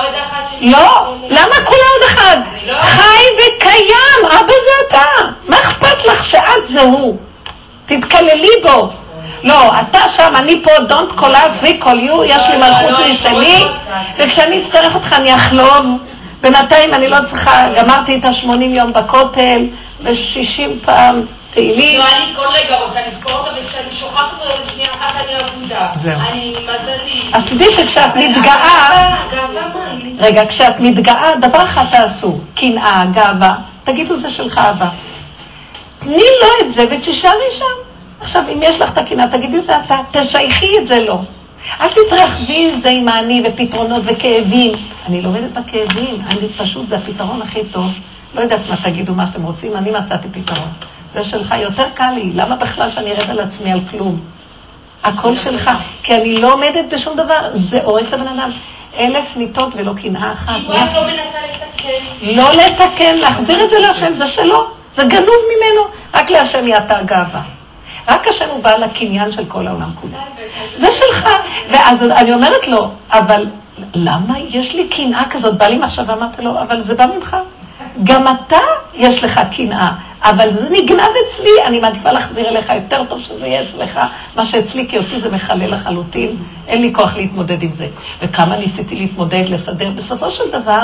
לא, למה כולה עוד אחד? חי וקיים, אבא זה אתה. מה אכפת לך שאת זה הוא? תתקללי בו. לא, אתה שם, אני פה, don't call us, we call you, יש לי מלכות משלי, וכשאני אצטרך אותך אני אחלוב. בינתיים אני לא צריכה, גמרתי את 80 יום בכותל, ו60 פעם תהילים. לא, אני כל רגע רוצה לזכור אותו, וכשאני שוכחת אותו לשנייה אחת אני עבודה. זהו. אני מזלי. אז תדעי שכשאת מתגאה, רגע, כשאת מתגאה, דבר אחד תעשו, קנאה, גאווה, תגידו זה שלך אבא. תני לו את זה ותשארי שם. עכשיו, אם יש לך את הקנאה, תגידי זה אתה, תשייכי את זה לו. אל תתרחבי עם זה עם העני ופתרונות וכאבים. אני לומדת בכאבים, אני פשוט, זה הפתרון הכי טוב. לא יודעת מה תגידו, מה שאתם רוצים, אני מצאתי פתרון. זה שלך, יותר קל לי. למה בכלל שאני ארד על עצמי על כלום? הכל שלך, כי אני לא עומדת בשום דבר. זה הורג את הבן אדם. 1000 מיטות ולא קנאה אחת. כאילו את לא מנסה לתקן. לא לתקן, להחזיר את זה להשם, זה שלו. זה גנוב ממנו. רק להשם יעתה גאווה. רק השם הוא בעל הקניין של כל העולם כולו. זה שלך. ואז אני אומרת לו, אבל למה יש לי קנאה כזאת? בא לי מחשבה, אמרתי לו, אבל זה בא ממך. גם אתה יש לך קנאה, אבל זה נגנב אצלי. אני מעדיפה להחזיר אליך, יותר טוב שזה יהיה אצלך, מה שאצלי, כי אותי זה מחלל לחלוטין. אין לי כוח להתמודד עם זה. וכמה ניסיתי להתמודד, לסדר. בסופו של דבר,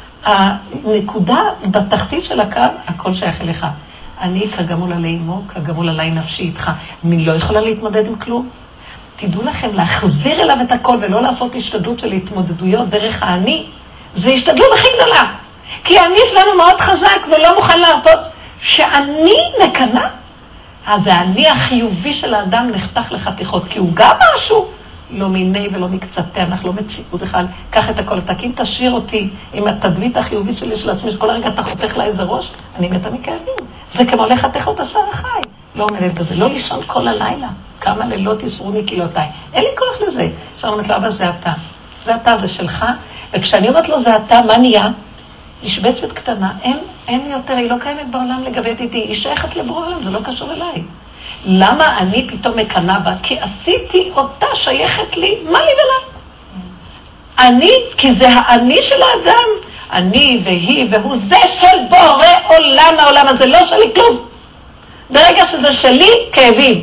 הנקודה בתחתית של הקו, הכל שייך אליך. אני כגמול עלי אמו, כגמול עלי נפשי איתך. אני לא יכולה להתמודד עם כלום. תדעו לכם, להחזיר אליו את הכל ולא לעשות השתדלות של התמודדויות דרך האני, זה השתדלות הכי גדולה. כי האני שלנו מאוד חזק ולא מוכן להרפות שאני נקנה. אז האני החיובי של האדם נחתך לחתיכות, כי הוא גם משהו, לא מיני ולא מקצתה, אנחנו לא מציאות בכלל. קח את הכל, תקים, תשאיר אותי עם התדמית החיובית שלי של עצמי, שכל הרגע אתה חותך לה איזה ראש, אני מתה מכאבים. זה כמו לחתך אותה שר החי. לא עומדת בזה, לא לישון כל הלילה. כמה לילות יסרוני קילותיי. אין לי כוח לזה. עכשיו אומרת לו, אבא, זה אתה. זה אתה, זה שלך. וכשאני אומרת לו, זה אתה, מה נהיה? משבצת קטנה, אין יותר, היא לא קיימת בעולם לגבי דידי. היא שייכת לברוא עולם, זה לא קשור אליי. למה אני פתאום מקנה בה? כי עשיתי אותה שייכת לי, מה לי ולה? אני, כי זה האני של האדם. אני והיא והוא, זה של בורא עולם, העולם הזה לא שלי כלום. ברגע שזה שלי, כאבים.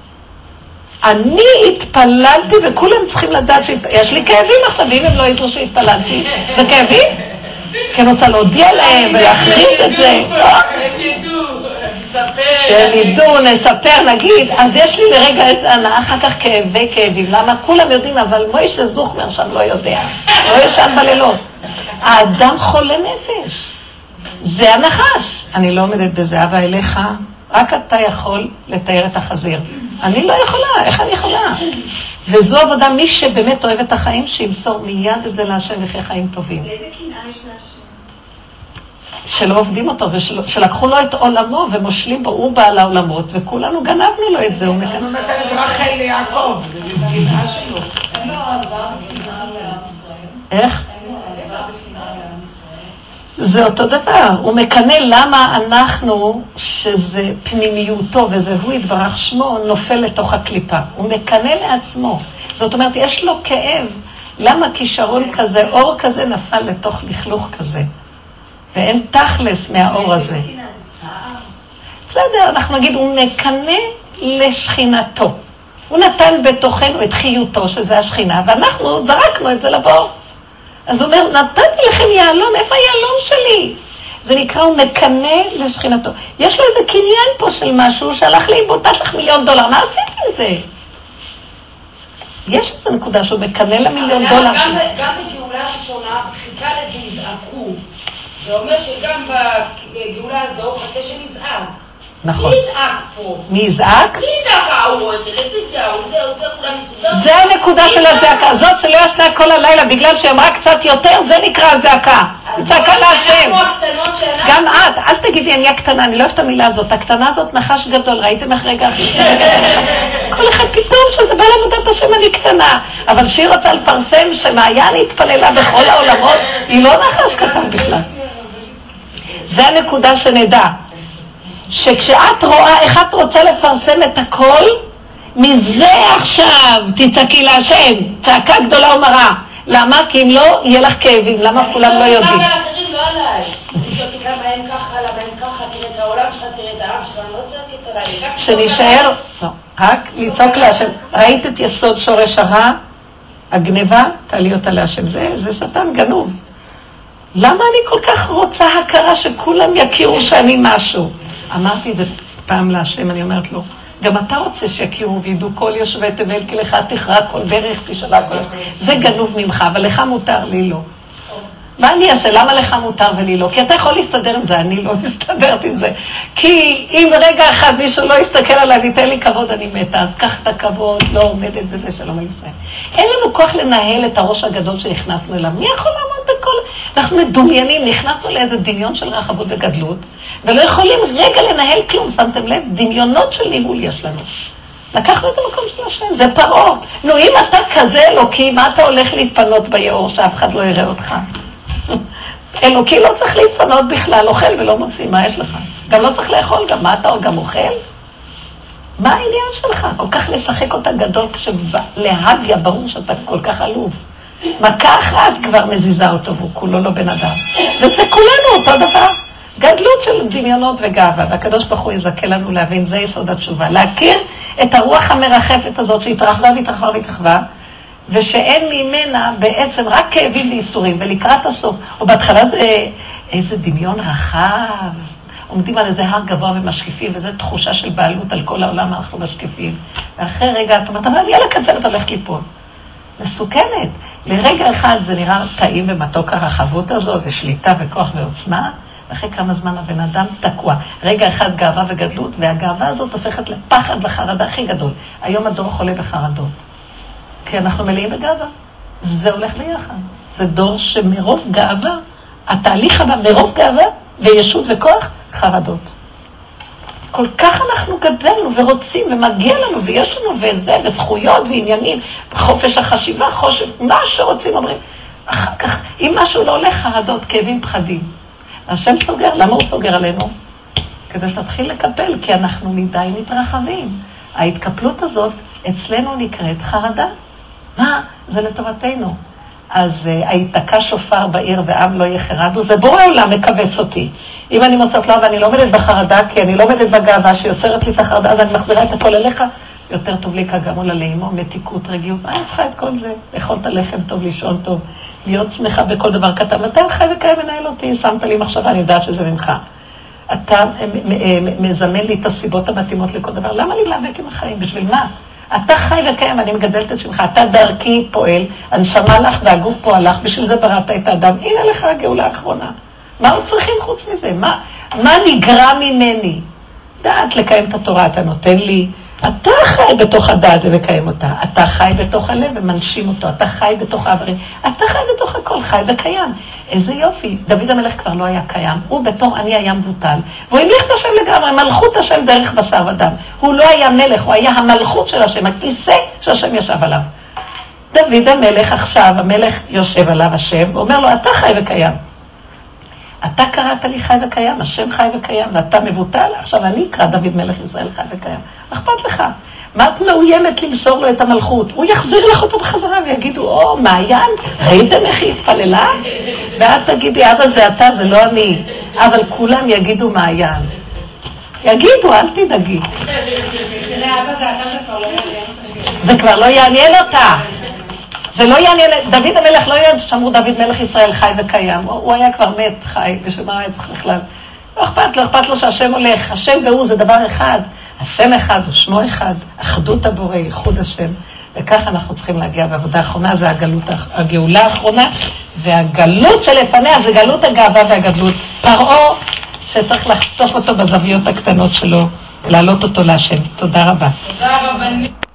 אני התפללתי וכולם צריכים לדעת שיש לי כאבים עכשיו, אם הם לא ידעו שהתפללתי. זה כאבים? כי אני רוצה להודיע להם ולהכריז את זה. שהם ידעו, נספר, נגיד, אז יש לי לרגע איזה הנאה, אחר כך כאבים. למה? כולם יודעים, אבל מוישה זוכמר שם לא יודע. לא ישן בלילות. האדם חולה נפש. זה הנחש. אני לא עומדת בזה, אבא אליך, רק אתה יכול לתאר את החזיר. אני לא יכולה, איך אני יכולה? וזו עבודה, מי שבאמת אוהב את החיים, שימסור מיד את זה להשם וכי חיים טובים. איזה קנאה יש להשם? שלא עובדים אותו, ושלקחו לו את עולמו ומושלים בו, הוא בעל העולמות, וכולנו גנבנו לו את זה. הוא נתן את רחל ליעקב, זה בקנאה שלו. אין לו אהבה וקנאה לעם ישראל. איך? אין לו אהבה וקנאה לעם ישראל. זה אותו דבר, הוא מקנה למה אנחנו, שזה פנימיותו וזה הוא יתברך שמו, נופל לתוך הקליפה. הוא מקנה לעצמו. זאת אומרת, יש לו כאב. למה כישרון כזה, אור כזה נפל לתוך לכלוך כזה? ואין תכלס מהאור הזה. בסדר, אנחנו נגיד, הוא מקנה לשכינתו. הוא נתן בתוכנו את חיותו, שזה השכינה, ואנחנו זרקנו את זה לבור. אז הוא אומר, נתתי לכם יעלון, איפה היעלון שלי? זה נקרא, הוא מקנה לשכינתו. יש לו איזה קניין פה של משהו, שהלך לי, בוטת לך $1,000,000, מה עשית עם זה? יש איזו נקודה שהוא מקנה $1,000,000 שלו. גם בגאולה הראשונה, חיכה לזה יזעקו. זה אומר שגם בגאולה הזו, חכה שנזעק. נכון. מי יזעק פה? מי יזעק? מי יזעק? ההוא, טלוויזיה, זה כולם מסודר. זה הנקודה של הזעקה, זאת שלא ישנה כל הלילה בגלל שהיא אמרה קצת יותר, זה נקרא הזעקה. היא צעקה להשם. גם את, אל תגידי אני הקטנה, אני לא אוהבת את המילה הזאת, הקטנה הזאת נחש גדול, ראיתם איך רגע? כל אחד פתאום שזה בא לעבודת השם אני קטנה, אבל שהיא רוצה לפרסם שמעיין התפללה בכל העולמות, היא לא נחש קטן בכלל. זה הנקודה שנדע, שכשאת רואה איך את רוצה לפרסם את הכל, מזה עכשיו תצעקי להשם, צעקה גדולה ומרה. למה? כי אם לא, יהיה לך כאבים, למה כולם לא יודעים? למה לאחרים לא עליי? תשאלתי כמה הם ככה, למה הם ככה, תראה את העולם שלך, תראה את העם שלך, אני לא צעקת עליי. שנשאר, לא, רק לצעוק להשם. ראית את יסוד שורש הרע? הגניבה, תעלי אותה להשם. זה שטן גנוב. למה אני כל כך רוצה הכרה שכולם יכירו שאני משהו? אמרתי את זה פעם להשם, אני אומרת לו, גם אתה רוצה שיכירו וידעו כל יושבי תבל, כי לך תכרע כל ברך, תשבע כל... זה גנוב ממך, אבל לך מותר, לי לא. מה אני אעשה? למה לך מותר ולי לא? כי אתה יכול להסתדר עם זה, אני לא מסתדרת עם זה. כי אם רגע אחד מישהו לא יסתכל עליי ויתן לי כבוד, אני מתה, אז קח את הכבוד, לא עומדת בזה שלום על ישראל. אין לנו כוח לנהל את הראש הגדול שנכנסנו אליו. מי יכול לעמוד בכל... אנחנו מדומיינים, נכנסנו לאיזה דמיון של רחבות וגדלות, ולא יכולים רגע לנהל כלום, שמתם לב? דמיונות של ניהול יש לנו. לקחנו את המקום של השם, זה פרעה. נו, אם אתה כזה אלוקי, מה אתה הולך להתפנות ביאור שאף אחד לא יראה אותך? אלוקי לא צריך להתפנות בכלל, אוכל ולא מוציא, מה יש לך? גם לא צריך לאכול, גם מה אתה גם אוכל? מה העניין שלך? כל כך לשחק אותה גדול, כשלהגיה ברור שאתה כל כך עלוב. מכה אחת כבר מזיזה אותו, והוא כולו לא בן אדם. וזה כולנו אותו דבר. גדלות של דמיונות וגאווה, והקדוש ברוך הוא יזכה לנו להבין, זה יסוד התשובה. להכיר את הרוח המרחפת הזאת שהתרחבה והתרחבה והתרחבה, ושאין ממנה בעצם רק כאבים וייסורים, ולקראת הסוף, או בהתחלה זה איזה דמיון רחב, עומדים על איזה הר גבוה ומשקיפים, וזו תחושה של בעלות על כל העולם אנחנו משקיפים. ואחרי רגע את אומרת, אבל אני על הקצה אתה הולך ליפול. מסוכנת. לרגע אחד זה נראה טעים ומתוק הרחבות הזאת, ושליטה וכוח ועוצמה, ואחרי כמה זמן הבן אדם תקוע. רגע אחד גאווה וגדלות, והגאווה הזאת הופכת לפחד וחרדה הכי גדול. היום הדור חולה בחרדות. כי אנחנו מלאים בגאווה. זה הולך ביחד. זה דור שמרוב גאווה, התהליך הבא מרוב גאווה וישות וכוח, חרדות. כל כך אנחנו גדלנו ורוצים ומגיע לנו ויש לנו וזה וזכויות ועניינים, חופש החשיבה, מה שרוצים אומרים. אחר כך, אם משהו לא הולך, חרדות, כאבים, פחדים. השם סוגר, למה הוא סוגר עלינו? כדי שנתחיל לקפל, כי אנחנו מדי מתרחבים. ההתקפלות הזאת אצלנו נקראת חרדה. מה? זה לטובתנו. אז היתקע שופר בעיר ועם לא יחרדו, זה בורא עולם מקבץ אותי. אם אני מוסרת לו ואני לא עומדת בחרדה, כי אני לא עומדת בגאווה שיוצרת לי את החרדה, אז אני מחזירה את הכל אליך, יותר טוב לי כגמול עלימו, מתיקות, רגיעות. מה אני צריכה את כל זה? לאכול את הלחם טוב, לישון טוב, להיות שמחה בכל דבר קטן. אתה חי וקיים מנהל אותי, שמת לי מחשבה, אני יודעת שזה ממך. אתה מזמן לי את הסיבות המתאימות לכל דבר. למה לי להיאבק עם החיים? בשביל מה? אתה חי וקיים, אני מגדלת את שמך, אתה דרכי פועל, הנשמה לך והגוף פועלך, בשביל זה בראת את האדם. הנה לך הגאולה האחרונה. מה עוד צריכים חוץ מזה? מה נגרע ממני? דעת לקיים את התורה, אתה נותן לי. אתה חי בתוך הדעת ומקיים אותה. אתה חי בתוך הלב ומנשים אותו. אתה חי בתוך העברים. אתה חי בתוך הכל, חי וקיים. איזה יופי. דוד המלך כבר לא היה קיים. הוא בתור אני היה מבוטל. והוא המליך את השם לגמרי, מלכות השם דרך בשר ודם. הוא לא היה מלך, הוא היה המלכות של השם, הכיסא שהשם ישב עליו. דוד המלך עכשיו, המלך יושב עליו השם, ואומר לו, אתה חי וקיים. אתה קראת לי חי וקיים, השם חי וקיים, ואתה מבוטל, עכשיו אני אקרא דוד מלך ישראל חי וקיים. אכפת לך? מה את מאוימת למסור לו את המלכות? הוא יחזיר לך אותו בחזרה ויגידו, או, מעיין, ראיתם איך היא התפללה? ואת תגידי, אבא זה אתה, זה לא אני. אבל כולם יגידו מעיין. יגידו, אל תדאגי. זה כבר לא יעניין אותה. זה לא יעניין, דוד המלך לא יעניין שאמרו דוד מלך ישראל חי וקיים. הוא היה כבר מת, חי, בשביל היה צריך בכלל. לא אכפת לו שהשם הולך. השם והוא זה דבר אחד. השם אחד הוא שמו אחד. אחדות הבורא, ייחוד השם. וככה אנחנו צריכים להגיע בעבודה האחרונה, זה הגאולה האחרונה. והגלות שלפניה זה גלות הגאווה והגדלות. פרעה שצריך לחשוף אותו בזוויות הקטנות שלו, להעלות אותו להשם. תודה רבה. תודה רבה.